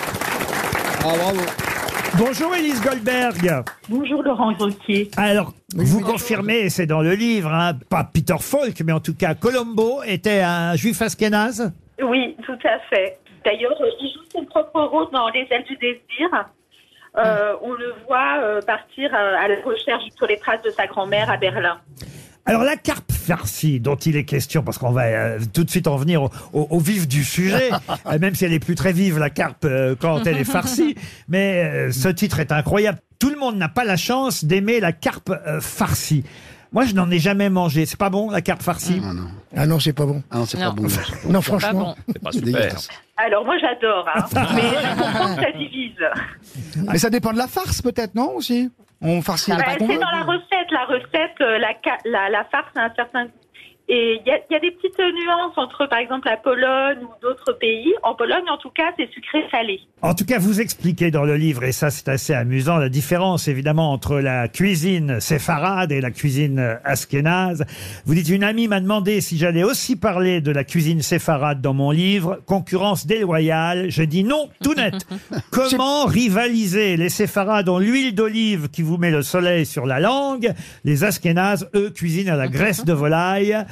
Ah bravo. Bonjour Élise Goldberg. Bonjour Laurent Ruquier. Alors, vous confirmez, et c'est dans le livre, hein, pas Peter Falk, mais en tout cas Colombo était un juif ashkénaze? Oui, tout à fait. D'ailleurs, euh, il joue son propre rôle dans Les ailes du désir. Euh, on le voit euh, partir à, à la recherche sur les traces de sa grand-mère à Berlin. Alors la carpe farcie dont il est question, parce qu'on va euh, tout de suite en venir au, au- au vif du sujet, euh, même si elle est plus très vive la carpe euh, quand elle est farcie, mais euh, ce titre est incroyable. Tout le monde n'a pas la chance d'aimer la carpe euh, farcie. Moi, je n'en ai jamais mangé. C'est pas bon la carpe farcie? Ah non. Ah non, c'est pas bon. Ah non, c'est pas Non. bon. Non, Pas franchement. bon. C'est pas C'est super. dégueulasse. Alors moi j'adore, hein, mais je comprends que ça divise. Mais ça dépend de la farce peut-être, non aussi? On farcit Ouais, pas c'est qu'on veut. dans la recette. La recette, euh, la, ca- la, la farce a un certain goût. Et il y a, il y a des petites nuances entre, par exemple, la Pologne ou d'autres pays. En Pologne, en tout cas, c'est sucré-salé. En tout cas, vous expliquez dans le livre, et ça c'est assez amusant, la différence évidemment entre la cuisine séfarade et la cuisine ashkénaze. Vous dites, une amie m'a demandé si j'allais aussi parler de la cuisine séfarade dans mon livre. Concurrence déloyale. Je dis non, tout net. Comment rivaliser? Les séfarades ont l'huile d'olive qui vous met le soleil sur la langue. Les ashkénazes, eux, cuisinent à la graisse de volaille.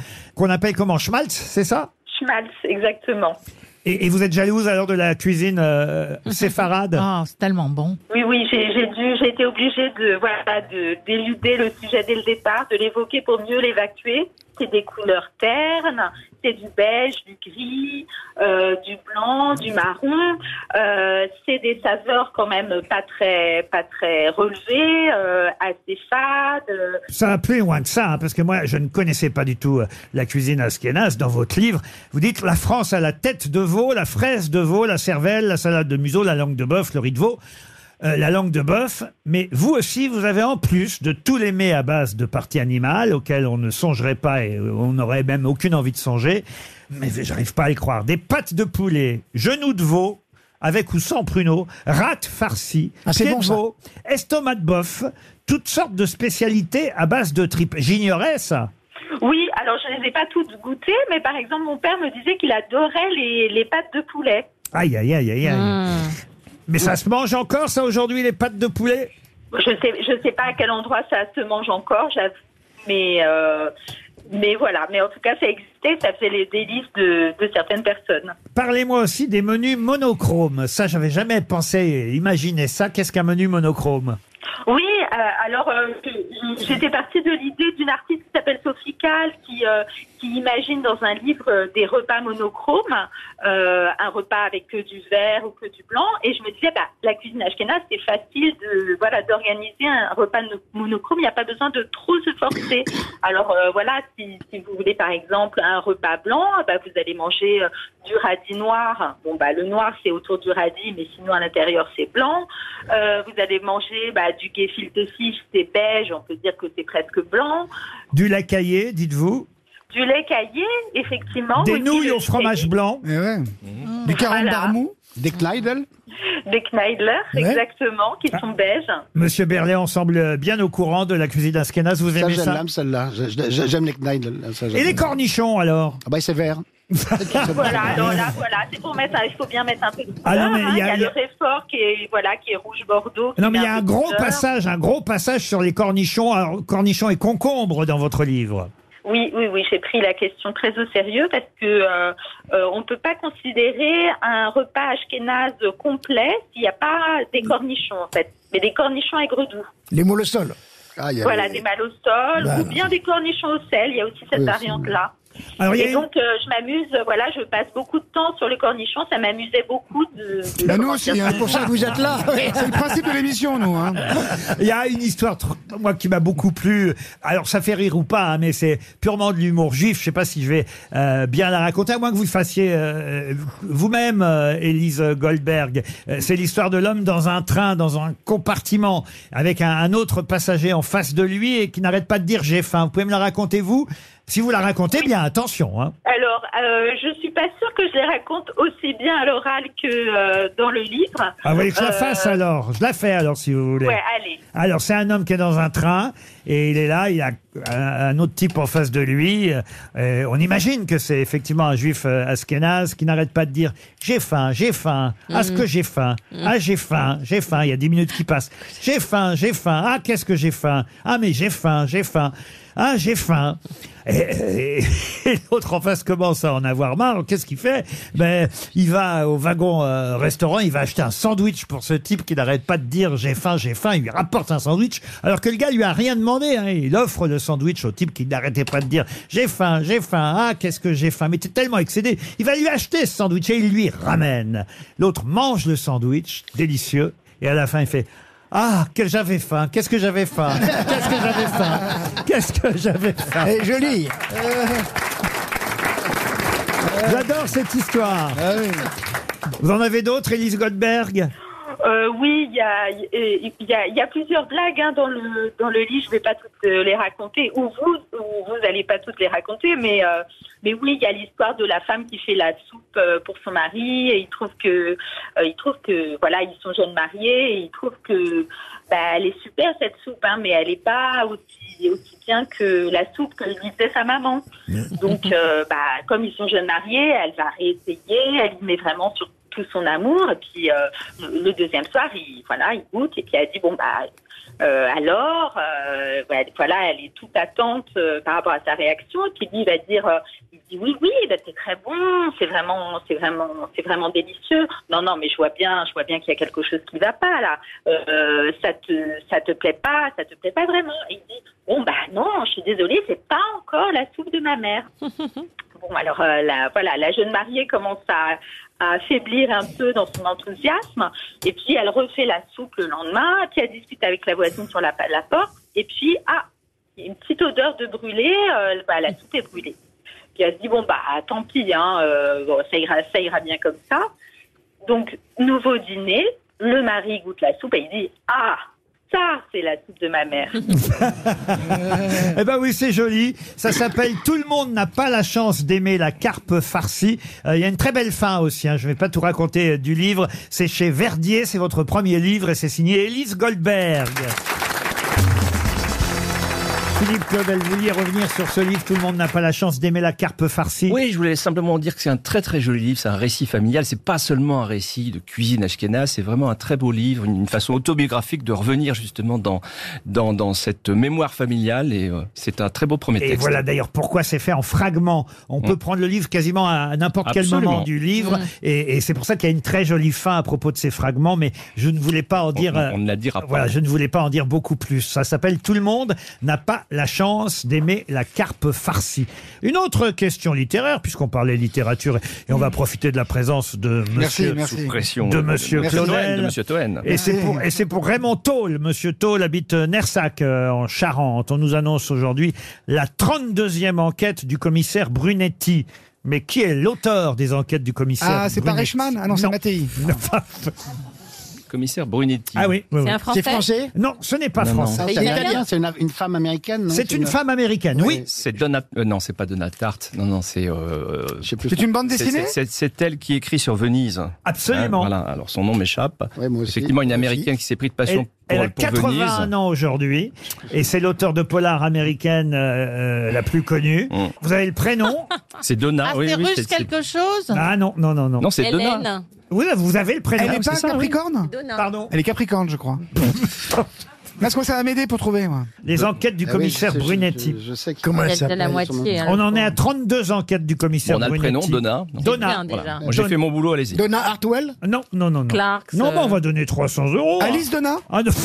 qu'on appelle comment, schmaltz, c'est ça? Schmaltz, exactement. Et, et vous êtes jalouse alors de la cuisine euh, séfarade? Oh, c'est tellement bon. Oui, oui, j'ai j'ai dû, j'ai été obligée de, voilà, de d'éluder le sujet dès le départ, de l'évoquer pour mieux l'évacuer. C'est des couleurs ternes, c'est du beige, du gris, euh, du blanc, du marron. Euh, c'est des saveurs quand même pas très, pas très relevées, euh, assez fades. Ça va plus loin que ça, hein, parce que moi, je ne connaissais pas du tout euh, la cuisine askénaze. Dans votre livre, vous dites la France a la tête de veau, la fraise de veau, la cervelle, la salade de museau, la langue de bœuf, le riz de veau. Euh, la langue de bœuf, mais vous aussi, vous avez en plus de tous les mets à base de parties animales auxquels on ne songerait pas et on n'aurait même aucune envie de songer, mais j'arrive pas à y croire. Des pâtes de poulet, genoux de veau, avec ou sans pruneaux, rate farcie, Ah, c'est pied bon, de ça. veau, estomac de bœuf, toutes sortes de spécialités à base de tripes. J'ignorais ça. Oui, alors je ne les ai pas toutes goûtées, mais par exemple, mon père me disait qu'il adorait les, les pâtes de poulet. Aïe, aïe, aïe, aïe, aïe. Mmh. Mais ça se mange encore, ça, aujourd'hui, les pâtes de poulet? Je sais, je sais pas à quel endroit ça se mange encore, j'avoue, mais euh, mais voilà. Mais en tout cas, ça existait, ça faisait les délices de, de certaines personnes. Parlez-moi aussi des menus monochromes. Ça, j'avais jamais pensé, imaginer ça. Qu'est-ce qu'un menu monochrome? Oui, euh, alors euh, je- j'étais partie de l'idée d'une artiste qui s'appelle Sophie Kahl qui, euh, qui imagine dans un livre euh, des repas monochromes, euh, un repas avec que du vert ou que du blanc, et je me disais, bah, la cuisine ashkénaze, c'est facile de voilà d'organiser un repas no- monochrome, il n'y a pas besoin de trop se forcer. Alors euh, voilà, si, si vous voulez par exemple un repas blanc, bah, vous allez manger euh, du radis noir. Bon, bah, le noir c'est autour du radis, mais sinon à l'intérieur c'est blanc. Euh, vous allez manger bah, du gefilte fish, c'est beige, on peut dire que c'est presque blanc. Du lait caillé, dites-vous? Du lait caillé, effectivement. Des aussi, nouilles le au fromage caillé. blanc? Eh ouais. Mmh. Du carambar Voilà. mou, des Kneidel. Des Kneidler, Ouais. exactement, qui sont beiges. Monsieur Berléand semble bien au courant de la cuisine askénaze. Vous Ça, aimez je ça? l'aime, celle-là. Je- je- J'aime les Kneidel. ça, j'aime. Et les cornichons, alors? Ah bah, c'est vert. Voilà, alors là, voilà, c'est pour mettre, un- il faut bien mettre un peu de couleur. Ah non, mais hein. il y a- il y a il y le a- réfort qui est, voilà, qui est rouge bordeaux. qui Non, mais il met y a un peu de gros couleur. passage, un gros passage sur les cornichons, alors, cornichons et concombres dans votre livre. Oui, oui, oui, j'ai pris la question très au sérieux parce que euh, euh, on ne peut pas considérer un repas ashkénaze complet s'il n'y a pas des cornichons, en fait. Mais des cornichons aigre doux. Les moules au sol. Ah, il y a Voilà, les- des malosol Voilà. ou bien des cornichons au sel. Il y a aussi cette Oui, variante-là. Alors, il y a Et une- donc, euh, je m'amuse, euh, voilà, je passe beaucoup de temps sur les cornichons. Ça m'amusait beaucoup de... de- Bah, nous comment aussi, dire, hein, C'est pour ça que vous êtes là. C'est le principe de l'émission, nous. Hein. Il y a une histoire, tr- moi, qui m'a beaucoup plu. Alors, ça fait rire ou pas, hein, mais c'est purement de l'humour juif. Je sais pas si je vais euh, bien la raconter, à moins que vous le fassiez euh, vous-même, euh, Élise Goldberg. Euh, c'est l'histoire de l'homme dans un train, dans un compartiment, avec un, un autre passager en face de lui et qui n'arrête pas de dire « j'ai faim ». Vous pouvez me la raconter, vous? Si vous la racontez bien, attention. Hein. Alors, euh, je suis pas sûre que je les raconte aussi bien à l'oral que euh, dans le livre. Ah, vous voulez que je la Euh, fasse alors? Je la fais alors, si vous voulez. Ouais, allez. Alors, c'est un homme qui est dans un train et il est là, il a un, un autre type en face de lui. Euh, on imagine que c'est effectivement un juif euh, askénaze qui n'arrête pas de dire « j'ai faim, j'ai faim, ah ce que j'ai faim, ah j'ai faim, j'ai faim ». Il y a dix minutes qui passent. « J'ai faim, j'ai faim, ah qu'est-ce que j'ai faim, ah mais j'ai faim, j'ai faim, ah j'ai faim ». Et, et- et l'autre en face commence à en avoir marre. Qu'est-ce qu'il fait? Ben, il va au wagon euh, restaurant, il va acheter un sandwich pour ce type qui n'arrête pas de dire j'ai faim, j'ai faim. Il lui rapporte un sandwich, alors que le gars lui a rien demandé. Hein. Il offre le sandwich au type qui n'arrêtait pas de dire j'ai faim, j'ai faim. Ah, qu'est-ce que j'ai faim. Mais t'es tellement excédé. Il va lui acheter ce sandwich et il lui ramène. L'autre mange le sandwich, délicieux, et à la fin il fait ah, que j'avais faim, qu'est-ce que j'avais faim, qu'est-ce que j'avais faim, qu'est-ce que j'avais faim. Et joli. J'adore cette histoire. Vous en avez d'autres, Élise Goldberg? Euh, oui, il y a, il y, a, il y a plusieurs blagues hein, dans le dans le livre. Je vais pas toutes euh, les raconter, ou vous, ou vous allez pas toutes les raconter, mais euh, mais oui, il y a l'histoire de la femme qui fait la soupe euh, pour son mari. Et il trouve que euh, il trouve que voilà, ils sont jeunes mariés. Et il trouve que bah, elle est super cette soupe, hein, mais elle est pas aussi aussi bien que la soupe que lui faisait sa maman. Donc, euh, bah, comme ils sont jeunes mariés, elle va réessayer. Elle y met vraiment sur tout son amour, et puis euh, le deuxième soir, il voilà, il goûte et puis elle dit bon bah Euh, alors, euh, voilà, voilà, elle est toute attente euh, par rapport à sa réaction. Et puis lui, il va dire, euh, il dit oui, oui, bah, c'est très bon, c'est vraiment, c'est vraiment, c'est vraiment délicieux. Non, non, mais je vois bien, je vois bien qu'il y a quelque chose qui va pas là. Euh, ça te, ça te plaît pas, ça te plaît pas vraiment. Et il dit, bon bah non, je suis désolée, c'est pas encore la soupe de ma mère. Bon, alors euh, la, voilà, la jeune mariée commence à, à affaiblir un peu dans son enthousiasme, et puis elle refait la soupe le lendemain, puis elle discute avec la voisine sur la, la porte, et puis ah, il y a une petite odeur de brûlé, euh, bah, la soupe est brûlée. Puis elle se dit bon bah tant pis, hein, euh, bon, ça ira, ça ira bien comme ça. Donc nouveau dîner, le mari goûte la soupe et il dit ah. Ça, c'est la soupe de ma mère. Eh ben oui, c'est joli. Ça s'appelle « Tout le monde n'a pas la chance d'aimer la carpe farcie ». Il euh, y a une très belle fin aussi. Hein. Je ne vais pas tout raconter euh, du livre. C'est chez Verdier. C'est votre premier livre et c'est signé Élise Goldberg. Philippe Claudel, vous vouliez revenir sur ce livre « Tout le monde n'a pas la chance d'aimer la carpe farcie ». Oui, je voulais simplement dire que c'est un très très joli livre, c'est un récit familial, c'est pas seulement un récit de cuisine ashkénaze, c'est vraiment un très beau livre, une façon autobiographique de revenir justement dans dans, dans cette mémoire familiale et euh, c'est un très beau premier Et texte. voilà d'ailleurs pourquoi c'est fait en fragments. On mmh. peut prendre le livre quasiment à n'importe quel Absolument. moment du livre mmh. et, et c'est pour ça qu'il y a une très jolie fin à propos de ces fragments, mais je ne voulais pas en dire... On, on ne la dira pas. Voilà, je ne voulais pas en dire beaucoup plus. Ça s'appelle « Tout le monde n'a pas la chance d'aimer la carpe farcie ». Une autre question littéraire, puisqu'on parlait littérature, et on va profiter de la présence de monsieur, merci, merci. Sous pression de monsieur Merci. Claudel. de monsieur Toen. Et c'est pour, et c'est pour Raymond Taule. Monsieur Taule habite Nersac, euh, en Charente. On nous annonce aujourd'hui la trente-deuxième enquête du commissaire Brunetti. Mais qui est l'auteur des enquêtes du commissaire Ah, c'est pas Brunetti? Reichmann? Ah non, c'est Mattei. Commissaire Brunetti. Ah oui, oui, C'est oui. un Français. C'est français? Non, ce n'est pas Non, non. français. C'est italien. américain, c'est une, une femme américaine, non? C'est une femme américaine, oui. C'est Donna. euh, non, c'est pas Donna Tartt. Non, non, c'est. Euh, Je sais plus. C'est une bande c'est- dessinée? c'est- C'est c'est elle qui écrit sur Venise. Absolument. Hein, voilà. Alors son nom m'échappe. Ouais, moi aussi. Effectivement, une Moi aussi. américaine qui s'est pris de passion Elle, pour, elle a pour quatre-vingt-un Venise. ans aujourd'hui et c'est l'auteur de polar américaine euh, euh, la plus connue. Mm. Vous avez le prénom? C'est Donna. Ah, oui, c'est oui, russe c'est- c'est- quelque chose? Ah non, non, non, non. Non, c'est Donna. Hélène. Oui, vous avez le prénom. Elle est pas c'est ça, oui. Capricorne? Donna. Pardon. Elle est Capricorne, je crois. Parce que ça va m'aider pour trouver, moi. Les enquêtes du Ah oui, commissaire je sais, je- Brunetti. Je, je sais qui- Comment Il elle y a de la s'appelle? moitié. hein, On le en est à pauvre. trente-deux enquêtes du commissaire On a le Brunetti. prénom, Donna. Donna. Bien, déjà. Voilà. Moi, j'ai Don- fait mon boulot, allez-y. Donna Hartwell? Non, non, non, non. Clarks, Non, mais on euh, va donner trois cents euros. Alice Donna? Ah, non.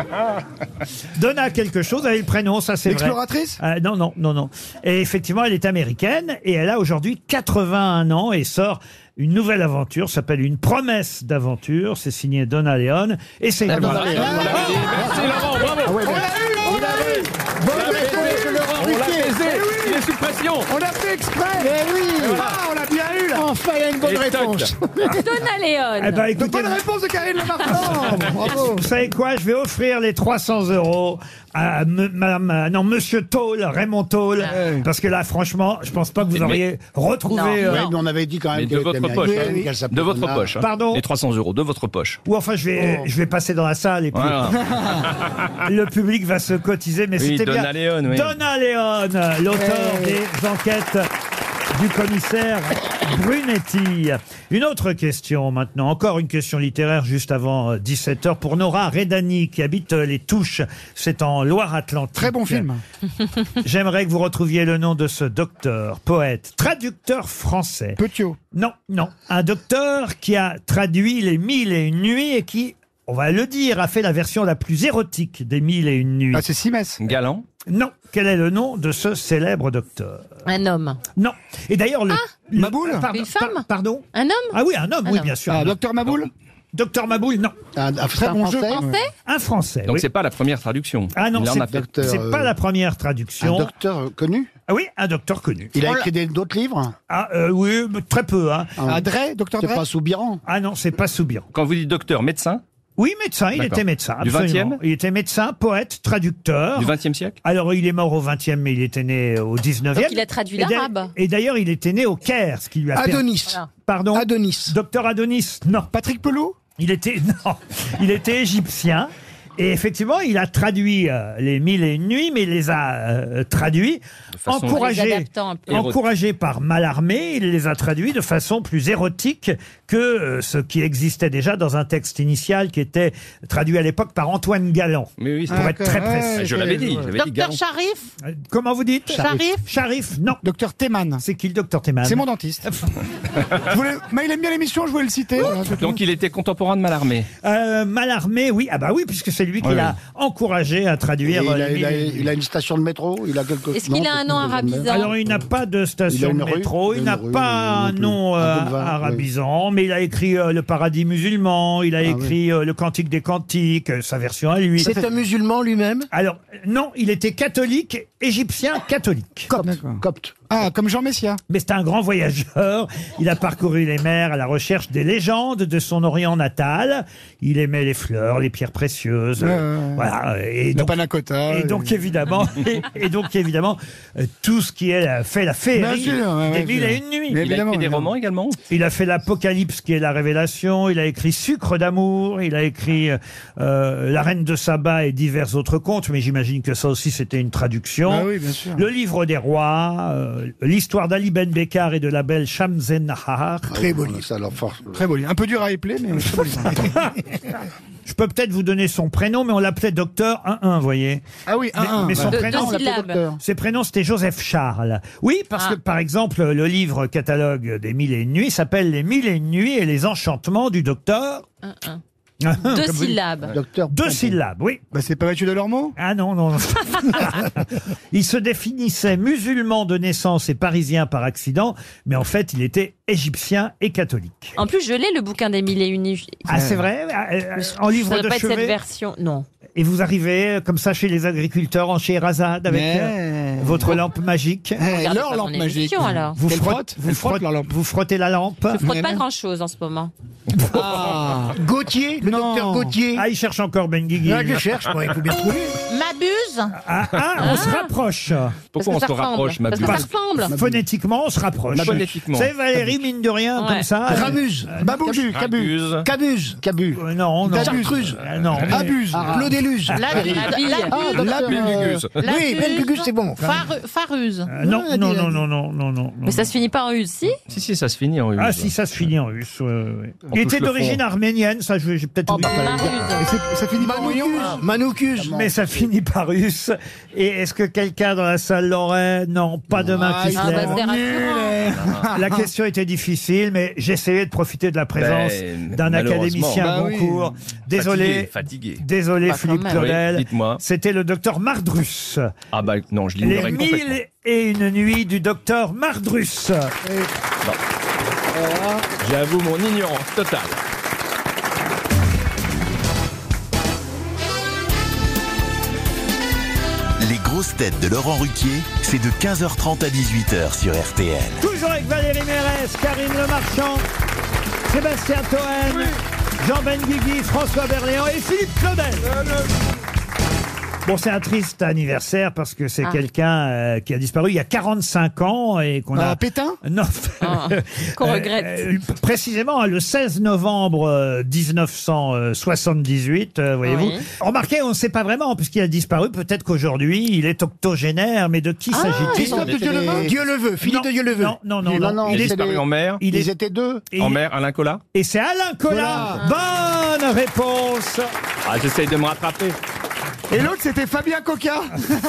Donna quelque chose avec le prénom, ça c'est vrai. L'exploratrice? Euh, non, non, non, non. Et effectivement, elle est américaine et elle a aujourd'hui quatre-vingt-un ans et sort une nouvelle aventure, s'appelle Une promesse d'aventure. C'est signé Donna Leon et c'est Ah, Voilà. voilà. Merci Laurent, bravo. Ah ouais, mais- On l'a vu! Bonne réponse de Laurent On l'a Ruquier! baisé. Il est sous pression. On l'a fait exprès! Mais oui! Ah, on l'a bien eu, là! Enfin, il y a une bonne Et toc. réponse! Donna Léon. Eh ben, De écoutez, bonne réponse de Karine Le Marchand! Bravo! vous savez quoi? Je vais offrir les trois cents euros à me- madame, euh, non, monsieur Taule, Raymond Taule, parce que là, franchement, je pense pas que vous Mais- auriez retrouvé, Non. euh, Ouais, mais on avait dit quand même Mais de qu'elle votre était poche. américaine, hein. qu'elle s'appelait De votre Donna. poche. hein. Pardon Les trois cents euros de votre poche. ou enfin, je vais, je vais passer dans la salle et puis Voilà. le public va se cotiser, mais Oui, c'était Donna bien. Leon, oui. Donna Leon, l'auteur Ouais. des enquêtes du commissaire Brunetti. Une autre question maintenant, encore une question littéraire juste avant dix-sept heures pour Nora Redani qui habite euh, les Touches, c'est en Loire-Atlantique. Très bon film. J'aimerais que vous retrouviez le nom de ce docteur, poète, traducteur français. Petiot. Non, non, un docteur qui a traduit les Mille et une nuits et qui, on va le dire, a fait la version la plus érotique des Mille et une nuits. Ah, c'est Simès. Galant. Non, quel est le nom de ce célèbre docteur? Un homme. Non. Et d'ailleurs, le, le- Maboul pardon, Une femme par- Pardon. Un homme Ah oui, un homme, Un oui, homme. bien sûr. Ah, Docteur Maboul? Docteur Maboul, non. Un, un Très un bon jeu. français. Français Un Français. Donc oui. c'est pas la première traduction. Ah non, Il en c'est a fait. docteur, c'est euh, pas la première Un traduction. docteur euh, connu. Ah oui, un docteur connu. Il a On écrit des- d'autres livres. Ah euh, oui, mais très peu. Hein. Ah, Drey? Docteur C'est Drey? pas Soubiran. Ah non, c'est pas Soubiran. Quand vous dites docteur, médecin Oui, médecin, il D'accord. était médecin. Du Absolument. vingtième? Il était médecin, poète, traducteur. du vingtième siècle. Alors, il est mort au vingtième, mais il était né au dix-neuvième. Donc il a traduit Et d'a- l'arabe. Et d'ailleurs, il était né au Caire, ce qui lui a permis- Adonis. Voilà. Pardon Adonis. Docteur Adonis, non. Patrick Pelot? Il était, non, il était égyptien. Et effectivement, il a traduit euh, les Mille et une nuits, mais il les a euh, traduits façon- encouragés, En les adaptant un peu. encouragés par Mallarmé. Il les a traduits de façon plus érotique que euh, ce qui existait déjà dans un texte initial qui était traduit à l'époque par Antoine Galland. Mais oui, c'est pour vrai. être très Ouais, précis. Je l'avais dit, j'avais dit Docteur Garon. Sharif Euh, Comment vous dites Sharif Sharif, non. Docteur Théman. C'est qui le docteur Théman? C'est mon dentiste. Je voulais- Mais il aime bien l'émission, je voulais le citer. voilà, c'est tout. Donc il était contemporain de Mallarmé. Euh, Mallarmé, oui. Ah bah oui, puisque c'est lui qui Oui, l'a encouragé à Et traduire. il, euh, a, les il, a, Mille et une il nuits. a une station de métro. Il a quelque. Est-ce qu'il non, a un quelque nom chose de arabisant même. Alors, il n'a pas de Il a station une de rue, métro, il il n'a a une rue, pas un il a nom un euh, boulevard, arabisant, mais il a écrit euh, Le Paradis musulman, il a Ah, écrit euh, Le Cantique des Cantiques, euh, sa version à lui. C'est un musulman lui-même? Alors, non, il était catholique, égyptien catholique. D'accord. Copte. Ah, comme Jean Messia. Mais c'est un grand voyageur. Il a parcouru les mers à la recherche des légendes de son Orient natal. Il aimait les fleurs, les pierres précieuses. Ouais, ouais, euh, ouais. Voilà. Et Le donc, panna cotta. et donc évidemment, et, et donc évidemment, euh, tout ce qui est la- fait la féerie Bien sûr, ouais, des ouais, mille sûr. et une nuits. Mais Il a évidemment, écrit des évidemment. romans également. Il a fait l'Apocalypse qui est la révélation, il a écrit Sucre d'amour, il a écrit euh, La Reine de Saba et divers autres contes, mais j'imagine que ça aussi c'était une traduction. Ah oui, bien sûr. Le Livre des Rois, euh, l'histoire d'Ali Ben Bekkar et de la belle Shamsen-Nahar. Très beau livre. Ça leur force. Très beau livre. Un peu dur à épeler, mais très beau livre. Je peux peut-être vous donner son prénom, mais on l'appelait Docteur un un, vous voyez. Ah oui, un, Mais- un. mais son De- prénom, deux on l'appelait syllabes. docteur. Ses prénoms, c'était Joseph Charles. Oui, parce Ah. que, par exemple, le livre catalogue des Mille et une nuits s'appelle Les Mille et une nuits et les enchantements du docteur. Un, un. Deux Deux syllabes. Docteur. Deux syllabes, oui. Bah, c'est pas Mathieu Delormeau? Ah non, non. Il se définissait musulman de naissance et parisien par accident, mais en fait, il était égyptien et catholique. En plus, je l'ai le bouquin des Mille et une nuits. Ah, c'est vrai Ah, euh, En livre Ça doit de pas être cette chevet. version. Non. Et vous arrivez euh, comme ça chez les agriculteurs en Scheherazade avec Mais- euh, votre lampe magique. Eh, Regardez leur pas lampe mon magique. émission, alors. Vous, Elle frotte- frotte, vous, elle frotte frotte- leur lampe. vous frottez la lampe. Je frotte Mais pas non. grand chose en ce moment. Ah. Gauthier, le Non. docteur Gauthier. Ah, il cherche encore Ben Guigui. Là, je cherche, moi, il faut bien trouver. M'abuse Ah, ah, on se rapproche. Pourquoi on Parce que se ça ressemble. rapproche, ma Parce que bulle ça ressemble. Phonétiquement, on se rapproche. Phonétiquement. Vous savez, Valérie, mine de rien, Ouais. comme ça. euh, Ramuse. Babouche. Cabu, Cabu. Abuse. Cabuse. Cabu. euh, non, non. Chartreuse. Euh, non. mais- Abuse. Claudeluse. La La bille. La Bilgugus. La Oui, buse. Ben Gugus, c'est bon. Faru- Faruse. Euh, non, Ah, non, dis- non, non, non, non, non. Mais ça se finit par U, si. Si, si, ça se finit en U. Ah si, ça se finit en russe. ouais, ouais, ouais. On Il touche était le d'origine fond. arménienne, ça je- j'ai peut-être oublié. Et c'est- ça finit par Orion. Manoucus. Mais ça finit par russe. Et est-ce que quelqu'un dans la salle l'aurait? Non, pas de main qui se Ah, bah, lève. c'est rassurant. La question était difficile, mais j'essayais de profiter de la présence Ben, d'un malheureusement. académicien Bah oui. Goncourt. Désolé, Fatigué. fatigué. désolé Bah, quand Philippe même. Claudel. Oui, dites-moi. C'était le docteur Mardrus. Ah bah non, je Les l'ignorais complètement. mille et une nuits du docteur Mardrus. J'avoue mon ignorance totale. Les grosses têtes de Laurent Ruquier, c'est de quinze heures trente à dix-huit heures sur R T L. Toujours avec Valérie Mérès, Karine Le Marchand, Sébastien Toen, Jean Benguigui, François Berléand et Philippe Claudel. Bon, c'est un triste anniversaire parce que c'est Ah. quelqu'un euh, qui a disparu il y a quarante-cinq ans et qu'on a... Ah, Pétain? Non. Ah, qu'on Euh, regrette. euh, précisément, le seize novembre euh, dix-neuf cent soixante-dix-huit, euh, voyez-vous. Oui. Remarquez, on ne sait pas vraiment, puisqu'il a disparu. Peut-être qu'aujourd'hui, il est octogénaire, mais de qui Ah, s'agit-il Christophe de Dieu-le-veut. Dieu le veut, Philippe de Dieu le veut. Non, non, non, Non, non. non, Il Il est est disparu en mer. il Ils est- étaient deux. et En il- mer, Alain Colas. Et c'est Alain Colas. Bonne réponse. Ah, j'essaye de me rattraper. Et l'autre, c'était Fabien Coca.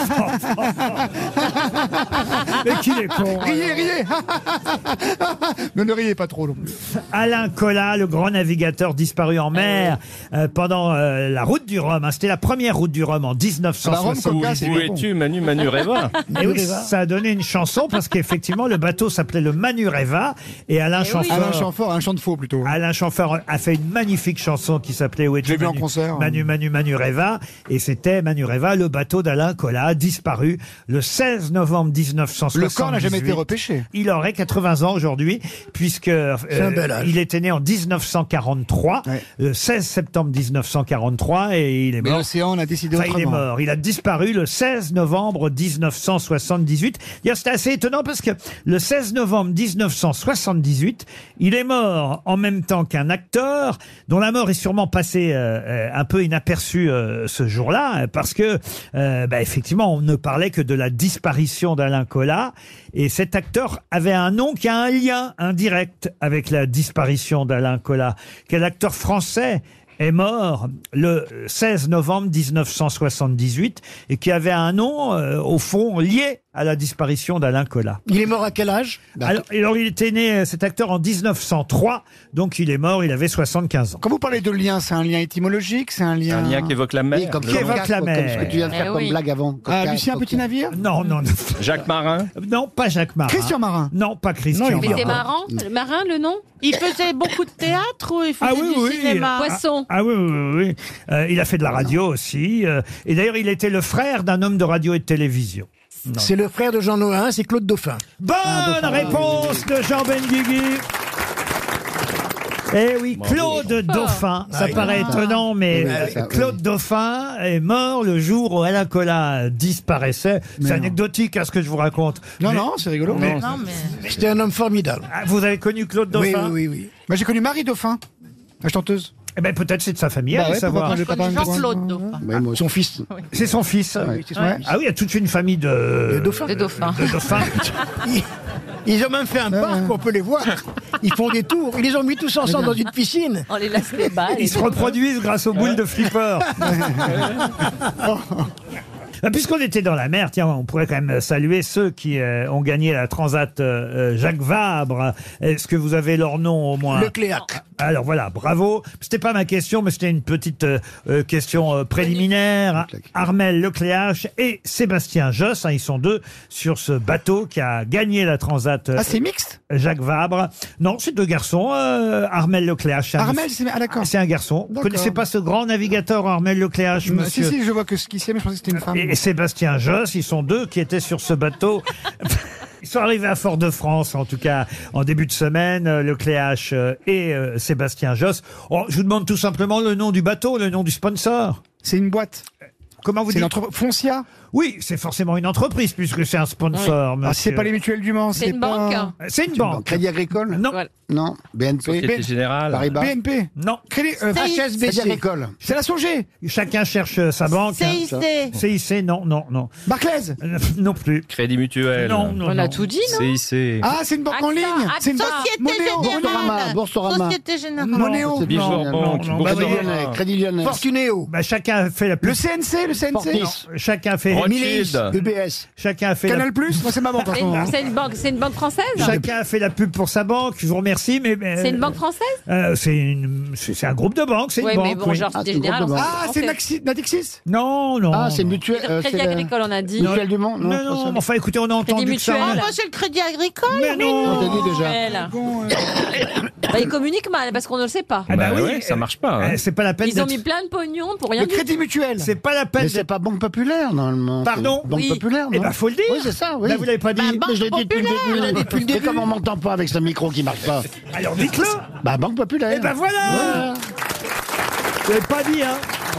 Mais qu'il est con. Riez, riez. Ne ne riez pas trop non plus. Alain Colas, le grand navigateur disparu en mer euh, pendant euh, la route du Rhum. hein. C'était la première route du Rhum en dix-neuf cent Ah bah, Rome, soixante. Coca, c'est Où bien bon. es-tu, Manu Manureva? Et oui, ça a donné une chanson parce qu'effectivement le bateau s'appelait le Manureva et Alain Eh oui. Chamfort. Alain Chamfort, un chant de faux plutôt. Alain Chamfort a fait une magnifique chanson qui s'appelait Où es-tu Je l'ai vu en Manu, concert. Manu Manu Manureva et c'était C'était Manureva, le bateau d'Alain Colas, disparu le seize novembre mille neuf cent soixante-dix-huit. Le corps n'a jamais été repêché. Il aurait quatre-vingts ans aujourd'hui, puisque euh, un bel âge. il était né en mille neuf cent quarante-trois, Ouais. le seize septembre mille neuf cent quarante-trois, et il est Mais mort. l'océan, on a décidé Enfin, il est autrement. mort. Il a disparu le seize novembre mille neuf cent soixante-dix-huit. D'ailleurs, c'était assez étonnant parce que le seize novembre mille neuf cent soixante-dix-huit, il est mort en même temps qu'un acteur dont la mort est sûrement passée euh, euh, un peu inaperçue euh, ce jour-là, parce que, euh, bah, effectivement, on ne parlait que de la disparition d'Alain Colas. Et cet acteur avait un nom qui a un lien indirect avec la disparition d'Alain Colas. Quel acteur français est mort le seize novembre mille neuf cent soixante-dix-huit et qui avait un nom, euh, au fond, lié à la disparition d'Alain Colas. Il est mort à quel âge? Alors, alors, il était né, euh, cet acteur, en mille neuf cent trois, donc il est mort, il avait soixante-quinze ans. Quand vous parlez de lien, c'est un lien étymologique, c'est un lien... Un lien qui évoque la mer. Oui, comme Qui comme évoque casse, la comme mer. ce que tu viens de faire Eh comme oui. blague avant. Ah, Coca, Lucien coca. Petit Navire? Non, non, non. Jacques Marin. Non, pas Jacques Marin. Christian Marin? Non, pas Christian Non, il Mais Marin. c'est marrant, le marin, le nom Il faisait beaucoup de théâtre ou il faisait Ah oui, du oui. cinéma Poisson. Ah oui, oui, oui. oui. Euh, il a fait de la radio aussi. euh, et d'ailleurs, il était le frère d'un homme de radio et de télévision. C'est le frère de Jean Nohain, c'est Claude Dauphin. Bonne réponse de Jean Benguigui. Eh oui, Claude Dauphin. Ça Ah, paraît ah. étonnant, mais Oui, euh, ça, oui. Claude Dauphin est mort le jour où Alain Colas disparaissait. Mais C'est non. anecdotique, à ce que je vous raconte. Non, Mais- non, c'est rigolo. Mais- Non, mais... C'était un homme formidable. Ah, vous avez connu Claude Oui, Dauphin? oui, oui, oui. Moi, j'ai connu Marie Dauphin, la chanteuse. Eh ben, peut-être c'est de sa famille, Bah allez ouais, savoir. pourquoi Je pas connais un Jean-Claude point. Dauphin. Ouais, moi aussi. Son fils. C'est son fils. Oui, c'est son fils. Ah oui, il y a toute une famille de... De dauphins. De dauphin. de dauphins. Ils, ils ont même fait un parc, on peut les voir. Ils font des tours. Ils les ont mis tous ensemble dans une piscine. On les laisse les balles. Ils se reproduisent grâce aux boules de flipper. Ah, puisqu'on était dans la mer, tiens, on pourrait quand même saluer ceux qui euh, ont gagné la Transat euh, Jacques Vabre. Est-ce que vous avez leur nom au moins? Le Cléac. Alors voilà, bravo. C'était pas ma question, mais c'était une petite euh, euh, question euh, préliminaire. Armel Lecléache et Sébastien Josse, hein, ils sont deux sur ce bateau qui a gagné la Transat euh, Ah, c'est mixte? Jacques Vabre. Non, c'est deux garçons. Euh, Armel Lecléache. c'est un- Armel, c'est... Ah, d'accord. c'est un garçon. Vous D'accord. connaissez pas ce grand navigateur Armel Lecléache, Si, monsieur? si, je vois que ce qui c'est, mais je pensais que c'était une femme. Et Sébastien Josse, ils sont deux qui étaient sur ce bateau. Ils sont arrivés à Fort-de-France, en tout cas, en début de semaine, euh, Lecléache euh, et euh, Sébastien Josse. Oh, je vous demande tout simplement le nom du bateau, le nom du sponsor. C'est une boîte. Comment vous C'est une dites? entreprise. Foncia? Oui, c'est forcément une entreprise, puisque c'est un sponsor, Ah, monsieur. c'est pas les mutuelles du Mans, C'est c'est une pas... banque. C'est une banque. Crédit Agricole? Non, Voilà. Non. B N P? Société Générale. Paribas? B N P. non. Crédit... euh, C I C. Crédit Agricole? C'est la Songé. Chacun cherche euh, sa banque. C I C. C I C, non, non, non. Barclays. Euh, non plus. Crédit Mutuel. Non, non, On a non. tout dit, non? C I C. Ah, c'est une banque en AXA, ligne. C'est une banque... Société Monéo. Boursorama, Générale. Boursorama. Société Générale. Monéo. C'est Before non, Bank. non, Boursorama. bah, voyez, Lyonnais, Crédit Lyonnais. Fortunéo. Bah, chacun fait la Le plus. C N C, le C N C. Fortis. Chacun fait. Rothschild. U B S. Chacun fait. la- Canal Plus. Moi, c'est ma banque en C'est ce moment. une, hein. c'est une banque, c'est une banque française. Chacun a fait la pub pour sa banque. Je vous remercie, mais. mais, C'est une euh, banque française. euh, c'est une, c'est c'est un groupe de banques. C'est Oui, une mais banque. bon, oui. genre Ah, Société c'est une Générale. grosse on banque. Ah, sait- c'est on sait- Naxi- Natixis. Non, non. Ah, c'est non. mutuelle. euh, Crédit c'est la- Agricole, on a dit. Mutuelle du Mans? Non, non, c'est pas ça. mais enfin, écoutez, on a entendu que ça. Mutuel. Ah, bah, c'est le Crédit Agricole. Mais non. On t'a dit déjà. Mutuelle. Bah, ils communiquent mal parce qu'on ne le sait pas. Ah bah Bah oui, ouais, ça euh, marche pas. hein. Euh, C'est pas la peine. Ils ont d'être- mis plein de pognon pour rien Le du tout. Crédit Mutuel. C'est pas la peine. Mais c'est d'être- pas Banque Populaire, normalement. Pardon C'est Banque Oui. Populaire, non? Eh ben, faut le dire. Oui, c'est ça, oui. Bah, vous l'avez pas dit. Bah, Mais je l'ai dit depuis le Populaire, début. on l'a dit depuis le Mais début. comme on m'entend pas avec ce micro qui marche pas. Alors dites-le. Bah, Banque Populaire. Eh ben voilà. Voilà. Vous l'avez pas dit, hein,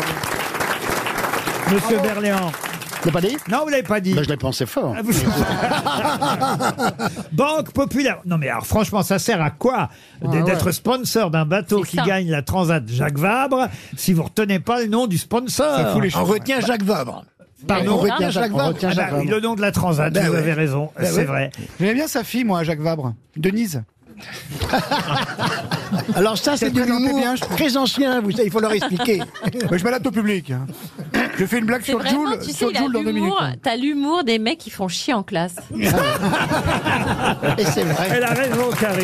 Monsieur Berléand. Tu l'as pas dit? Non, vous l'avez pas dit. Bah, je l'ai pensé fort. Ah, vous- Banque Populaire. Non mais alors franchement, ça sert à quoi d- d'être sponsor d'un bateau C'est qui ça. gagne la Transat Jacques Vabre si vous retenez pas le nom du sponsor? Ça fout les On cheveux. retient Jacques Vabre. Pardon. On retient Ah, Jacques on Vabre. retient Ah bah Jacques oui, Vabre. le nom de la Transat, Ben vous ouais. avez raison, Ben c'est ouais. vrai. J'aimais bien sa fille, moi, Jacques Vabre. Denise. Alors ça, c'est Elle de présentait l'humour bien, je trouve. très ancien, vous savez, il faut leur expliquer. Bah, je m'adapte au public. hein. Je fais une blague C'est sur vraiment, Joule, tu sais, sur il a Joule dans deux minutes. l'humour, t'as l'humour des mecs qui font chier en classe. Et c'est vrai. Elle a raison, Karine.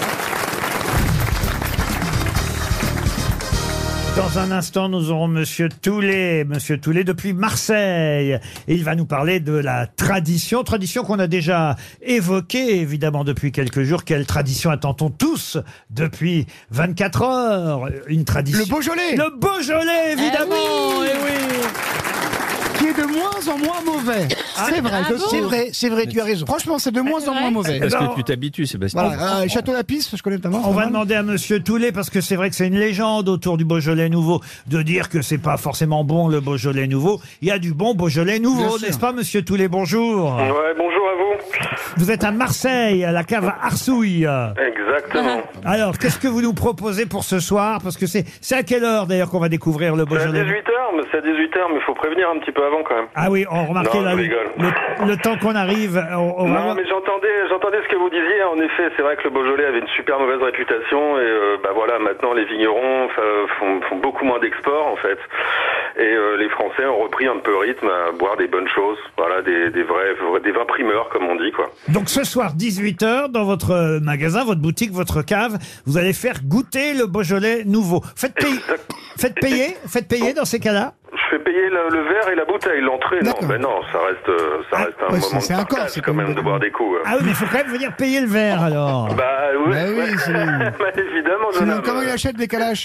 Dans un instant, nous aurons Monsieur Toulet, Monsieur Toulet depuis Marseille. Et il va nous parler de la tradition, tradition qu'on a déjà évoquée, évidemment, depuis quelques jours. Quelle tradition attend-on tous depuis vingt-quatre heures? Une tradition. Le Beaujolais. Le Beaujolais, évidemment. Eh oui. Eh oui. qui est de moins en moins mauvais. C'est vrai, Ah je bon trouve. C'est vrai, c'est vrai, tu as raison. Franchement, c'est de moins c'est en vrai moins mauvais. Parce Non. que tu t'habitues, Sébastien. Voilà, euh, Château Lapis, je connais notamment. On va demander à Monsieur Toulet, parce que c'est vrai que c'est une légende autour du Beaujolais nouveau, de dire que c'est pas forcément bon le Beaujolais nouveau. Il y a du bon Beaujolais Bien nouveau, sûr. n'est-ce pas, Monsieur Toulet? Bonjour. Ouais, bonjour à vous. Vous êtes à Marseille, à la cave à Arsouille. Exactement. Alors, qu'est-ce que vous nous proposez pour ce soir? Parce que c'est c'est à quelle heure d'ailleurs qu'on va découvrir le C'est à Beaujolais? dix-huit heures, mais c'est à dix-huit heures, mais il faut prévenir un petit peu avant quand même. Ah oui, on remarquait Non, là, je le, rigole. le- le temps qu'on arrive. On, on va Non, voir- mais j'entendais, j'entendais ce que vous disiez. En effet, c'est vrai que le Beaujolais avait une super mauvaise réputation et euh, bah voilà, maintenant les vignerons fa- font, font beaucoup moins d'export en fait. Et euh, les Français ont repris un peu rythme à boire des bonnes choses, voilà, des, des vrais, des vins primeurs comme on dit quoi. Donc ce soir, dix-huit heures, dans votre magasin, votre boutique, votre cave, vous allez faire goûter le Beaujolais nouveau. Faites payer, faites payer, faites payer dans ces cas-là. Je fais payer le, le verre et la bouteille, l'entrée. Non, ben non, ça reste, euh, ça reste un ouais, moment c'est de un corps, partage c'est quand comme même de boire des coups. euh. Ah oui, mais il faut quand même venir payer le verre alors. Bah oui, Bah oui, ouais. c'est- Bah, évidemment, jeune Sinon, homme. comment il achète des calaches?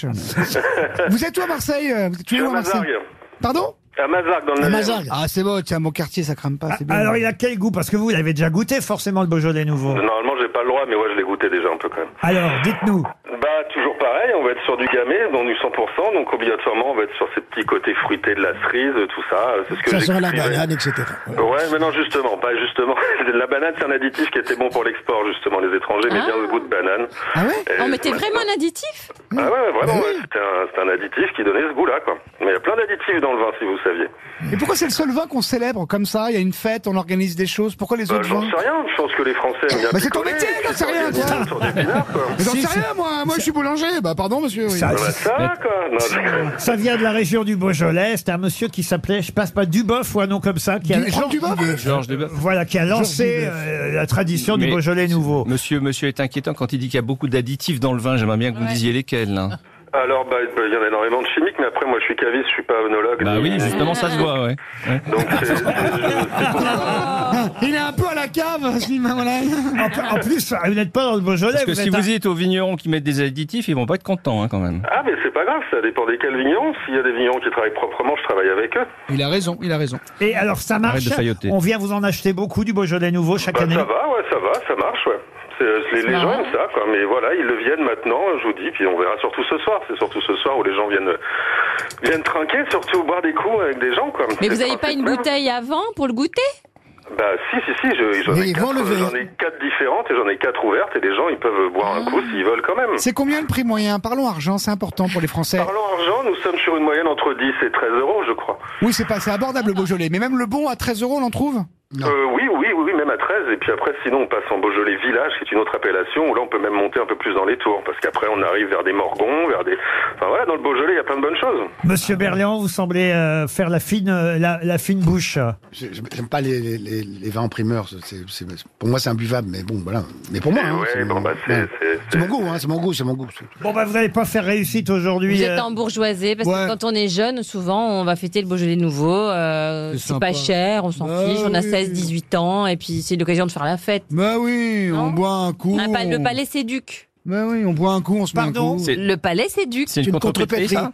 Vous êtes où à Marseille? Vous êtes Je suis où à à Marseille? Mazargues. Pardon? À Mazargues, dans le À neuvième. Mazargues. Ah, c'est beau, tiens, mon quartier, ça crame pas, c'est bien. Alors il a quel goût? Parce que vous l'avez déjà goûté forcément le Beaujolais nouveau. Normalement, j'ai pas le droit, mais ouais, je l'ai goûté déjà un peu quand même. Alors dites-nous. Bah, toujours pareil, on va être sur du gamay, donc du cent pour cent, donc obligatoirement, on va être sur ces petits côtés fruités de la cerise, tout ça. C'est ce que Ça sent la j'écrivais. banane, et cetera. Ouais, mais non, justement, pas justement. La banane, c'est un additif qui était bon pour l'export, justement. Les étrangers aimaient Ah. bien le goût de banane. Ah ouais? Et On mettait maintenant- vraiment un additif? Ah ouais, ouais, vraiment, ouais. C'était un, c'était un additif qui donnait ce goût-là, quoi. Mais il y a plein d'additifs dans le vin, si vous saviez. Et pourquoi c'est le seul vin qu'on célèbre comme ça? Il y a une fête, on organise des choses. Pourquoi les Bah, autres j'en vins? sais rien, je pense que les Français aiment bien Bah, c'est ton picoler, métier, et j'en puis sais rien, s'organiser toi. autour du pinard, quoi. Mais j'en Si, sais c'est- rien, moi. Moi, je suis boulanger. Bah, pardon, monsieur. oui. Ça, Bah, ça, quoi. Non, je- ça vient de la région du Beaujolais. C'était un monsieur qui s'appelait, je passe pas Duboff ou un nom comme ça, qui a, Du- Franck Dubosc? Georges Debeuf. voilà, qui a lancé Duboff. euh, la tradition du Mais- Beaujolais nouveau. Monsieur, monsieur est inquiétant quand il dit qu'il y a beaucoup d'additifs dans le vin. J'aimerais bien que vous me disiez lesquels. Là. Alors, bah, bah, il y en a énormément de chimiques, mais après, moi, je suis caviste, je suis pas œnologue. Bah ni- oui, justement, ça se voit, ouais. Ouais. Donc, c'est, c'est- c'est pour ça. Ah, il est un peu à la cave, ce voilà. En, en plus, vous n'êtes pas dans le Beaujolais. Parce que vous si êtes vous un- êtes aux vignerons qui mettent des additifs, ils vont pas être contents, hein, quand même. Ah, mais c'est pas grave, ça dépend desquels vignerons. S'il y a des vignerons qui travaillent proprement, je travaille avec eux. Il a raison, il a raison. Et alors, ça marche. Arrête de failloter. On vient vous en acheter beaucoup du Beaujolais nouveau chaque Bah, année. ça va, ouais, ça va, ça marche, ouais. C'est- Les, les gens marrant. aiment ça, quoi. Mais voilà, ils le viennent maintenant, je vous dis, puis on verra surtout ce soir. C'est surtout ce soir où les gens viennent, viennent trinquer, surtout boire des coups avec des gens, quoi. Mais C'est vous le avez pas principe une même. bouteille avant pour le goûter? Bah si, si, si, je- j'en Mais ai, ils vont quatre, le verre. j'en ai quatre différentes et j'en ai quatre ouvertes et les gens, ils peuvent boire un coup s'ils veulent quand même. C'est combien le prix moyen? Parlons argent, c'est important pour les Français. Parlons argent, nous sommes sur une moyenne entre dix et treize euros, je crois. Oui, c'est pas, c'est abordable le Beaujolais. Mais même le bon à treize euros, on en trouve? Euh, oui, oui, oui, oui, même à treize. Et puis après, sinon, on passe en Beaujolais Village, qui est une autre appellation, où là, on peut même monter un peu plus dans les tours. Parce qu'après, on arrive vers des Morgons, vers des... Enfin voilà, dans le Beaujolais, il y a plein de bonnes choses. Monsieur Berléand, vous semblez euh, faire la fine, euh, la, la fine bouche. Je- je- J'aime pas les, les, les, les vins en primeur. c'est- c'est- pour moi, c'est imbuvable, mais bon, voilà. Mais pour moi, Et hein, ouais, c'est bon, bah, c'est- ouais. c'est- C'est mon goût, hein, c'est mon goût, c'est mon goût. Bon, bah, vous n'allez pas faire réussite aujourd'hui. Vous êtes euh, embourgeoisé parce ouais. que quand on est jeune, souvent on va fêter le Beaujolais nouveau. euh, C'est c'est sympa. pas cher, on s'en Bah fiche. On a oui. seize, dix-huit ans et puis c'est l'occasion de faire la fête. Bah oui, on Non. boit un coup. On a pas- le on- palais Séduc. Bah oui, on boit un coup, on se met Pardon un coup. C'est- Le palais Séduc. C'est une, une contrepétrie, ça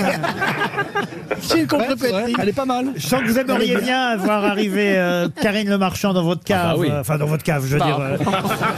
C'est une Ouais, c'est vrai, contrepétrie. elle est pas mal. Je sens que vous aimeriez bien voir arriver euh, Karine Le Marchand dans votre cave. Ah bah oui. euh, Enfin, dans votre cave, je veux Bah. dire. euh,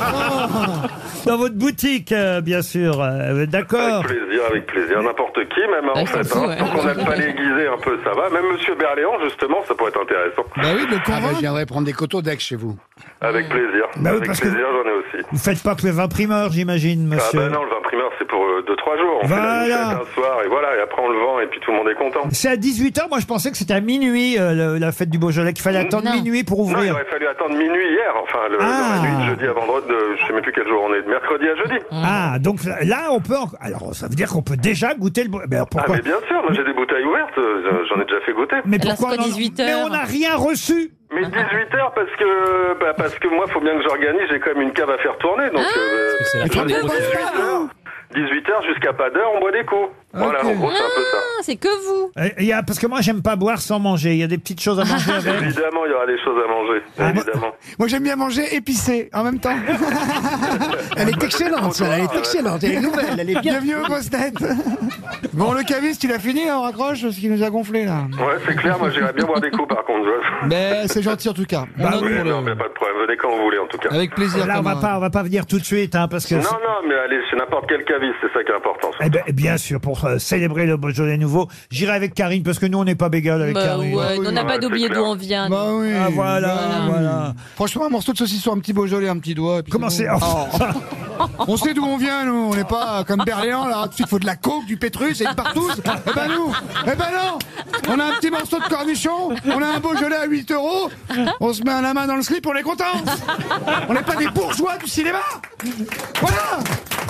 dans votre boutique, euh, bien sûr. euh, D'accord. Avec plaisir, avec plaisir. N'importe qui, même, Ah, en il s'en fait. fout, Hein. ouais. Tant qu'on a le palais aiguisé un peu, ça va. Même Monsieur Berléand, justement, ça pourrait être intéressant. Bah oui, de Ah bah, convaincre. je viendrai prendre des coteaux d'Aix chez vous. Avec plaisir. Bah oui, avec parce que- plaisir, j'en ai aussi. Vous faites pas que le vin primeur, j'imagine, Ah monsieur. bah non, le vin primeur, c'est pour deux trois jours. On Voilà. fait la fête un soir, et voilà, et après on le vend, et puis tout le monde est content. C'est à dix-huit heures. Moi, je pensais que c'était à minuit, euh, le- la fête du Beaujolais, qu'il fallait attendre Non. minuit pour Non, il ouvrir. aurait fallu attendre minuit hier, enfin, le, Ah. dans la nuit de jeudi à vendredi, de, je sais même plus quel jour on est, de mercredi à jeudi. Ah, donc là, on peut. en- Alors, ça veut dire qu'on peut déjà goûter le. Beau- Mais alors, Ah, pourquoi mais bien sûr, moi j'ai des bouteilles ouvertes, euh, j'en ai déjà fait goûter. Mais Alors, pourquoi c'est pas on en- dix-huit Mais heures. on n'a rien reçu. Mais dix-huit heures parce que, bah, parce que moi, faut bien que j'organise, j'ai quand même une cave à faire tourner, donc, euh, C'est la je fin des dis grosses- dix-huit heures. dix-huit heures jusqu'à pas d'heure, on boit des coups. Voilà, en gros, c'est un peu ça. Ah, c'est que vous. Euh, il y a, parce que moi, j'aime pas boire sans manger. Il y a des petites choses à manger avec. Évidemment, il y aura des choses à manger. Ah, évidemment. Moi, j'aime bien manger épicé en même temps. Elle est excellente, ça, elle est excellente, elle est nouvelle, elle est bien. Bienvenue aux grosses têtes. Bon, le caviste, il a fini, là, on raccroche, ce qui nous a gonflé, là. Ouais, c'est clair, moi j'irais bien boire des coups par contre. je vois. Mais c'est gentil en tout cas. Bah oui, oui. non, mais pas de problème. Venez quand vous voulez en tout cas. Avec plaisir. Là, on va comme, pas, on va pas venir tout de suite, hein, parce que. Non, non, mais allez, c'est n'importe quel caviste, c'est ça qui est important. Eh ben, bien sûr, pour euh, célébrer le Beaujolais nouveau, j'irai avec Karine, parce que nous, on n'est pas bégal avec Bah Karine. ouais, on n'a pas d'oublier d'où on vient. Bah oui. Ah, voilà, voilà. Franchement, un morceau de saucisson, un petit Beaujolais, un petit doigt. et puis Comment c'est c'est bon. oh. On sait d'où on vient, nous. On n'est pas comme Berléand, là. Tout de suite, il faut de la coke, du pétrus et une partouze. Eh ben, nous. Eh ben, non. On a un petit morceau de cornichon. On a un Beaujolais à huit euros. On se met la main dans le slip, on est content. On n'est pas des bourgeois du cinéma. Voilà.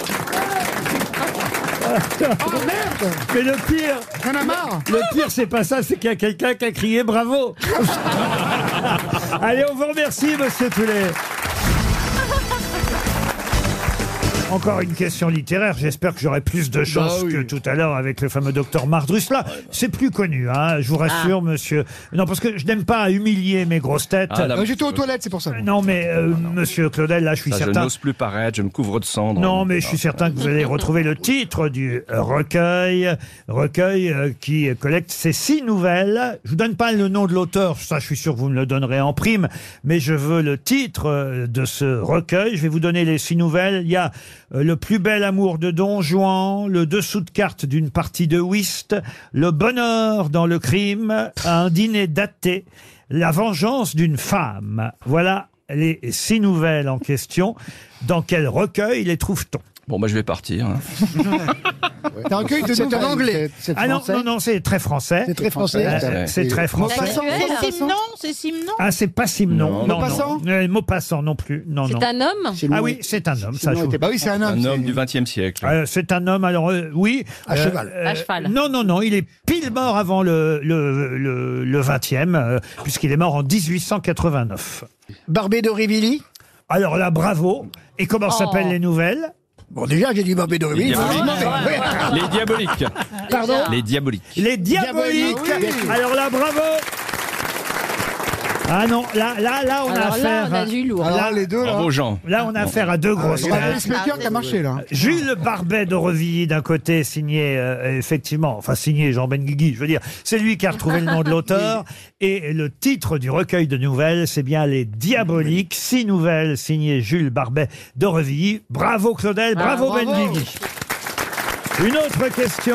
Oh merde. Mais le pire, On a marre. le pire, c'est pas ça, c'est qu'il y a quelqu'un qui a crié bravo. Allez, on vous remercie, monsieur Toulet. Encore une question littéraire. J'espère que j'aurai plus de chance Bah oui. que tout à l'heure avec le fameux docteur Mardrus. Là, c'est plus connu, hein, je vous rassure, monsieur. Non, parce que je n'aime pas humilier mes grosses têtes. Ah, là, Euh, J'étais aux toilettes, c'est pour ça. Non, mais euh, monsieur Claudel, là, je suis Ça, je certain. n'ose plus paraître, je me couvre de cendres. Non, mais je suis certain que vous allez retrouver le titre du euh, recueil, recueil euh, qui collecte ces six nouvelles. Je vous donne pas le nom de l'auteur, ça je suis sûr que vous me le donnerez en prime, mais je veux le titre euh, de ce recueil. Je vais vous donner les six nouvelles. Il y a euh, Le plus bel amour de Don Juan, Le dessous de carte d'une partie de whist, Le bonheur dans le crime, Un dîner daté, La vengeance d'une femme. Voilà les six nouvelles en question. Dans quel recueil les trouve-t-on? Bon, bah, je vais partir. hein. T'as un recueil de C'est nouvelles. en anglais. C'est Ah non, français. non, non, c'est très français. C'est très français. Euh, C'est très français. C'est Simon, c'est Simon. Ah, c'est pas Simon. Non. Non, Maupassant non. Euh, Maupassant non plus. Non, non. C'est un homme. Ah oui, c'est un homme. Ça, je vous- Bah oui, c'est un homme. Un c'est- homme du vingtième siècle. Euh, c'est un homme, alors euh, oui. À cheval. À cheval. Non, non, non, il est pile mort avant le, le, le, le vingtième, euh, puisqu'il est mort en dix-huit cent quatre-vingt-neuf. Barbé d'Aurevilly. Alors là, bravo. Et comment Oh. s'appellent les nouvelles? Bon, déjà, j'ai dit Barbé d'Aurevilly. Les diaboliques. Franchement, mais- Les diaboliques. Pardon? Les diaboliques. Les diaboliques. Diaboliques, oui. Alors là, bravo. Ah non, là, là, là, on a Alors là, affaire. on a du lourd. Alors Là, les deux, là. Bravo, Jean. Là, on a affaire à deux grosses On a têtes. un speaker qui a marché, là. Jules Barbet d'Aurevilly d'un côté, signé euh, effectivement, enfin signé Jean Benguigui, je veux dire, c'est lui qui a retrouvé le nom de l'auteur, et le titre du recueil de nouvelles, c'est bien Les Diaboliques, six nouvelles signées Jules Barbet d'Aurevilly. Bravo Claudel, bravo, bravo. Benguigui. Une autre question.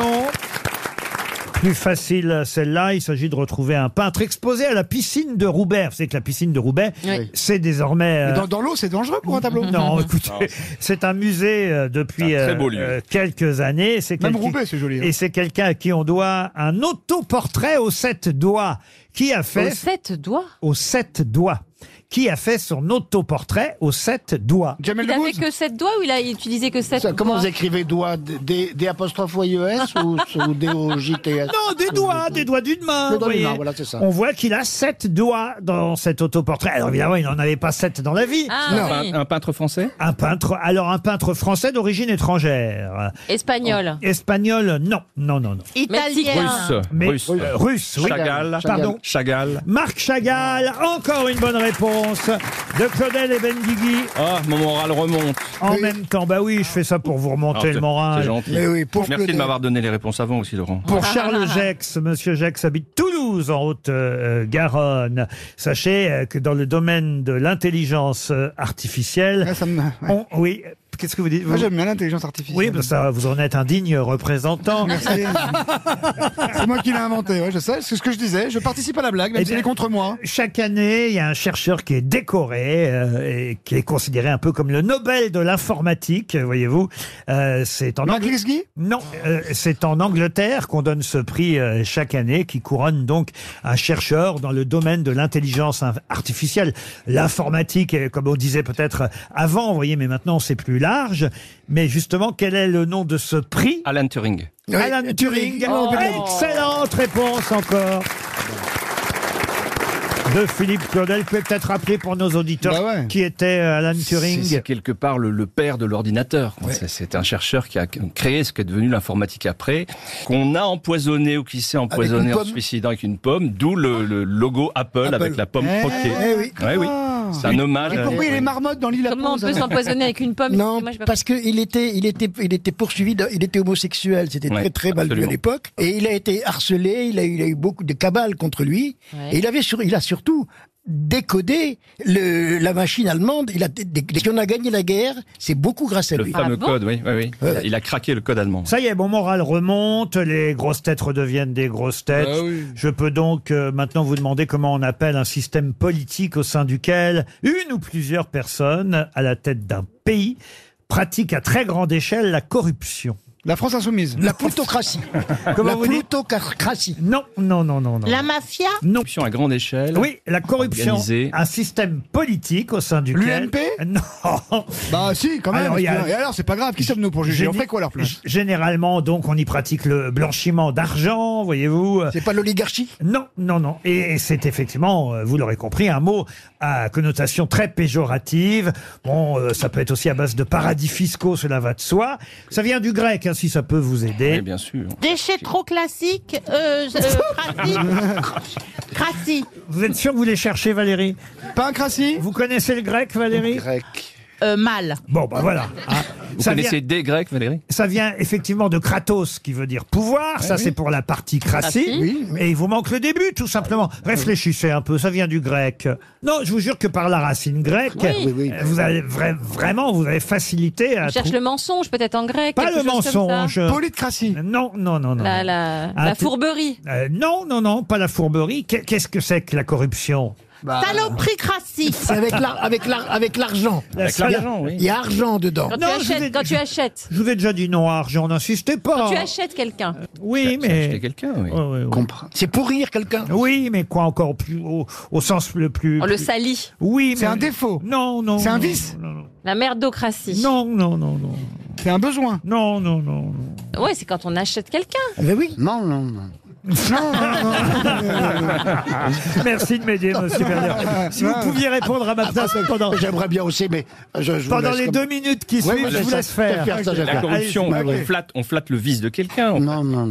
Plus facile celle-là, il s'agit de retrouver un peintre exposé à la piscine de Roubaix. Vous savez que la piscine de Roubaix, Oui. c'est désormais... euh, Mais Dans, dans l'eau, c'est dangereux pour un tableau. non, écoutez, c'est un musée euh, depuis Un très beau euh, lieu. euh, quelques années. C'est Même quelqu'un- Roubaix, c'est joli. hein. Et c'est quelqu'un à qui on doit un autoportrait aux sept doigts. Qui a Aux fait sept doigts. aux sept doigts? Qui a fait son autoportrait aux sept doigts? Jamel Il avait Debbouze. que sept doigts ou il a utilisé que sept Ça, comment doigts vous écrivez doigt D, D apostrophe O I E S ou, ou D O J T S? Non, des doigts, des doigts d'une main. Des doigts vous d'une voyez. main, voilà, c'est ça. On voit qu'il a sept doigts dans cet autoportrait. Alors évidemment, il n'en avait pas sept dans la vie. Ah, Un, oui. un peintre français. Un peintre, alors un peintre français d'origine étrangère. Espagnol. Espagnol, non, non, non, non. Italien. Russe. Mais Russe. euh, russe, oui. Chagall. Pardon. Chagall. Marc Chagall, encore une bonne réponse de Claudel et Benguigui. Ah, mon moral remonte. En Oui. même temps, bah oui, je fais ça pour vous remonter Ah, le c'est- moral. C'est gentil. Mais oui, pour Merci de Claudel. m'avoir donné les réponses avant aussi, Laurent. Pour Charles Gex, Monsieur Gex habite Toulouse, en Haute-Garonne. Sachez euh, que dans le domaine de l'intelligence euh, artificielle, Ouais, ça me- ouais. on- oui, qu'est-ce que vous dites Moi, vous- j'aime bien l'intelligence artificielle. Oui, parce que ça, vous en êtes un digne représentant. Merci. C'est moi qui l'ai inventé, ouais, je sais. C'est ce que je disais. Je participe à la blague, même Eh s'il bien, est contre moi. Chaque année, il y a un chercheur qui est décoré euh, et qui est considéré un peu comme le Nobel de l'informatique, voyez-vous. Euh, c'est en Marc Angleterre. Lisgy Non, euh, c'est en Angleterre qu'on donne ce prix euh, chaque année, qui couronne donc un chercheur dans le domaine de l'intelligence in- artificielle. L'informatique, euh, comme on disait peut-être avant, vous voyez, mais maintenant c'est plus large. Mais justement, quel est le nom de ce prix? Alan Turing. Oui, Alan Turing. Oh. Excellente réponse encore. de Philippe Claudel. Vous pouvez peut-être rappeler pour nos auditeurs Bah ouais. qui était euh, Alan Turing. C'est c'est quelque part le, le père de l'ordinateur. C'est- C'est un chercheur qui a créé ce qui est devenu l'informatique après, qu'on a empoisonné ou qui s'est empoisonné une en pomme. se suicidant avec une pomme, d'où le, le logo Apple, Apple. avec la pomme Eh, croquée. eh oui. Ouais, oui. C'est un hommage. Et à- pourquoi il y a les marmottes dans l'île la Comment on pause peut s'empoisonner avec une pomme? Non, Moi, j'ai pas parce qu'il était, il était, il était poursuivi, de- il était homosexuel, c'était Ouais, très très mal vu à absolument. l'époque, et il a été harcelé, il a, eu- il a eu beaucoup de cabales contre lui, Ouais. et il avait sur, il a surtout décodé le, la machine allemande, il a, dé- dé- si on a gagné la guerre, c'est beaucoup grâce à Le lui. fameux Ah bon code, oui, oui, oui. Il a- Il a craqué le code allemand. Ça y est, mon moral remonte, les grosses têtes redeviennent des grosses têtes. Ah oui. Je peux donc euh, maintenant vous demander comment on appelle un système politique au sein duquel une ou plusieurs personnes à la tête d'un pays pratiquent à très grande échelle la corruption. La France insoumise. La plutocratie. Comment la vous dites? plutocratie. Non, non, non, non, non. La mafia? Non. Corruption à grande échelle. Oui, la corruption, Organisée. un système politique au sein duquel... L'U M P? Non. Bah si, quand même. Alors, il y a- Et alors, c'est pas grave. Qui sommes-nous pour juger? On fait quoi à leur place? Généralement, donc, on y pratique le blanchiment d'argent, voyez-vous. C'est pas l'oligarchie? Non, non, non. Et, et c'est effectivement, euh, vous l'aurez compris, un mot à connotation très péjorative. Bon, euh, ça peut être aussi à base de paradis fiscaux, cela va de soi. Ça vient du grec, hein, si ça peut vous aider. Oui, bien sûr. Déchets trop classiques? Euh, je- euh, crassis? Crassis. Vous êtes sûr que vous les cherchez, Valérie? Pas un crassis? Vous connaissez le grec, Valérie? Grec. Euh, mal. Bon, bah voilà. hein. Vous Ça connaissez vient- des Grecs, Valérie? Ça vient effectivement de Kratos, qui veut dire pouvoir. Ça, c'est pour la partie crassie. Crassie. Oui, Et il vous manque le début, tout simplement. Réfléchissez un peu, ça vient du grec. Non, je vous jure que par la racine grecque, Oui. euh, vous avez vra- vraiment, vous avez facilité à On cherche trou- le mensonge, peut-être en grec. Pas quelque le chose comme ça. mensonge. Polycratie. Non, non, non, non. La, la, Ah, la tout- fourberie. Euh, non, non, non, pas la fourberie. Qu'est- Qu'est-ce que c'est que la corruption? Saloperie crassie. C'est avec l'ar- avec l'ar- avec l'argent. La Avec seule- l'argent, oui. Il y a argent dedans. Quand Non, tu je vous ai- achètes, quand tu achètes. Je vous ai déjà dit non, argent, n'insistez pas. Quand tu achètes quelqu'un. Oui, J'ai acheté mais... quelqu'un, oui. Ouais, ouais, ouais. Compre- C'est pourrir quelqu'un. Oui, mais quoi encore plus au, au sens le plus. On le plus- salit. Oui, C'est mais- un défaut. Non, non. C'est un non, vice. Non, non, La merdocratie. non, non, non, non. C'est un besoin. Non, non, non, non. Ouais, c'est quand on achète quelqu'un. Ben oui. Non, non, non. Merci de m'aider, monsieur Bernard. Si vous pouviez répondre à ma place pendant, J'aimerais bien aussi, mais je, je vous pendant laisse les comme- deux minutes qui Ouais, suivent, ouais, je vous ça- laisse ça faire. faire, ça, je vais La faire. corruption, Allez-y, on, ouais. flatte, on flatte le vice de quelqu'un. en fait. Non, non, non.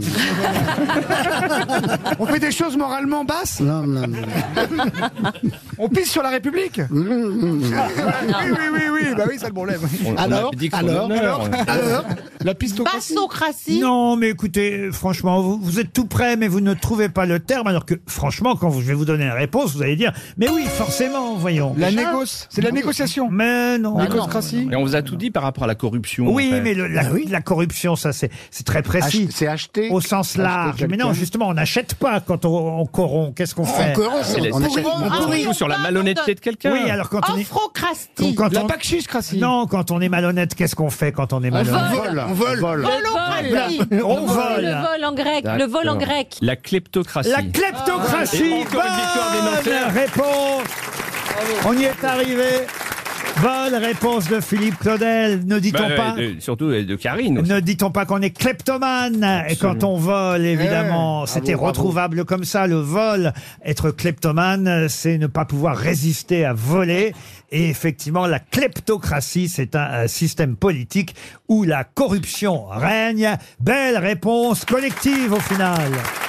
On fait des choses moralement basses. Non, non, non. On pisse sur la République. Mmh, mmh, mmh. Oui, oui, oui, oui. Bah oui, ça le problème. On, on Alors, abdique son alors, honneur. Alors, La pistocratie. Bassocratie. Non, mais écoutez, franchement, vous, vous êtes tout prêt, mais vous ne trouvez pas le terme, alors que, franchement, quand vous- je vais vous donner la réponse, vous allez dire, mais oui, forcément, voyons. La négoce. C'est de la négociation. Mais non. Ah non. Négocratie. Et on vous a tout dit par rapport à la corruption. Oui, en fait. mais le- la, la corruption, ça, c'est c'est très précis. Ach- C'est acheté. Au sens Acheter large. Mais non, quelqu'un. justement, on n'achète pas quand on, on corrompt. Qu'est-ce qu'on fait? encore un, C'est les- On achète- on Ah oui, joue on sur la parle malhonnêteté de quelqu'un. Oui, alors quand on est... Ophrocrastie. Quand La on- pachiscratie. Non, quand on est malhonnête, qu'est-ce qu'on fait quand on est On malhonnête? vole. on vole. Vol. Holocratie. On Le vole. vol en grec. Le vol en D'accord. grec. La kleptocratie. La kleptocratie. Et encore une victoire des Bonne Nantais. réponse. On y est arrivé. Bonne réponse de Philippe Claudel. Ne dit-on Bah, pas... euh, de- surtout euh, de Karine. aussi. Ne dit-on pas qu'on est kleptomane? Et quand on vole, évidemment, Eh, c'était bravo, retrouvable comme ça, le vol. Être kleptomane, c'est ne pas pouvoir résister à voler. Et effectivement, la kleptocratie, c'est un, un système politique où la corruption règne. Belle réponse collective au final.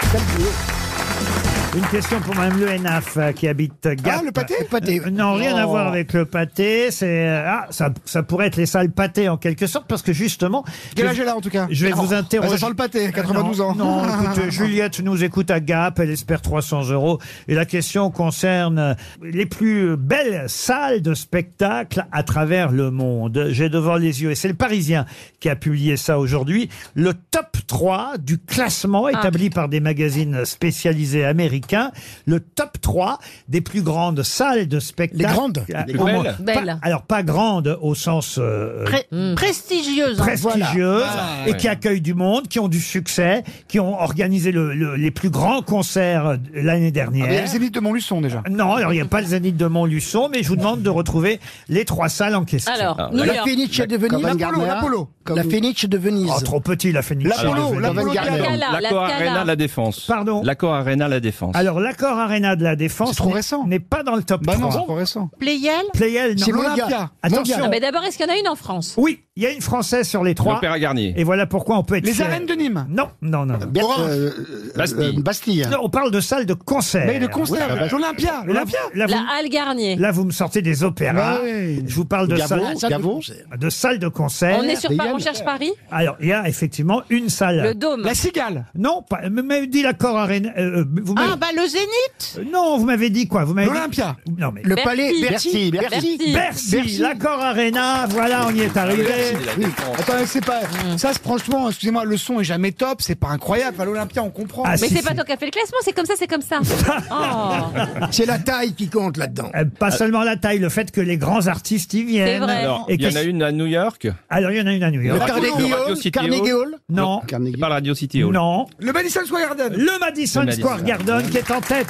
Une question pour Mme Le Hénaf, euh, qui habite Gap. Ah, le pâté Le pâté. Euh, Non, rien à Oh. voir avec le pâté. C'est euh, ah, ça, ça pourrait être les salles pâté en quelque sorte, parce que justement, Quel je- âge elle a en tout cas? je vais Ah, vous ah, interroger. Ça sent le pâté, quatre-vingt-douze ans. Non, écoute, Juliette nous écoute à Gap, elle espère trois cents euros. Et la question concerne les plus belles salles de spectacle à travers le monde. J'ai devant les yeux, et c'est le Parisien qui a publié ça aujourd'hui, le top trois du classement établi par des magazines spécialisés américains. Le top trois des plus grandes salles de spectacle. Les grandes. Ah, Les au moins- belles. pas- Belles. alors, pas grandes au sens... euh, Pré- Prestigieuse. hein, prestigieuses Ah, et ouais. qui accueillent du monde, qui ont du succès, qui ont organisé le- le- les plus grands concerts euh, l'année Ah, dernière. mais il y a le Zénith de Montluçon déjà. Non, alors il n'y a pas le Zénith de Montluçon, mais je vous demande de retrouver les trois salles en question. Alors, Ah, New La York. Fenice de Venise. Covent L'Apollo, Garner. l'Apollo. La Fenice de Venise. Oh, trop petit la Fenice. L'Apollo, Ah, l'Apollo Covent Garner. Theater. Scala, la L'Accor Scala. Arena, la Défense. Pardon L'Accor Arena, la Défense. Alors, l'accord Arena de la Défense C'est trop n'est- récent. n'est pas dans le top Bah non, trois. c'est trop récent. Playel Playel, non. C'est l'Olympia. Attention. Ah, mais d'abord, est-ce qu'il y en a une en France? Oui, il y a une Française sur les trois. L'Opéra Garnier. Et voilà pourquoi on peut être Les fier. arènes de Nîmes. Non, non, non. non. Ber- euh, Bastille. euh, Bastille. Non, on parle de salle de concert. Mais de concert. Ouais, bah, L'Olympia. Là, L'Olympia. là, vous, La Halle Garnier. là, vous me sortez des opéras. Ouais. Je vous parle de Gaveau, salles Gaveau. de salles de concert. On est sur Paris, Playel. on cherche Paris? Alors, il y a effectivement une salle. Le Dôme. La Cigale. Non, pas, vous m'avez dit l'accord Arena. euh, vous m'avez- Ah, bah le Zénith. Euh, non, vous m'avez dit quoi? Vous m'avez dit- L'Olympia. Non, mais Le Bercy. palais Bercy, Bercy. Bercy. Bercy, Bercy. l'accord Arena. Voilà, on y est arrivé. Oui. Attends, c'est pas. Ça, c'est franchement, excusez-moi, le son est jamais top, c'est pas incroyable. À l'Olympia, on comprend. Ah, Mais si, c'est si. pas toi qui as fait le classement, c'est comme ça, c'est comme ça. Oh. C'est la taille qui compte là-dedans. Euh, Pas seulement la taille, le fait que les grands artistes y viennent. C'est vrai. Alors, Et il y en que- a une à New York. Alors, il y en a une à New Le York. Carnegie Radio Hall. City Carnegie Hall. Hall. Non, Carnegie. C'est pas le Radio City Hall. non. Le Madison Square Garden. Le Madison Le Madison Square Square Garden qui est en tête.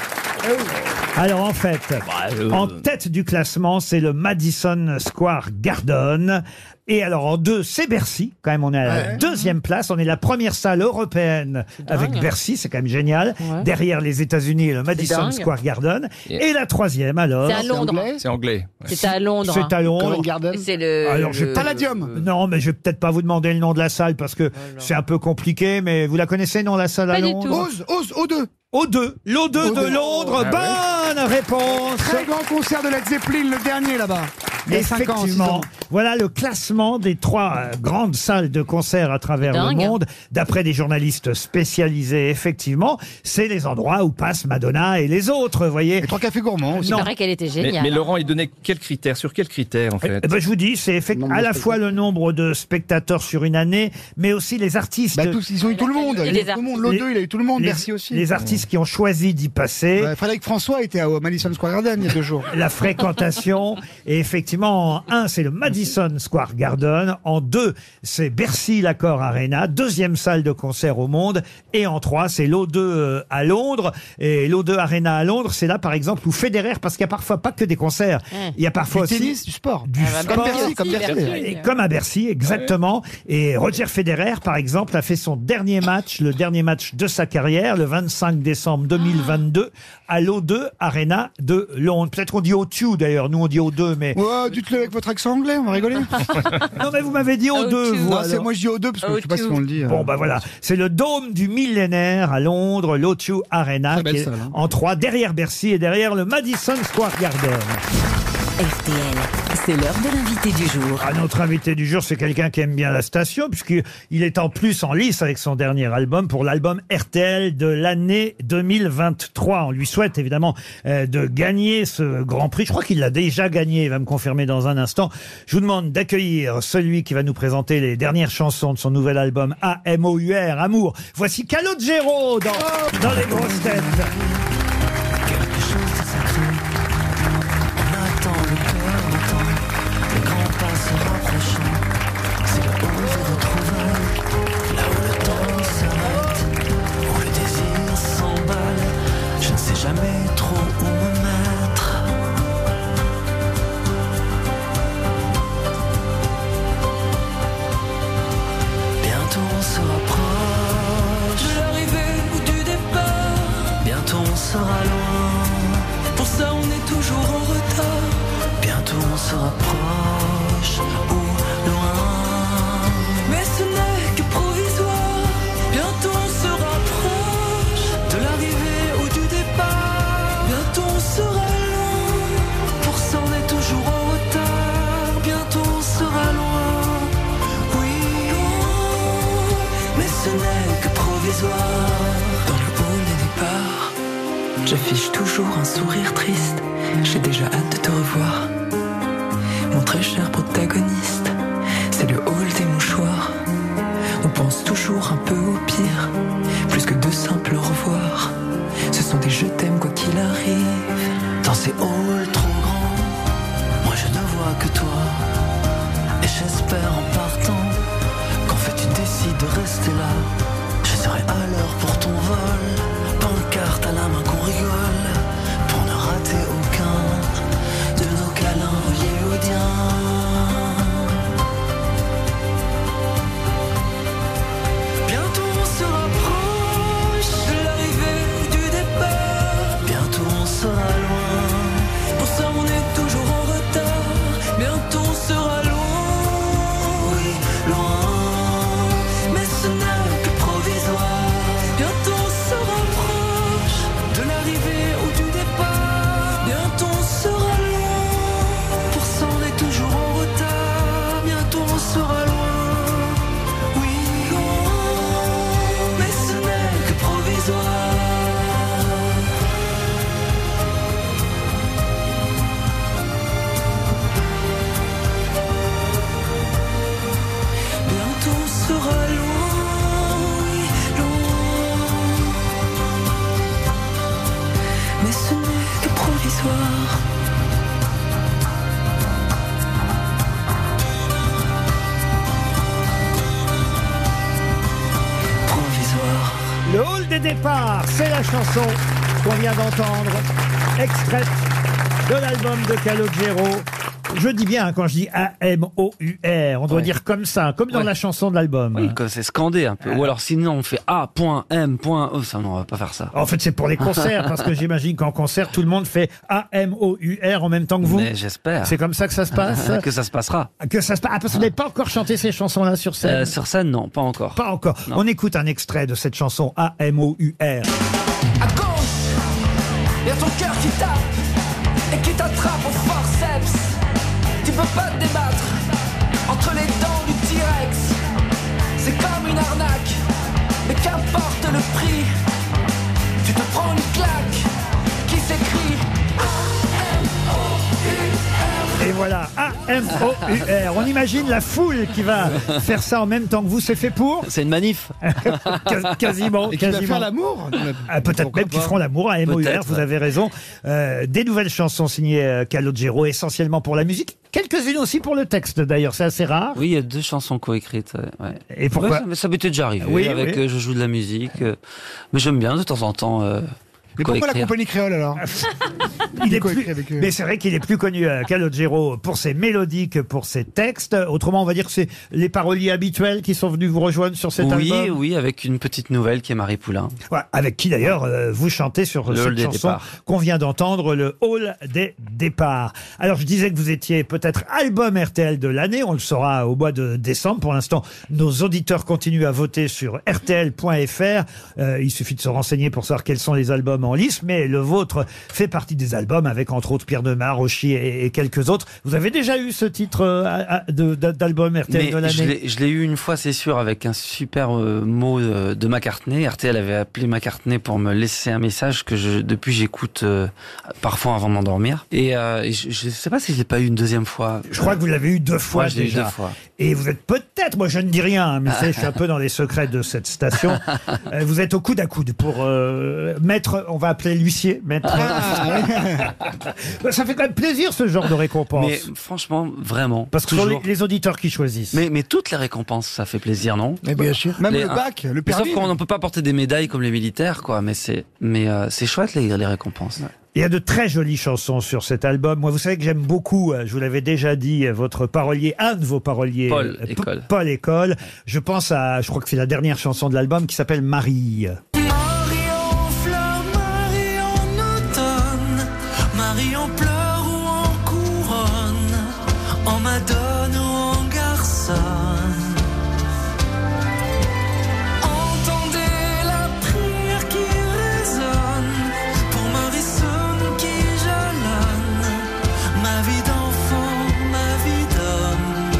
Alors en fait, euh, en tête du classement, c'est le Madison Square Garden. Et alors en deux, c'est Bercy. Quand même, on est à la Ouais. deuxième place. On est la première salle européenne avec Bercy. C'est quand même génial. Ouais. Derrière les États-Unis et le Madison dingue. Square Garden. Et- Et la troisième alors. C'est à Londres. anglais. C'est anglais. C'était à Londres. C'est à Londres. Covent Garden. C'est le. Alors, je- le- Palladium. Non, mais je vais peut-être pas vous demander le nom de la salle parce que c'est un peu compliqué. Mais vous la connaissez, non, la salle à Pas du Londres? tout. Ose, Ose, O deux. O deux. L'O deux de O deux. Londres. Ah Bonne réponse. Très grand concert de Led Zeppelin, le dernier là-bas. Il y a cinq ans, six Effectivement, ans. voilà le classement des trois euh, grandes salles de concert à travers Dingue. le monde. D'après des journalistes spécialisés, effectivement, c'est les endroits où passent Madonna et les autres, vous voyez. Les trois cafés gourmands aussi. Il paraît qu'elle était Mais, géniale. mais Laurent, il donnait quels critères? Sur quels critères, en fait? Eh ben, je vous dis, c'est effect- Nombre à de la fois spectateurs. le nombre de spectateurs sur une année, mais aussi les artistes. Bah, tous, ils ont eu tout le monde. Et Il a eu les tout le monde. artistes. L'O deux, il a eu tout le monde. les, Merci aussi. les artistes qui ont choisi d'y passer. Ouais, Frédéric François était au Madison Square Garden il y a deux jours. La fréquentation. Et effectivement, en un, c'est le Madison Square Garden. En deux, c'est Bercy l'Accor Arena, deuxième salle de concert au monde. Et en trois, c'est l'O deux euh, à Londres. Et l'O deux Arena à Londres, c'est là, par exemple, où Federer, parce qu'il y a parfois pas que des concerts. Il y a parfois Du aussi tennis, du sport. du Ah bah, sport. Comme Bercy, comme Bercy, Bercy. Bercy. Et comme à Bercy, exactement. Et Roger Federer, par exemple, a fait son dernier match, le dernier match de sa carrière, le vingt-cinq décembre deux mille vingt-deux, à l'O deux Arena de Londres. Peut-être qu'on dit O deux d'ailleurs, nous on dit O deux, mais... Ouais, dites-le avec votre accent anglais, on va rigoler. Non mais vous m'avez dit O deux, O deux. vous. Non, c'est alors. moi je dis O deux parce que je sais pas si on le dit. euh. Bon bah voilà, c'est le dôme du millénaire à Londres, l'O deux Arena, Très belle qui est salle, hein. en trois, derrière Bercy et derrière le Madison Square Garden. R T L, c'est l'heure de l'invité du jour. Ah, notre invité du jour, c'est quelqu'un qui aime bien la station, puisqu'il est en plus en lice avec son dernier album pour l'album R T L de l'année deux mille vingt-trois. On lui souhaite évidemment euh, de gagner ce grand prix. Je crois qu'il l'a déjà gagné, il va me confirmer dans un instant. Je vous demande d'accueillir celui qui va nous présenter les dernières chansons de son nouvel album A M O U R, Amour. Voici Calogero dans, dans Les Grosses Têtes. Je ne sais jamais trop où me mettre. Bientôt on se rapproche de l'arrivée ou du départ. Bientôt on sera loin. Pour ça on est toujours en retard. Bientôt on se rapproche ou loin. Mais ce n'est que provisoire. Bientôt on se rapproche de l'arrivée ou du départ. Bientôt on sera loin. Pour ça on est toujours en retard. Bientôt on sera loin. Oui, loin. Mais ce n'est que provisoire. Dans le hall des départs, j'affiche toujours un sourire triste. J'ai déjà hâte de te revoir. Mon très cher protagoniste, c'est le hall des mouchoirs. On pense toujours un peu au pire, plus que de simples au revoir. Ce sont des je t'aime quoi qu'il arrive. Dans ces halls trop grands, moi je ne vois que toi. Et j'espère en partant qu'en fait tu décides de rester là. Je serai à l'heure pour ton vol, pancarte à la main qu'on rigole, pour ne rater aucun de nos des départs, c'est la chanson qu'on vient d'entendre, extraite de l'album de Calogero. Je dis bien, hein, quand je dis A M O U R, on doit Ouais. dire comme ça, comme dans Ouais. la chanson de l'album. Oui, comme c'est scandé un peu. Ou alors sinon on fait A M Oh, ça, non, on va pas faire ça. En fait, c'est pour les concerts, parce que j'imagine qu'en concert, tout le monde fait A M O U R en même temps que vous. Mais j'espère. C'est comme ça que ça se passe. que ça se passera. Que ça se passe. Ah, parce que vous n'avez pas encore chanté ces chansons-là sur scène. Euh, sur scène, non, pas encore. Pas encore. Non. On écoute un extrait de cette chanson A M O U R. À gauche, y a ton cœur qui tape et qui t'attrape au forceps. Tu peux pas te débattre entre les dents du T-Rex. C'est comme une arnaque, mais qu'importe le prix. Tu te prends une claque qui s'écrit A M O U R. Et voilà, A M O U R. On imagine la foule qui va faire ça en même temps que vous. C'est fait pour C'est une manif. Quas- Quasiment. Et qui va quasiment. faire l'amour. Ah, peut-être même qu'ils feront l'amour à M O U R, Peut-être. vous avez raison. Euh, des nouvelles chansons signées euh, Calogero, essentiellement pour la musique. Quelques-unes aussi pour le texte, d'ailleurs, c'est assez rare. Oui, il y a deux chansons coécrites. Ouais. ouais. Et pourquoi Ouais, ça, ça m'était déjà arrivé. Oui, avec oui. euh, je joue de la musique, euh, mais j'aime bien de temps en temps. Euh, Mais pourquoi la coécrire. compagnie créole alors Il est coécrit plus- avec eux. Mais c'est vrai qu'il est plus connu, euh, Calogero, pour ses mélodies que pour ses textes. Autrement, on va dire que c'est les paroliers habituels qui sont venus vous rejoindre sur cet Oui, album. oui, avec une petite nouvelle qui est Marie Poulain. Ouais, avec qui d'ailleurs euh, vous chantez sur Le cette hall des chanson départs. qu'on vient d'entendre, le Hall des départs. Alors je disais que vous étiez peut-être album R T L de l'année, on le saura au mois de décembre. Pour l'instant, nos auditeurs continuent à voter sur R T L point F R. Euh, il suffit de se renseigner pour savoir quels sont les albums en lice, mais le vôtre fait partie des albums avec entre autres Pierre Demar, Rochi et, et quelques autres. Vous avez déjà eu ce titre euh, à- à- de- de- d'album R T L Mais de je l'année? l'ai- je l'ai eu une fois, c'est sûr, avec un super euh, mot euh, de McCartney. R T L avait appelé McCartney pour me laisser un message que je, depuis j'écoute euh, parfois avant de m'endormir. Et, euh, et je, je sais pas si je l'ai pas eu une deuxième fois. Je crois que vous l'avez eu deux fois Ouais, je l'ai eu déjà. deux fois. Et vous êtes peut-être, moi je ne dis rien, hein, mais c'est- je suis un peu dans les secrets de cette station. Euh, vous êtes au coude à coude pour euh, maître, on va appeler l'huissier, maître. Ça fait quand même plaisir ce genre de récompense. Mais franchement, vraiment. Parce que ce sont les, toujours. les auditeurs qui choisissent. Mais, mais toutes les récompenses, ça fait plaisir, non? Mais bien sûr. Même Les- le bac, le Mais permis. sauf qu'on ne peut pas porter des médailles comme les militaires, quoi. Mais c'est, mais euh, c'est chouette les, les récompenses. Il y a de très jolies chansons sur cet album. Moi, vous savez que j'aime beaucoup, euh, je vous l'avais déjà dit, euh, votre parolier, un de vos paroliers. Paul euh, P- École. Paul École. Je pense à, je crois que c'est la dernière chanson de l'album qui s'appelle Marie. Marie en fleurs, Marie en automne, Marie en pleurs ou en couronne, en madone ou en garçonne. Entendez la prière qui résonne pour Marie Sonne qui jalonne, ma vie d'enfant, ma vie d'homme.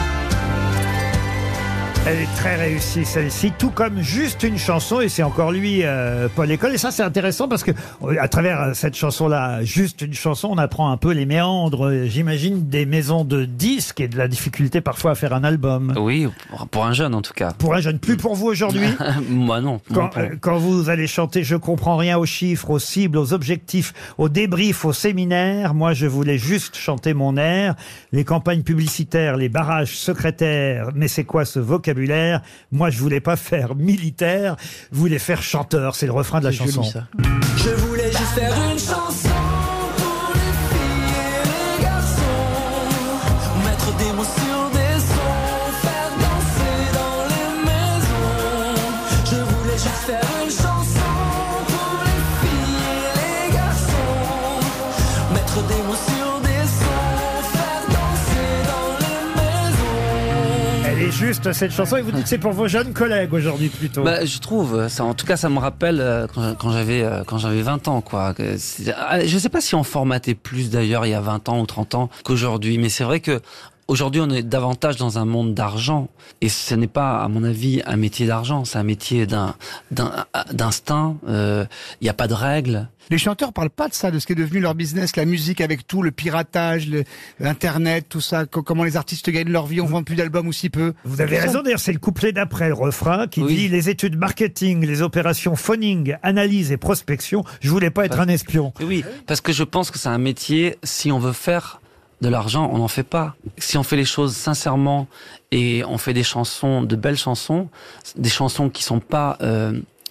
Elle est très réussie celle-ci, tout comme Juste une chanson, et c'est encore lui, euh, Paul École. Et ça, c'est intéressant parce que euh, à travers euh, cette chanson-là, Juste une chanson, on apprend un peu les méandres, euh, j'imagine, des maisons de disques et de la difficulté parfois à faire un album. Oui, pour, pour un jeune en tout cas. Pour un jeune, plus pour vous aujourd'hui. Moi non. Quand, non, pour- euh, quand vous allez chanter Je comprends rien aux chiffres, aux cibles, aux objectifs, aux débriefs, aux séminaires, moi je voulais juste chanter mon air. Les campagnes publicitaires, les barrages secrétaires, mais c'est quoi ce vocabulaire? Moi je voulais pas faire militaire, je voulais faire chanteur, c'est le refrain de la chanson. Je voulais juste faire une chanson pour les filles et les garçons, mettre des mots sur des sons, faire danser dans les maisons. Je voulais juste faire une chanson pour les filles et les garçons, mettre des mots sur des sons, faire danser dans les maisons. Elle est juste cette chanson et vous dites que c'est pour vos jeunes collègues aujourd'hui plutôt. Bah, je trouve, ça, en tout cas, ça me rappelle euh, quand, quand j'avais euh, quand j'avais vingt ans, quoi. Que c'est- ah, je sais pas si on formatait plus d'ailleurs il y a vingt ans ou trente ans qu'aujourd'hui, mais c'est vrai que aujourd'hui on est davantage dans un monde d'argent et ce n'est pas, à mon avis, un métier d'argent, c'est un métier d'un d'un d'instinct. Il n'y a pas de règles. Les chanteurs parlent pas de ça, de ce qui est devenu leur business, la musique avec tout, le piratage, le- l'internet, tout ça, co- comment les artistes gagnent leur vie, on vend plus d'albums ou si peu. Vous avez raison, d'ailleurs, c'est le couplet d'après le refrain qui Oui. dit les études marketing, les opérations phoning, analyse et prospection. Je voulais pas être un espion. Oui, parce que je pense que c'est un métier, si on veut faire de l'argent, on n'en fait pas. Si on fait les choses sincèrement et on fait des chansons, de belles chansons, des chansons qui sont pas euh,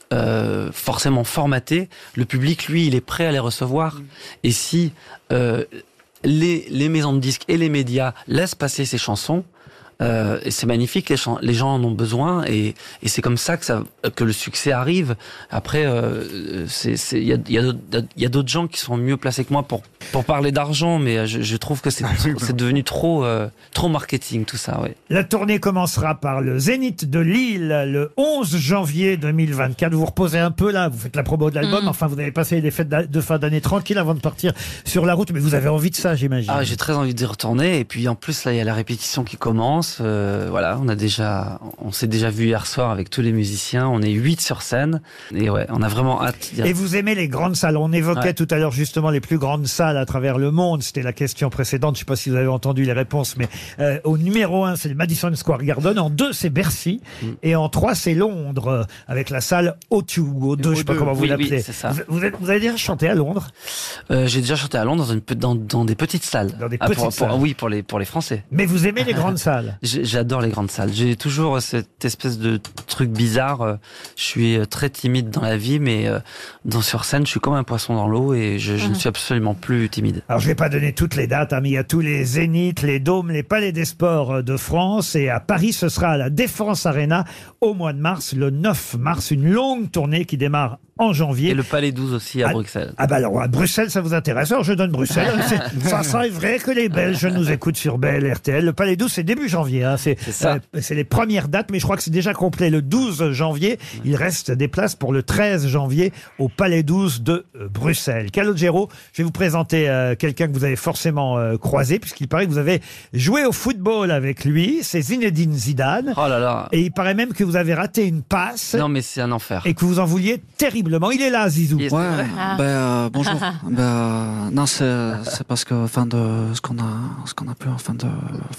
euh, forcément formatés. Le public, lui, il est prêt à les recevoir. Mmh. Et si euh, les, les maisons de disques et les médias laissent passer ces chansons, Euh, et c'est magnifique, les, ch- les gens en ont besoin, et, et c'est comme ça que, ça que le succès arrive. Après, euh, c'est, c'est, y a, y a d'autres, y a d'autres gens qui sont mieux placés que moi pour, pour parler d'argent, mais je, je trouve que c'est, c'est devenu trop, euh, trop marketing tout ça. Ouais. La tournée commencera par le Zénith de Lille le onze janvier deux mille vingt-quatre. Vous vous reposez un peu là, vous faites la promo de l'album, mmh. enfin vous avez passé les fêtes de fin d'année tranquille avant de partir sur la route, mais vous avez envie de ça, j'imagine. Ah, j'ai très envie d'y retourner, et puis en plus là il y a la répétition qui commence. Euh, voilà, on a déjà, on s'est déjà vu hier soir avec tous les musiciens. On est huit sur scène, et ouais, on a vraiment hâte. Et vous aimez les grandes salles. On évoquait ouais. tout à l'heure justement les plus grandes salles à travers le monde. C'était la question précédente. Je ne sais pas si vous avez entendu les réponses, mais euh, au numéro un, c'est le Madison Square Garden. En deux, c'est Bercy, mm. et en trois, c'est Londres, avec la salle O deux. O deux, je ne sais pas comment vous oui, l'appelez. Oui, c'est ça. Vous, vous, êtes, vous avez déjà chanté à Londres? euh, J'ai déjà chanté à Londres dans, une, dans, dans des petites salles. Dans des ah, petites pour, salles. Pour, oui, pour les pour les Français. Mais vous aimez les grandes salles? J'adore les grandes salles. J'ai toujours cette espèce de truc bizarre. Je suis très timide dans la vie, mais dans, sur scène, je suis comme un poisson dans l'eau, et je, je mmh. ne suis absolument plus timide. Alors, je vais pas donner toutes les dates, hein, mais il y a tous les Zéniths, les Dômes, les Palais des Sports de France, et à Paris, ce sera à la Défense Arena au mois de mars, le neuf mars, une longue tournée qui démarre en janvier. Et le Palais douze aussi à ah, Bruxelles. Ah bah alors, à Bruxelles, ça vous intéresse? Alors, je donne Bruxelles. c'est, ça, ça est vrai que les Belges nous écoutent sur Bell, R T L. Le Palais douze, c'est début janvier. Hein. C'est, c'est ça. Euh, c'est les premières dates, mais je crois que c'est déjà complet le douze janvier. Il reste des places pour le treize janvier au Palais douze de euh, Bruxelles. Calogero, je vais vous présenter euh, quelqu'un que vous avez forcément euh, croisé, puisqu'il paraît que vous avez joué au football avec lui. C'est Zinedine Zidane. Oh là là. Et il paraît même que vous avez raté une passe. Non, mais c'est un enfer. Et que vous en vouliez terriblement. Il est là, Zizou. Ouais, ah. ben, euh, bonjour. ben, euh, non, c'est, c'est parce que, enfin, de ce qu'on a, ce qu'on a pu, enfin, de,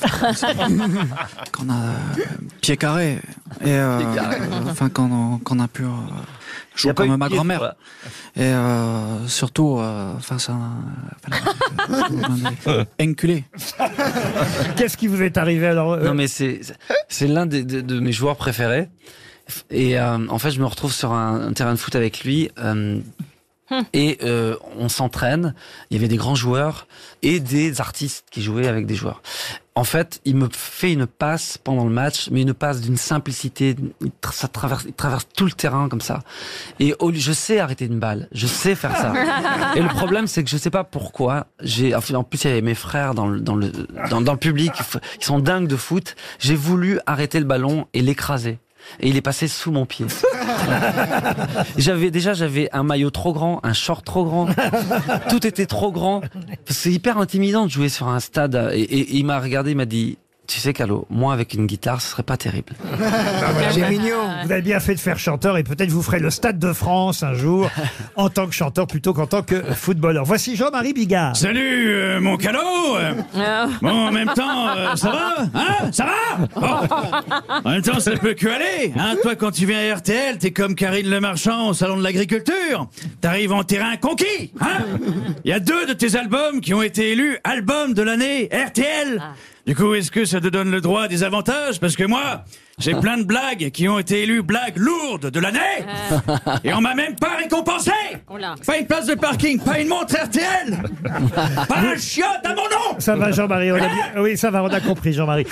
qu'on a euh, pied carré, et, euh, enfin, qu'on, qu'on a pu euh, jouer comme ma grand-mère. Quoi. Et euh, surtout, euh, face à un enculé. Qu'est-ce qui vous est arrivé alors? Non, mais c'est, c'est l'un des, de, de mes joueurs préférés. Et euh, en fait, je me retrouve sur un, un terrain de foot avec lui, euh, hum. et euh, on s'entraîne. Il y avait des grands joueurs et des artistes qui jouaient avec des joueurs. En fait, il me fait une passe pendant le match, mais une passe d'une simplicité. Ça traverse, il traverse tout le terrain comme ça. Et au, je sais arrêter une balle, je sais faire ça. Et le problème, c'est que je sais pas pourquoi. J'ai, en plus, il y avait mes frères dans le dans le dans, dans le public, ils sont dingues de foot. J'ai voulu arrêter le ballon et l'écraser. Et il est passé sous mon pied. J'avais déjà j'avais un maillot trop grand, un short trop grand. Tout était trop grand. C'est hyper intimidant de jouer sur un stade. Et, et, et il m'a regardé, il m'a dit: tu sais, Calo, moi avec une guitare, ce serait pas terrible. C'est mignon. Vous avez bien fait de faire chanteur, et peut-être vous ferez le Stade de France un jour en tant que chanteur plutôt qu'en tant que footballeur. Voici Jean-Marie Bigard. Salut, euh, mon Calo. Bon, en même temps, euh, ça va, hein? Ça va? Bon. En même temps, ça ne peut que aller, hein? Toi, quand tu viens à R T L, t'es comme Karine Le Marchand au salon de l'agriculture. T'arrives en terrain conquis, hein? Il y a deux de tes albums qui ont été élus album de l'année R T L. Du coup, est-ce que ça te donne le droit à des avantages? Parce que moi, j'ai plein de blagues qui ont été élues blagues lourdes de l'année. Et on m'a même pas récompensé. Pas une place de parking, pas une montre R T L. Pas un chiotte à mon nom. Ça va, Jean-Marie, on a bien... Oui, ça va, on a compris, Jean-Marie.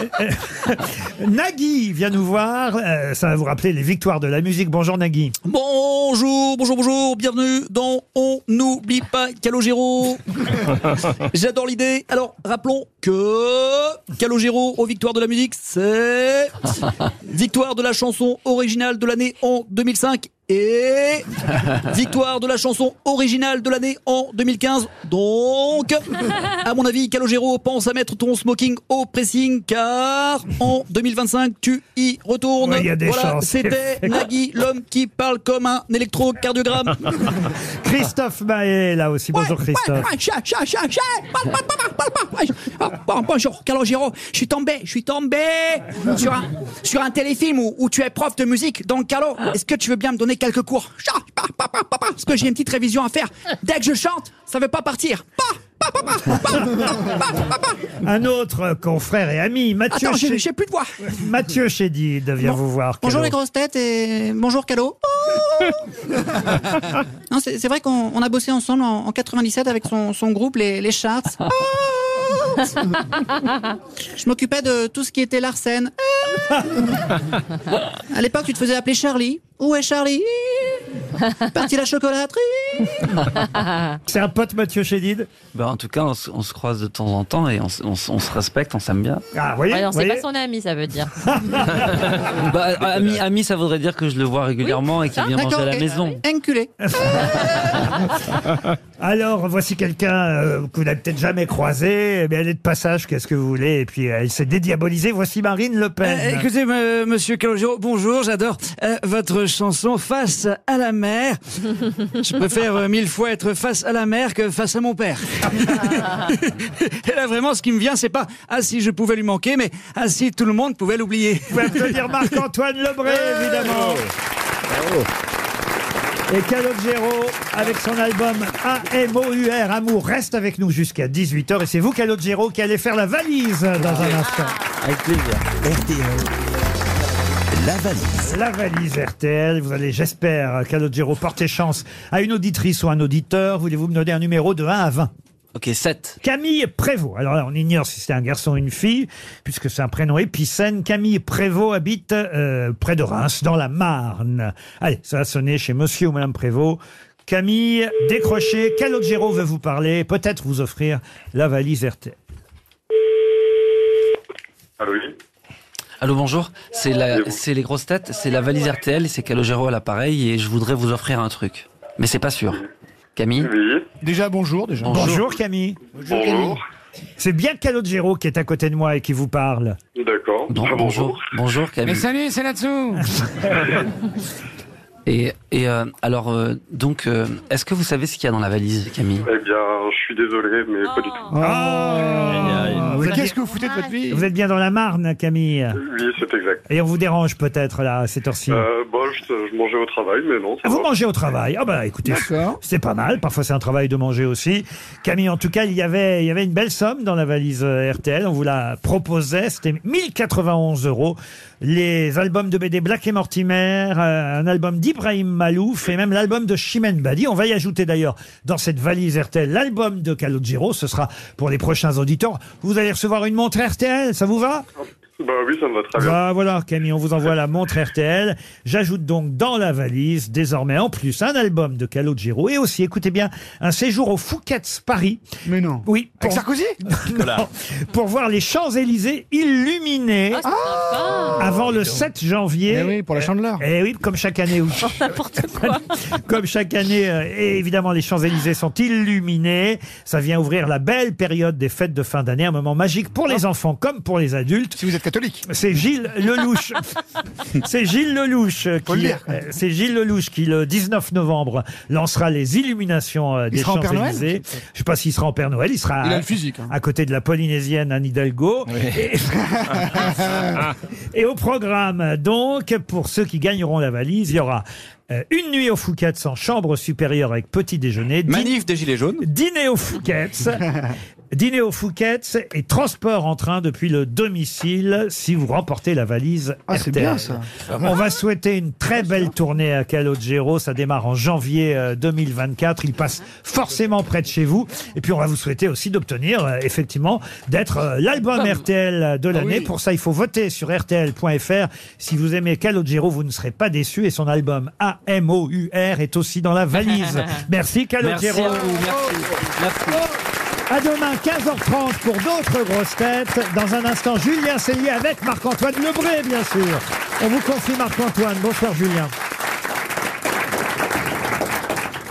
Nagui vient nous voir. Euh, ça va vous rappeler les victoires de la musique. Bonjour, Nagui. Bonjour, bonjour, bonjour. Bienvenue dans On n'oublie pas Calogero. J'adore l'idée. Alors, rappelons que Calogero aux victoires de la musique, c'est victoire de la chanson originale de l'année en deux mille cinq et victoire de la chanson originale de l'année en deux mille quinze. Donc, à mon avis, Calogero, pense à mettre ton smoking au pressing, car en deux mille vingt-cinq, tu y retournes. Ouais, y a des voilà, chances. C'était Nagui, l'homme qui parle comme un électrocardiogramme. Christophe Maé, là aussi. Bonjour, Christophe. Bonjour, Calogero. Je suis tombé, je suis tombé sur un, sur un téléfilm où, où tu es prof de musique. Donc, Calo, est-ce que tu veux bien me donner quelques cours? Parce que j'ai une petite révision à faire. Dès que je chante, ça veut pas partir. Pa, pa, Un autre confrère et ami, Mathieu Attends, j'ai Chédid. j'ai plus de voix. Mathieu Chédid vient vous voir. Bonjour Calo. les grosses têtes et bonjour Calo. Oh non, c'est c'est vrai qu'on on a bossé ensemble en, en quatre-vingt-dix-sept avec son, son groupe, les, les Charts. Oh je m'occupais de tout ce qui était Larsen. À l'époque, tu te faisais appeler Charlie. Où est Charlie? Parti la chocolaterie. C'est un pote, Mathieu Chédid? Ben, en tout cas, on, se- on se croise de temps en temps et on, se- on se- on se respecte, on s'aime bien. Ah, vous voyez, Ouais, non, vous c'est voyez pas son ami, ça veut dire. Bah, ami, ami, ça voudrait dire que je le vois régulièrement et qu'il vient manger à la ok. maison. Enculé. Alors, voici quelqu'un euh, que vous n'avez peut-être jamais croisé, mais elle est de passage, qu'est-ce que vous voulez? Et puis, euh, elle s'est dédiabolisée. Voici Marine Le Pen. Euh, écoutez, me- monsieur Calogero, bonjour, j'adore euh, votre chanson Face à la mer. Je préfère euh, mille fois être face à la mer que face à mon père. Et là, vraiment, ce qui me vient, c'est pas « Ah, si je pouvais lui manquer », mais « Ah, si tout le monde pouvait l'oublier ». Vous pouvez applaudir Marc-Antoine Lebré, évidemment. Et Calogero, avec son album A M O U R, Amour, reste avec nous jusqu'à dix-huit heures. Et c'est vous, Calogero, qui allez faire la valise dans un instant. Avec plaisir. R T L, la valise. La valise R T L, vous allez, j'espère, Calogero, porter chance à une auditrice ou un auditeur. Voulez-vous me donner un numéro de un à vingt? Ok, sept. Camille Prévost. Alors là, on ignore si c'est un garçon ou une fille, puisque c'est un prénom épicène. Camille Prévost habite euh, près de Reims, dans la Marne. Allez, ça va sonner chez monsieur ou madame Prévost. Camille, décrochez. Calogero veut vous parler, peut-être vous offrir la valise R T L. Allô, oui. Allô, bonjour. C'est la, c'est les grosses têtes, c'est la valise R T L et c'est Calogero à l'appareil et je voudrais vous offrir un truc. Mais c'est pas sûr. Camille? Oui. Déjà, bonjour, déjà. Bonjour. Bonjour Camille. Bonjour. C'est bien Calogero qui est à côté de moi et qui vous parle. D'accord. Bon, Ah, bonjour. Bonjour Camille. salut, c'est là-dessous. Et, et euh, alors, euh, donc, euh, est-ce que vous savez ce qu'il y a dans la valise, Camille? Eh bien, je suis désolé, mais pas du tout. Oh, vous, êtes Qu'est-ce bien, que vous foutez de votre vie? vous êtes bien dans la Marne, Camille. Oui, c'est exact. Et on vous dérange peut-être là, à cette heure-ci. Euh, bon, je, je mangeais au travail, mais non. Ça Ah, vous va. mangez au travail. Ah bah écoutez, D'accord. c'est pas mal. Parfois c'est un travail de manger aussi. Camille, en tout cas, il y avait, il y avait une belle somme dans la valise euh, R T L. On vous la proposait. C'était mille quatre-vingt-onze euros. Les albums de B D Black et Mortimer, euh, un album d'Ibrahim Malouf et même l'album de Chimène Badi. On va y ajouter d'ailleurs dans cette valise R T L l'album de Calogero. Ce sera pour les prochains auditeurs. Vous allez recevoir une montre R T L. Ça vous va? Bah oui, ça me va très bien. Ah, voilà, Camille, on vous envoie la montre R T L. J'ajoute donc dans la valise, désormais en plus, un album de Calogero et aussi, écoutez bien, un séjour au Fouquet's Paris. Mais non. Oui. Avec Sarkozy? Non, pour voir les Champs-Élysées illuminés avant le sept janvier. Eh oui, pour la Chandeleur. Eh oui, comme chaque année. Où... N'importe quoi. Comme chaque année, euh, et évidemment, les Champs-Élysées sont illuminés. Ça vient ouvrir la belle période des fêtes de fin d'année, un moment magique pour les enfants comme pour les adultes. Si vous êtes catholique. C'est Gilles Lelouch. C'est Gilles Lelouch Faut le qui, dire. euh, c'est Gilles Lelouch qui, le dix-neuf novembre, lancera les illuminations euh, Il des sera en Père Noël? Champs-Élysées. Je sais pas s'il sera en Père Noël. Il sera Il a à, le physique, hein. à côté de la Polynésienne Anne Hidalgo. Et, et au programme, donc, pour ceux qui gagneront la valise, il y aura euh, une nuit au Fouquet's en chambre supérieure avec petit déjeuner. Manif des Gilets jaunes. Dîner au Fouquet's. Dîner au Fouquet's et transport en train depuis le domicile si vous remportez la valise Ah, R c'est T L. bien, ça. On va souhaiter une très belle tournée à Calogero. Ça démarre en janvier euh, deux mille vingt-quatre. Il passe forcément près de chez vous. Et puis on va vous souhaiter aussi d'obtenir euh, effectivement d'être euh, l'album R T L de l'année. oui. Pour ça, il faut voter sur R T L point F R. Si vous aimez Calogero, vous ne serez pas déçus. Et son album A M O U R est aussi dans la valise. Merci Calogero. Merci à vous, merci. Merci. À demain, quinze heures trente pour d'autres grosses têtes. Dans un instant, Julien Cellier avec Marc-Antoine Lebré, bien sûr. On vous confie Marc-Antoine. Bonsoir, Julien.